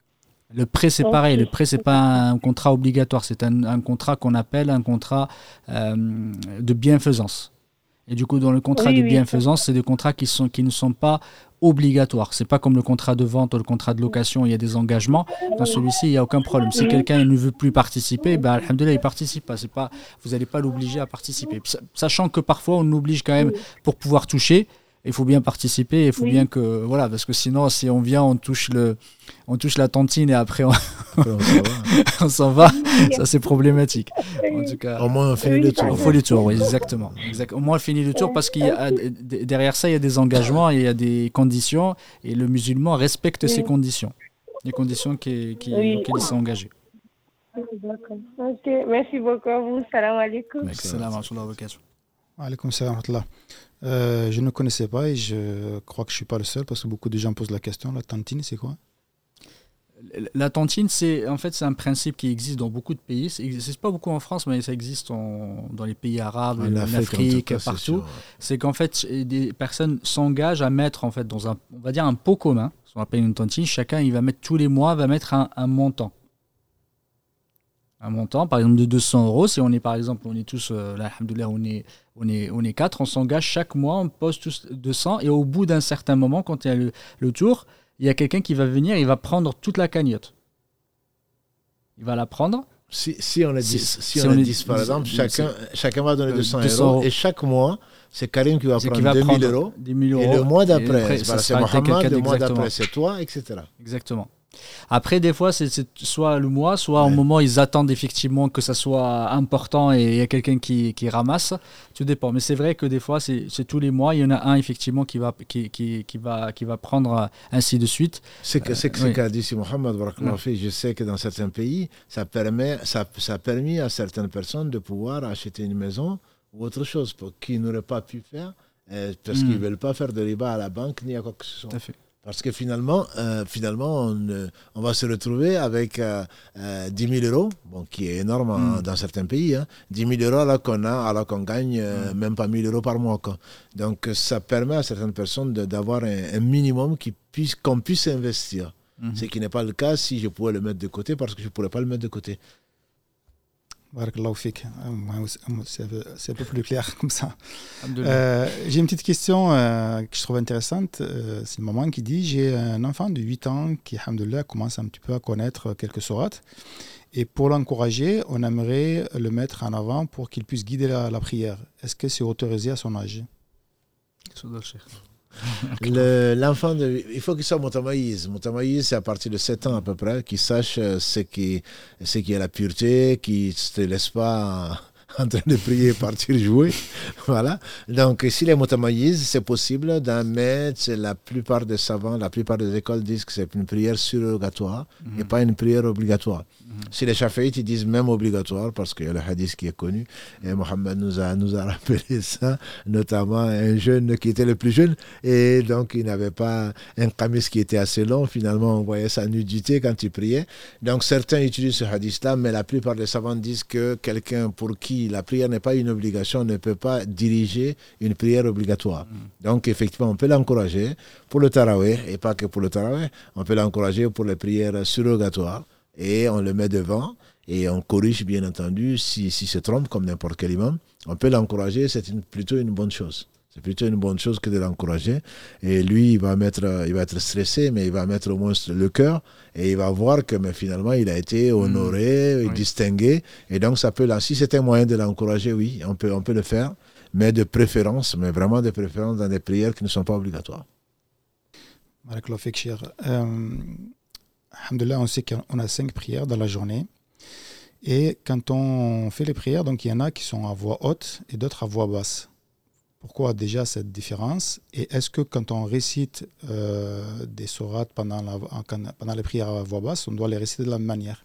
Le prêt, c'est pareil. Le prêt, c'est pas un contrat obligatoire. C'est un, un contrat qu'on appelle un contrat euh, de bienfaisance. Et du coup, dans le contrat oui, de bienfaisance, oui. c'est des contrats qui, sont, qui ne sont pas obligatoires. C'est pas comme le contrat de vente ou le contrat de location, il y a des engagements. Dans celui-ci, il n'y a aucun problème. Si quelqu'un ne veut plus participer, ben, alhamdoulilah, il ne participe pas. C'est pas. Vous n'allez pas l'obliger à participer. Sachant que parfois, on oblige quand même pour pouvoir toucher. Il faut bien participer, il faut oui. bien que voilà, parce que sinon si on vient, on touche le, on touche la tontine et après on, après on s'en va, on s'en va ça c'est problématique. En tout cas, au moins on finit oui, le tour. On fait le tour, oui, exactement. Exact. Au moins on finit le tour parce qu'il y a derrière ça il y a des engagements, il y a des conditions et le musulman respecte oui. ces conditions, les conditions qui, qui, oui. auxquelles il s'est engagé. D'accord. Ok, merci beaucoup à vous. Salam alaikum. Salam alaikum. Alaykoum salam. Euh, je ne connaissais pas et je crois que je ne suis pas le seul parce que beaucoup de gens posent la question. La tontine, c'est quoi ? La tontine, c'est, en fait, c'est un principe qui existe dans beaucoup de pays. Ça n'existe pas beaucoup en France, mais ça existe en, dans les pays arabes, en, en Afrique, Afrique cas, partout. C'est, sûr, ouais. C'est qu'en fait, des personnes s'engagent à mettre, en fait, dans un, on va dire, un pot commun, ce qu'on appelle une tontine. Chacun, il va mettre tous les mois, va mettre un, un montant. Un montant, par exemple, de deux cents euros. Si on est, par exemple, on est tous, euh, là, alhamdoulilah, on est, on est, on est quatre, on s'engage chaque mois, on pose tous deux cents. Et au bout d'un certain moment, quand il y a le, le tour, il y a quelqu'un qui va venir, il va prendre toute la cagnotte. Il va la prendre. Si, si on est dix, si, si on, on est dix par exemple, chacun, chacun va donner deux cents euros. Et chaque mois, c'est Karim qui va c'est prendre qui va deux mille prendre euros. deux mille euros. Et le mois d'après, après, c'est, c'est Mohamed, le mois d'après, c'est toi, et cetera. Exactement. Après, des fois, c'est, c'est soit le mois, soit ouais. au moment où ils attendent effectivement que ça soit important et il y a quelqu'un qui, qui ramasse. Tout dépend. Mais c'est vrai que des fois, c'est, c'est tous les mois. Il y en a un effectivement qui va, qui, qui, qui va, qui va prendre ainsi de suite. C'est que, c'est que euh, ce qu'a dit si Mohamed, ouais. je sais que dans certains pays, ça, permet, ça, ça a permis à certaines personnes de pouvoir acheter une maison ou autre chose pour qu'ils n'auraient pas pu faire euh, parce mm. qu'ils ne veulent pas faire de riba à la banque ni à quoi que ce soit. Tout à fait. Parce que finalement, euh, finalement on, euh, on va se retrouver avec euh, euh, dix mille euros, bon, qui est énorme mm. hein, dans certains pays. Hein, dix mille euros alors qu'on, a, alors qu'on gagne euh, mm. même pas mille euros par mois. Quoi. Donc ça permet à certaines personnes de, d'avoir un, un minimum qui puisse, qu'on puisse investir. Mm. Ce qui n'est pas le cas si je pouvais le mettre de côté parce que je ne pourrais pas le mettre de côté. Barakallahu fik. C'est un peu plus clair comme ça. Euh, j'ai une petite question euh, que je trouve intéressante. Euh, c'est une maman qui dit, j'ai un enfant de huit ans qui, alhamdoulilah, commence un petit peu à connaître quelques sourates. Et pour l'encourager, on aimerait le mettre en avant pour qu'il puisse guider la, la prière. Est-ce que c'est autorisé à son âge? Le, l'enfant, de, il faut qu'il soit mutamayiz. Mutamayiz, c'est à partir de sept ans à peu près, qu'il sache ce qui, ce qui est la pureté, qu'il ne se laisse pas en train de prier et partir jouer. Voilà. Donc, s'il est mutamayiz, c'est possible d'en mettre. La plupart des savants, la plupart des écoles disent que c'est une prière surrogatoire mm-hmm. et pas une prière obligatoire. Mm-hmm. Si les Shafi'ites, ils disent même obligatoire, parce qu'il y a le hadith qui est connu, et Mohammed nous a, nous a rappelé ça, notamment un jeune qui était le plus jeune, et donc il n'avait pas un qamis qui était assez long, finalement on voyait sa nudité quand il priait. Donc certains utilisent ce hadith-là, mais la plupart des savants disent que quelqu'un pour qui la prière n'est pas une obligation ne peut pas diriger une prière obligatoire. Mm. Donc effectivement, on peut l'encourager pour le tarawih, et pas que pour le tarawih, on peut l'encourager pour les prières surrogatoires, et on le met devant, et on corrige bien entendu s'il si se trompe, comme n'importe quel imam. On peut l'encourager, c'est une, plutôt une bonne chose. C'est plutôt une bonne chose que de l'encourager. Et lui, il va, mettre, il va être stressé, mais il va mettre au moins le cœur, et il va voir que mais finalement, il a été honoré, mmh. oui. distingué. Et donc, ça peut, là, si c'était un moyen de l'encourager, oui, on peut, on peut le faire, mais de préférence, mais vraiment de préférence dans des prières qui ne sont pas obligatoires. Barakallahu fik, cher. Euh, alhamdoulilah, on sait qu'on a cinq prières dans la journée. Et quand on fait les prières, donc il y en a qui sont à voix haute et d'autres à voix basse. Pourquoi déjà cette différence? Et est-ce que quand on récite euh, des sourates pendant, la, pendant les prières à voix basse, on doit les réciter de la même manière?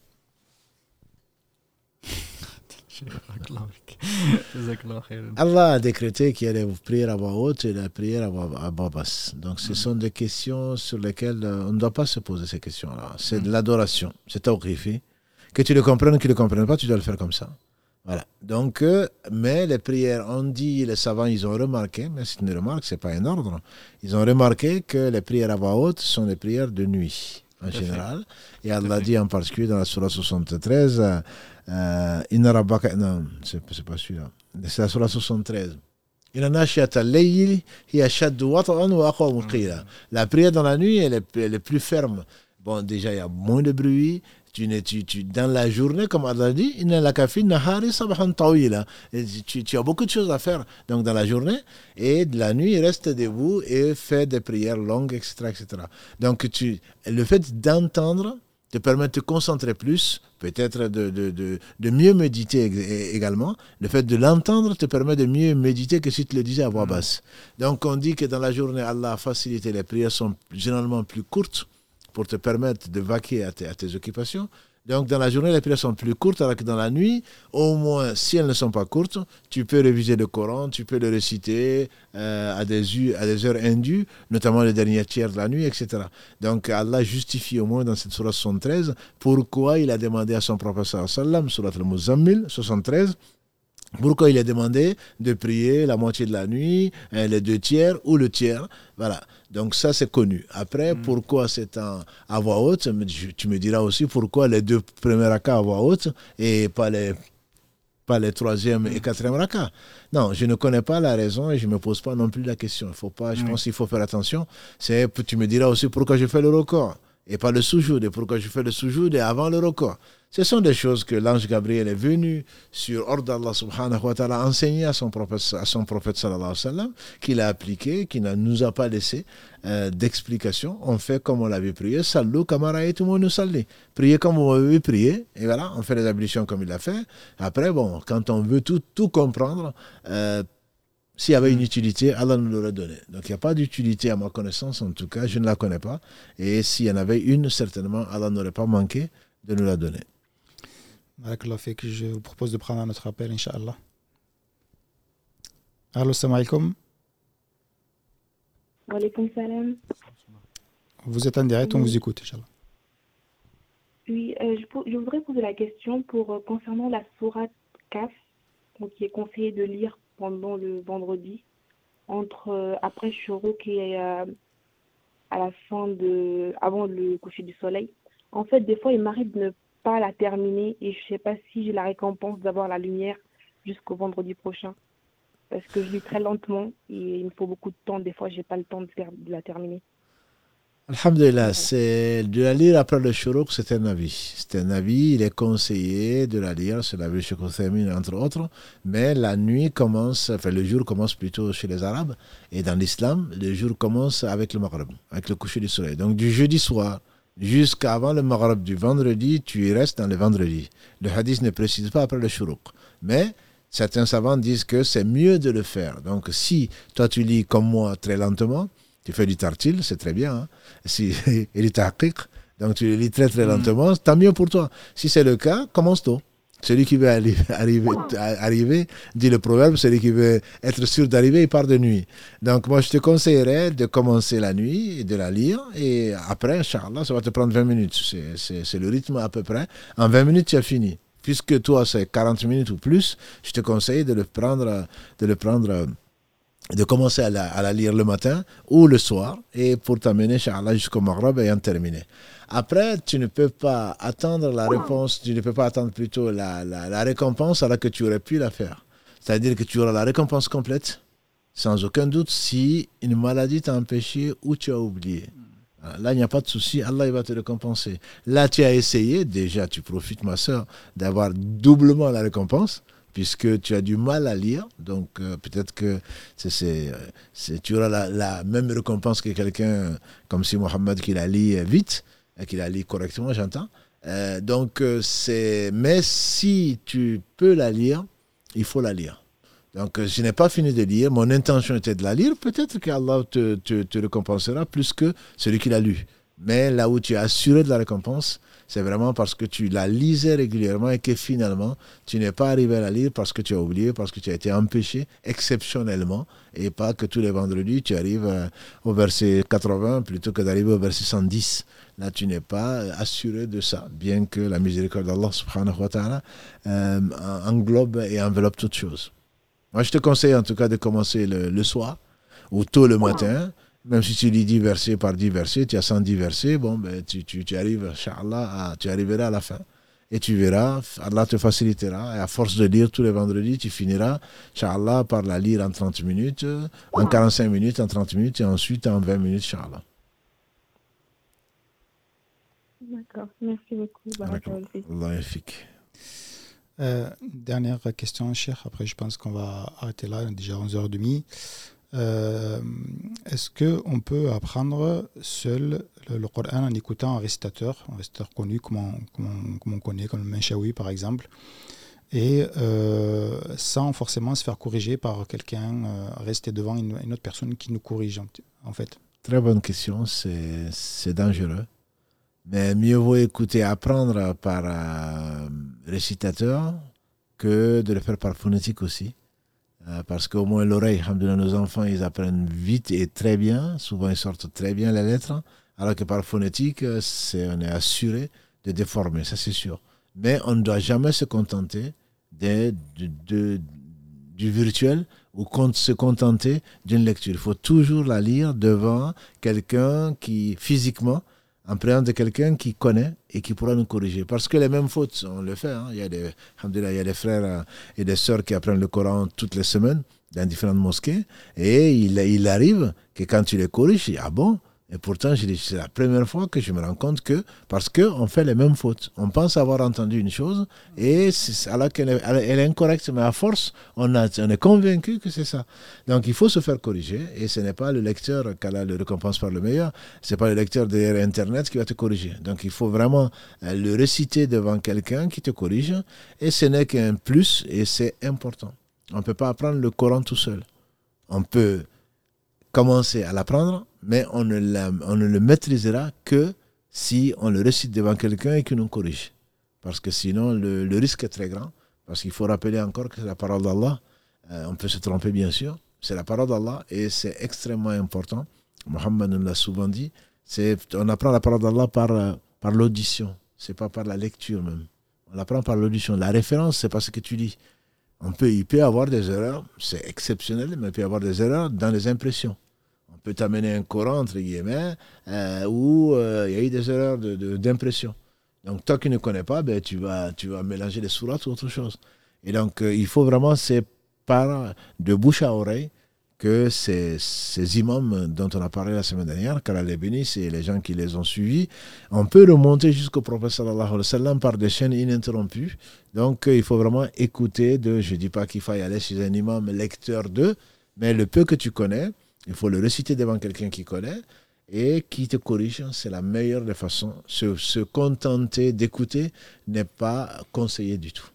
Allah a décrété qu'il y a les prières à voix haute et les prières à voix, à voix basse. Donc ce sont des questions sur lesquelles on ne doit pas se poser ces questions-là. C'est de l'adoration, c'est tawqifi. Que tu le comprennes ou que tu ne le comprennes pas, tu dois le faire comme ça. Voilà. Donc, euh, mais les prières, on dit, les savants, ils ont remarqué, mais c'est une remarque, c'est pas un ordre, ils ont remarqué que les prières à voix haute sont les prières de nuit, en Tout général. Fait. Et Allah dit en particulier dans la Surah soixante-treize, euh, Inna rabbaka, non, c'est, c'est pas celui-là, c'est la Surah soixante-treize. La prière dans la nuit, elle est, elle est plus ferme. Bon, déjà, il y a moins de bruit. Tu, tu, tu, dans la journée, comme Allah dit, tu, tu as beaucoup de choses à faire donc dans la journée, et de la nuit, reste debout et fais des prières longues, et cetera et cetera. Donc, tu, le fait d'entendre te permet de te concentrer plus, peut-être de, de, de, de mieux méditer également. Le fait de l'entendre te permet de mieux méditer que si tu le disais à voix basse. Donc, on dit que dans la journée, Allah a facilité, les prières sont généralement plus courtes, pour te permettre de vaquer à tes, à tes occupations. Donc, dans la journée, les prières sont plus courtes, alors que dans la nuit, au moins, si elles ne sont pas courtes, tu peux réviser le Coran, tu peux le réciter euh, à, des, à des heures indues, notamment le dernier tiers de la nuit, et cetera. Donc, Allah justifie au moins dans cette sourate soixante-treize pourquoi il a demandé à son prophète sallallahu alayhi wa sallam, sourate al-Muzammil, soixante-treize, pourquoi il a demandé de prier la moitié de la nuit, les deux tiers ou le tiers. Voilà. Donc ça, c'est connu. Après, mmh. pourquoi c'est en, à voix haute? Tu me diras aussi pourquoi les deux premiers rakas à voix haute et pas les, pas les troisième et quatrième rakas. Non, je ne connais pas la raison et je ne me pose pas non plus la question. Il faut pas, je mmh. pense qu'il faut faire attention. C'est, tu me diras aussi pourquoi je fais le record et pas le soujoud, et pourquoi je fais le soujoud et avant le record. Ce sont des choses que l'ange Gabriel est venu sur ordre d'Allah subhanahu wa ta'ala enseigner à son prophète, à son prophète sallallahu alayhi wa sallam, qu'il a appliqué, qui ne nous a pas laissé euh, d'explication. On fait comme on l'avait prié. Sallu kama ra'aytumuni usalli. Priez comme vous m'avez prié. Et voilà, on fait les ablutions comme il a fait. Après, bon, quand on veut tout, tout comprendre, euh, s'il y avait une utilité, Allah nous l'aurait donné. Donc il n'y a pas d'utilité à ma connaissance, en tout cas, je ne la connais pas. Et s'il y en avait une, certainement, Allah n'aurait pas manqué de nous la donner. Barakallah fik, je vous propose de prendre notre appel, Inch'Allah. Allô, salam alaikum. Wa alaikum salam. Vous êtes en direct, on vous écoute, Inch'Allah. Oui, euh, je, je voudrais poser la question pour, euh, concernant la sourate Kaf, donc, qui est conseillé de lire pendant le vendredi, entre euh, après Shuruk et euh, à la fin de, avant le coucher du soleil. En fait, des fois, il m'arrive de ne pas la terminer et je ne sais pas si j'ai la récompense d'avoir la lumière jusqu'au vendredi prochain. Parce que je lis très lentement et il me faut beaucoup de temps. Des fois, je n'ai pas le temps de, faire, de la terminer. Alhamdulillah, c'est de la lire après le Shuruk, c'est un avis. C'est un avis, il est conseillé de la lire, c'est l'avis de Cheikh Othaymin, entre autres. Mais la nuit commence, enfin le jour commence plutôt chez les Arabes. Et dans l'islam, le jour commence avec le Maghrib, avec le coucher du soleil. Donc du jeudi soir jusqu'avant le Maghrib du vendredi, tu y restes dans le vendredi. Le hadith ne précise pas après le Shuruk. Mais certains savants disent que c'est mieux de le faire. Donc si toi tu lis comme moi très lentement, tu fais du tartil, c'est très bien. Hein. Si, et du tahqiq, donc tu le lis très très lentement, mmh. tant mieux pour toi. Si c'est le cas, commence tôt. Celui qui veut arriver, arriver, arriver, dit le proverbe, celui qui veut être sûr d'arriver, il part de nuit. Donc moi, je te conseillerais de commencer la nuit et de la lire. Et après, Inch'Allah, ça va te prendre vingt minutes. C'est, c'est, c'est le rythme à peu près. En vingt minutes, tu as fini. Puisque toi, c'est quarante minutes ou plus, je te conseille de le prendre, de le prendre, de commencer à la, à la lire le matin ou le soir et pour t'amener, Inch'Allah, jusqu'au Maghrib et en terminer. Après, tu ne peux pas attendre la réponse, tu ne peux pas attendre plutôt la, la, la récompense alors que tu aurais pu la faire. C'est-à-dire que tu auras la récompense complète, sans aucun doute, si une maladie t'a empêché ou tu as oublié. Là, il n'y a pas de souci, Allah il va te récompenser. Là, tu as essayé, déjà, tu profites, ma soeur, d'avoir doublement la récompense, puisque tu as du mal à lire, donc euh, peut-être que c'est, c'est, c'est, tu auras la, la même récompense que quelqu'un comme si Mohamed qui la lit vite, qui la lit correctement, j'entends. Euh, donc, euh, c'est... Mais si tu peux la lire, il faut la lire. Donc, euh, je n'ai pas fini de lire. Mon intention était de la lire. Peut-être qu'Allah te, te, te récompensera plus que celui qui l'a lu. Mais là où tu es assuré de la récompense, c'est vraiment parce que tu la lisais régulièrement et que finalement, tu n'es pas arrivé à la lire parce que tu as oublié, parce que tu as été empêché exceptionnellement et pas que tous les vendredis, tu arrives au verset quatre-vingts plutôt que d'arriver au verset cent dix. Là, tu n'es pas assuré de ça, bien que la miséricorde d'Allah subhanahu wa ta'ala euh, englobe et enveloppe toutes choses. Moi, je te conseille en tout cas de commencer le, le soir ou tôt le matin. Même si tu lis dix versets par dix versets, tu as cent dix versets, bon, ben, tu, tu, tu arrives, Inch'Allah, à, tu arriveras à la fin. Et tu verras, Allah te facilitera. Et à force de lire tous les vendredis, tu finiras, Inch'Allah, par la lire en trente minutes, en quarante-cinq minutes, en trente minutes, et ensuite en vingt minutes, Inch'Allah. D'accord, merci beaucoup. Allah yafik. Euh, dernière question, Cheikh. Après, je pense qu'on va arrêter là, déjà onze heures trente. Euh, est-ce qu'on peut apprendre seul le, le Coran en écoutant un récitateur, un récitateur connu comme on, comme on, comme on connaît, comme le Menchawi par exemple, et euh, sans forcément se faire corriger par quelqu'un, euh, rester devant une, une autre personne qui nous corrige en, en fait? Très bonne question, c'est, c'est dangereux. Mais mieux vaut écouter, apprendre par euh, récitateur que de le faire par phonétique aussi. Euh, parce qu'au moins l'oreille, alhamdoulilah, nos enfants, ils apprennent vite et très bien. Souvent, ils sortent très bien les lettres. Alors que par phonétique, c'est, on est assuré de déformer, ça c'est sûr. Mais on ne doit jamais se contenter de, de, de, du virtuel ou se contenter d'une lecture. Il faut toujours la lire devant quelqu'un qui, physiquement, en présence de quelqu'un qui connaît et qui pourra nous corriger. Parce que les mêmes fautes, on le fait. Hein. Il y a des, il y a des frères et des sœurs qui apprennent le Coran toutes les semaines dans différentes mosquées. Et il, il arrive que quand tu les corriges, tu dis, ah bon? Et pourtant, je dis, c'est la première fois que je me rends compte que, parce qu'on fait les mêmes fautes. On pense avoir entendu une chose, et c'est, alors qu'elle est, elle est incorrecte, mais à force, on, a, on est convaincu que c'est ça. Donc, il faut se faire corriger, et ce n'est pas le lecteur qui a la récompense par le meilleur, ce n'est pas le lecteur derrière Internet qui va te corriger. Donc, il faut vraiment le réciter devant quelqu'un qui te corrige, et ce n'est qu'un plus, et c'est important. On ne peut pas apprendre le Coran tout seul. On peut commencer à l'apprendre, mais on ne, la, on ne le maîtrisera que si on le récite devant quelqu'un et qu'il nous corrige. Parce que sinon, le, le risque est très grand. Parce qu'il faut rappeler encore que c'est la parole d'Allah. Euh, on peut se tromper, bien sûr. C'est la parole d'Allah et c'est extrêmement important. Mohammed nous l'a souvent dit. C'est, on apprend la parole d'Allah par, par l'audition. Ce n'est pas par la lecture même. On l'apprend par l'audition. La référence, c'est pas ce que tu lis. On peut, il peut y avoir des erreurs, c'est exceptionnel, mais il peut y avoir des erreurs dans les impressions. On peut t'amener un Coran, entre guillemets, euh, où euh, il y a eu des erreurs de, de, d'impression. Donc, toi qui ne connais pas, ben, tu, vas, tu vas mélanger les sourates ou autre chose. Et donc, euh, il faut vraiment, c'est par de bouche à oreille que ces, ces imams dont on a parlé la semaine dernière, qu'Allah les bénisse et les gens qui les ont suivis, on peut remonter jusqu'au prophète sallallahu alayhi wa sallam par des chaînes ininterrompues. Donc, euh, il faut vraiment écouter de, je ne dis pas qu'il faille aller chez un imam lecteur d'eux, mais le peu que tu connais, il faut le réciter devant quelqu'un qui connaît et qui te corrige. C'est la meilleure des façons. Se, se contenter d'écouter n'est pas conseillé du tout.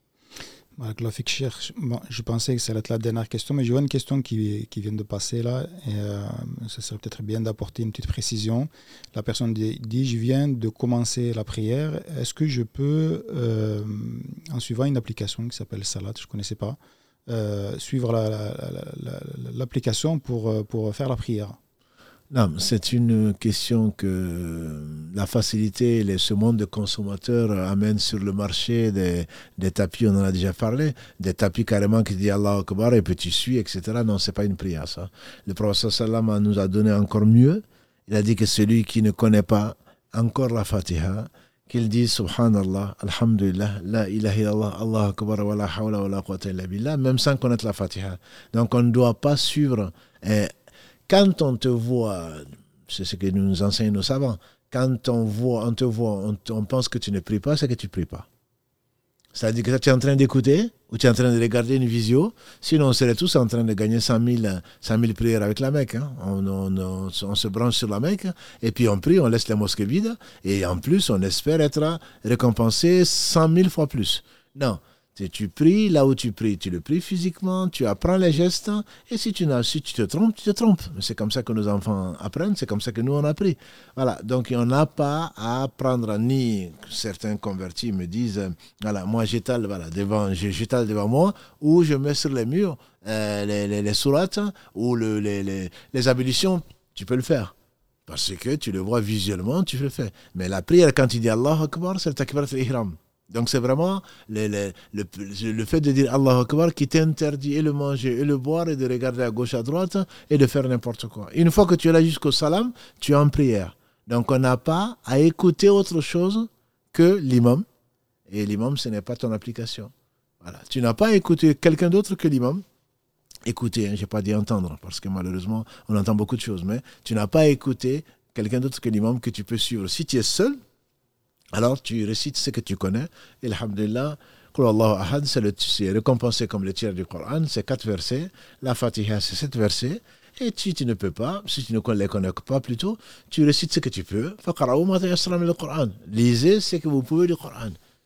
Bon, je pensais que ça allait être la dernière question, mais je vois une question qui, qui vient de passer là. Et, euh, ce serait peut-être bien d'apporter une petite précision. La personne dit, dit je viens de commencer la prière. Est-ce que je peux, euh, en suivant une application qui s'appelle Salat, je ne connaissais pas, euh, suivre la, la, la, la, l'application pour, pour faire la prière? Non, c'est une question que la facilité, les, ce monde de consommateurs amène sur le marché des, des tapis, on en a déjà parlé, des tapis carrément qui disent Allah Akbar et puis tu suis, et cetera. Non, ce n'est pas une prière, ça. Le prophète sallam nous a donné encore mieux. Il a dit que celui qui ne connaît pas encore la Fatiha, qu'il dise Subhanallah, Alhamdulillah, La ilaha illallah, Allah Akbar, wa la hawla wa la quwwata illa billah, même sans connaître la Fatiha. Donc on ne doit pas suivre... Eh, Quand on te voit, c'est ce que nous enseignent nos savants, quand on, voit, on te voit, on, on pense que tu ne pries pas, c'est que tu ne pries pas. C'est-à-dire que tu es en train d'écouter ou tu es en train de regarder une visio, sinon on serait tous en train de gagner cent mille prières avec la Mecque. Hein. On, on, on, on se branche sur la Mecque et puis on prie, on laisse les mosquées vides et en plus on espère être récompensé cent mille fois plus. Non. Tu pries là où tu pries, tu le pries physiquement, tu apprends les gestes, et si tu, si tu te trompes, tu te trompes. C'est comme ça que nos enfants apprennent, c'est comme ça que nous on a appris. Voilà, donc on n'a pas à apprendre, ni certains convertis me disent, voilà, moi j'étale voilà, devant, j'étale devant moi, ou je mets sur les murs euh, les, les, les sourates, ou le, les, les, les ablutions, tu peux le faire. Parce que tu le vois visuellement, tu le fais. Mais la prière, quand tu dis Allah Akbar, c'est le takbirat al-ihram. Donc c'est vraiment le, le, le, le fait de dire Allahu Akbar qui t'interdit et le manger et le boire et de regarder à gauche à droite et de faire n'importe quoi. Une fois que tu es là jusqu'au salam, tu es en prière. Donc on n'a pas à écouter autre chose que l'imam. Et l'imam, ce n'est pas ton application. Voilà. Tu n'as pas à écouter quelqu'un d'autre que l'imam. Écouter, hein, je n'ai pas dit entendre, parce que malheureusement, on entend beaucoup de choses. Mais tu n'as pas à écouter quelqu'un d'autre que l'imam que tu peux suivre. Si tu es seul, alors tu récites ce que tu connais. Et alhamdulillah, Qul Allahu Ahad, c'est, le, c'est récompensé comme le tiers du Coran. C'est quatre versets. La Fatiha, c'est sept versets. Et si tu ne peux pas, si tu ne les connais pas plutôt, tu récites ce que tu peux. Faqra'u ma tayassara min al-Qur'an. Lisez ce que vous pouvez du Coran.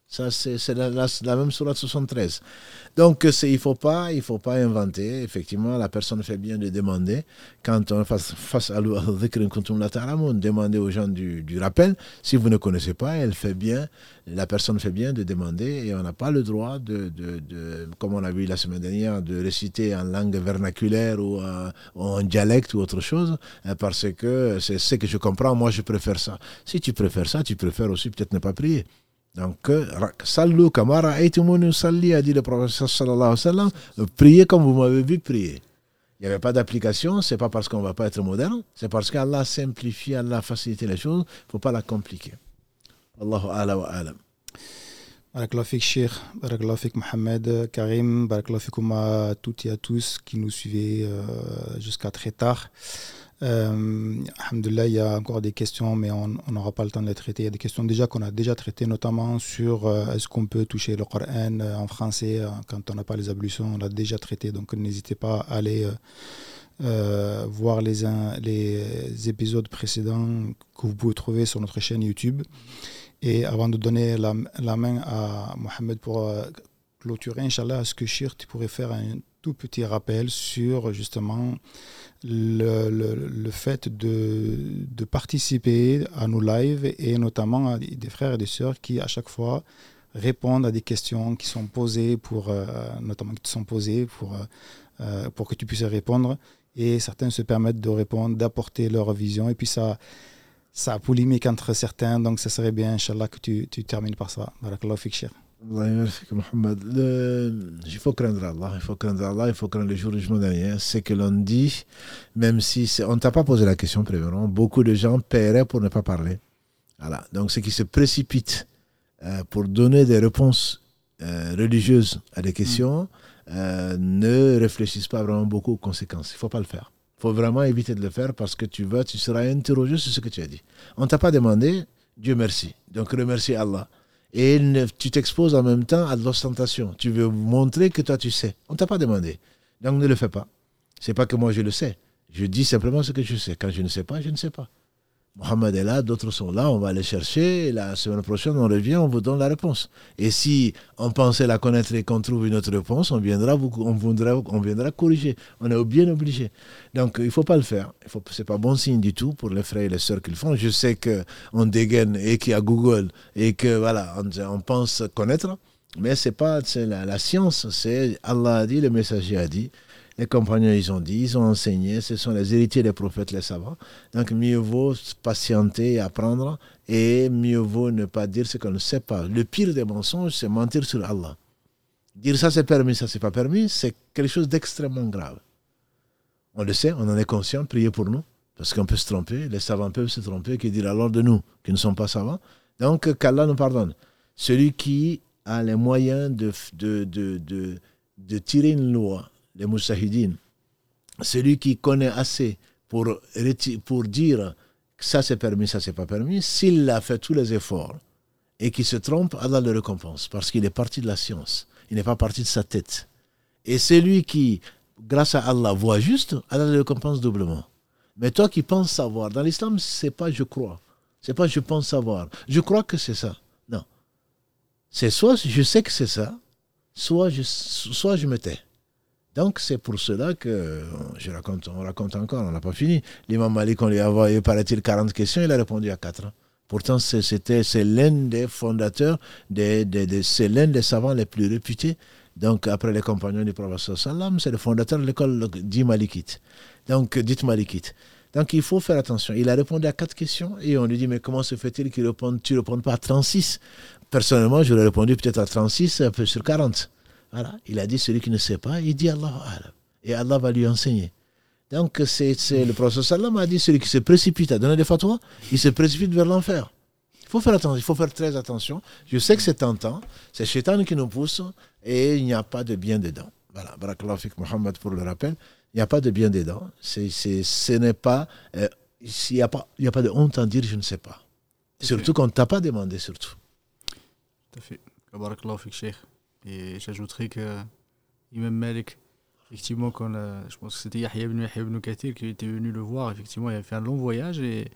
Ça, c'est, c'est la, la, la même sourate soixante-treize. Donc, c'est, il ne faut pas, il faut pas inventer. Effectivement, la personne fait bien de demander. Quand on face, face à demander aux gens du, du rappel. Si vous ne connaissez pas, elle fait bien, la personne fait bien de demander. Et on n'a pas le droit, de, de, de, comme on a vu la semaine dernière, de réciter en langue vernaculaire ou, euh, ou en dialecte ou autre chose. Parce que c'est ce que je comprends. Moi, je préfère ça. Si tu préfères ça, tu préfères aussi peut-être ne pas prier. Donc, Sallu kamara aitumuni salli, a dit le prophète sallallahu alayhi wa sallam, priez comme vous m'avez vu prier. Il n'y avait pas d'application, ce n'est pas parce qu'on ne va pas être moderne, c'est parce qu'Allah simplifie, Allah facilite les choses, il ne faut pas la compliquer. Allahu a'la wa a'lam. Barakallahu fik Cheikh, Barakallahu fik Mohamed, Karim, Barakallahu fikoum à toutes et à tous qui nous suivaient euh, jusqu'à très tard. Euh, Alhamdulillah, il y a encore des questions, mais on n'aura pas le temps de les traiter. Il y a des questions déjà qu'on a déjà traitées, notamment sur euh, est-ce qu'on peut toucher le Coran euh, en français euh, quand on n'a pas les ablutions. On l'a déjà traité, donc n'hésitez pas à aller euh, euh, voir les, un, les épisodes précédents que vous pouvez trouver sur notre chaîne YouTube. Et avant de donner la, la main à Mohamed pour euh, clôturer, Inch'Allah, est-ce que Shir, tu pourrais faire un tout petit rappel sur justement le, le, le fait de, de participer à nos lives et notamment à des frères et des sœurs qui à chaque fois répondent à des questions qui sont posées pour euh, notamment qui te sont posées pour, euh, pour que tu puisses répondre, et certains se permettent de répondre, d'apporter leur vision, et puis ça ça a polémique entre certains, donc ça serait bien Inch'Allah que tu, tu termines par ça. Barakallahu fik Cheikh. Mohamed, il faut craindre Allah, il faut craindre Allah, il faut craindre le jour du jugement dernier. C'est que l'on dit, même si c'est, on ne t'a pas posé la question prévenant, beaucoup de gens paieraient pour ne pas parler. Voilà. Donc ceux qui se précipitent euh, pour donner des réponses euh, religieuses à des questions euh, ne réfléchissent pas vraiment beaucoup aux conséquences. Il ne faut pas le faire. Il faut vraiment éviter de le faire parce que tu vas, tu seras interrogé sur ce que tu as dit. On ne t'a pas demandé, Dieu merci. Donc remercie Allah. Et tu t'exposes en même temps à de l'ostentation. Tu veux montrer que toi tu sais. On ne t'a pas demandé. Donc ne le fais pas. Ce n'est pas que moi je le sais. Je dis simplement ce que je sais. Quand je ne sais pas, je ne sais pas. Mohamed est là, d'autres sont là, on va les chercher. Et la semaine prochaine, on revient, on vous donne la réponse. Et si on pensait la connaître et qu'on trouve une autre réponse, on viendra, vous, on viendra, on viendra corriger. On est bien obligé. Donc, il ne faut pas le faire. Ce n'est pas bon signe du tout pour les frères et les sœurs qui le font. Je sais qu'on dégaine et qu'il y a Google et que voilà, on, on pense connaître. Mais ce n'est pas c'est la, la science, c'est Allah a dit, le messager a dit. Les compagnons, ils ont dit, ils ont enseigné, ce sont les héritiers des prophètes, les savants. Donc, mieux vaut patienter et apprendre, et mieux vaut ne pas dire ce qu'on ne sait pas. Le pire des mensonges, c'est mentir sur Allah. Dire ça, c'est permis, ça, c'est pas permis, c'est quelque chose d'extrêmement grave. On le sait, on en est conscient, priez pour nous, parce qu'on peut se tromper, les savants peuvent se tromper, qui dire alors de nous, qui ne sont pas savants. Donc, qu'Allah nous pardonne. Celui qui a les moyens de, de, de, de, de tirer une loi, les mujtahidines, celui qui connaît assez pour, pour dire que ça c'est permis, ça c'est pas permis, s'il a fait tous les efforts et qu'il se trompe, Allah le récompense parce qu'il est parti de la science, il n'est pas parti de sa tête. Et celui qui, grâce à Allah, voit juste, Allah le récompense doublement. Mais toi qui penses savoir, dans l'islam, c'est pas je crois, c'est pas je pense savoir, je crois que c'est ça. Non. C'est soit je sais que c'est ça, soit je, soit je me tais. Donc, c'est pour cela que, je raconte, on raconte encore, on n'a pas fini. L'imam Malik, on lui a envoyé, paraît-il, quarante questions, il a répondu à quatre. Pourtant, c'est, c'était, c'est l'un des fondateurs, des, des, des, c'est l'un des savants les plus réputés. Donc, après les compagnons du prophète sallam, c'est le fondateur de l'école dit malikite. Donc, dites malikite. Donc, il faut faire attention. Il a répondu à quatre questions et on lui dit, mais comment se fait-il qu'il réponde, tu ne réponds pas à trente-six? Personnellement, j'aurais répondu peut-être à trente-six, un peu sur quarante. Voilà, il a dit celui qui ne sait pas, il dit Allah A'lam. Et Allah va lui enseigner. Donc, c'est, c'est le prophète sallam a dit celui qui se précipite à donner des fatwas, il se précipite vers l'enfer. Il faut faire attention, il faut faire très attention. Je sais que c'est tentant, c'est Shaitan qui nous pousse et il n'y a pas de bien dedans. Voilà, barakallahu fik Mohamed pour le rappel. Il n'y a pas de bien dedans. C'est, c'est, ce n'est pas, euh, il n'y a pas, il n'y a pas de honte à dire je ne sais pas. Surtout qu'on ne t'a pas demandé, surtout. Tout à fait. Barakallahu fik Cheikh. Et j'ajouterais que Imam Malik, effectivement, quand la, je pense que c'était Yahya ibn Yahya ibn Kathir qui était venu le voir, effectivement, il a fait un long voyage et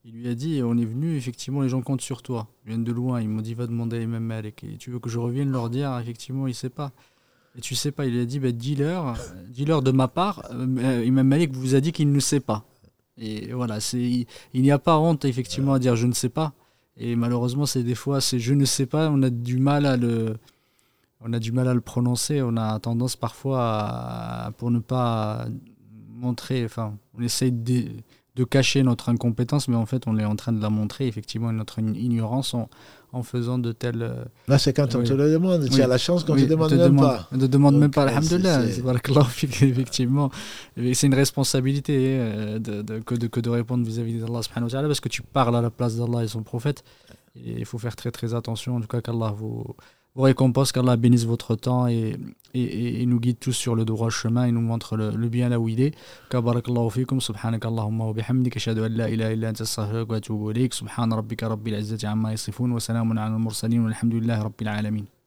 Il lui a dit, on est venu, effectivement, les gens comptent sur toi. Ils viennent de loin, ils m'ont dit, va demander à l'imam Malik. Et tu veux que je revienne leur dire, effectivement, il ne sait pas. Et tu ne sais pas, il a dit, bah, dis-leur, dis-leur de ma part, euh, Imam Malik vous a dit qu'il ne sait pas. Et voilà, c'est, il, il n'y a pas honte, effectivement, à dire je ne sais pas. Et malheureusement, c'est des fois, c'est je ne sais pas, on a du mal à le, on a du mal à le prononcer. On a tendance parfois, à, pour ne pas montrer, enfin, on essaye de, de cacher notre incompétence, mais en fait, on est en train de la montrer, effectivement, notre ignorance en, en faisant de telles... Là, c'est quand on oui. te le demande. Oui. Tu as la chance qu'on ne oui, te demande te même demande, pas. On ne te demande Donc, même pas, alhamdoulilah. Effectivement, c'est une responsabilité euh, de, de, que, de, que de répondre vis-à-vis d'Allah subhanahu wa ta'ala, parce que tu parles à la place d'Allah et son prophète. Et il faut faire très très attention. En tout cas, qu'Allah vous, vous récompense, qu'Allah bénisse votre temps et, et, et nous guide tous sur le droit chemin et nous montre le, le bien là où il est. Barakallahu fikum, subhanakallahumma wa bihamdika, ashhadu an la ilaha illa anta astaghfiruka wa atubu ilayk. Subhana rabbika rabbil izzati amma yasifun wa salamun ala al mursalin walhamdulillahi rabbil alamin.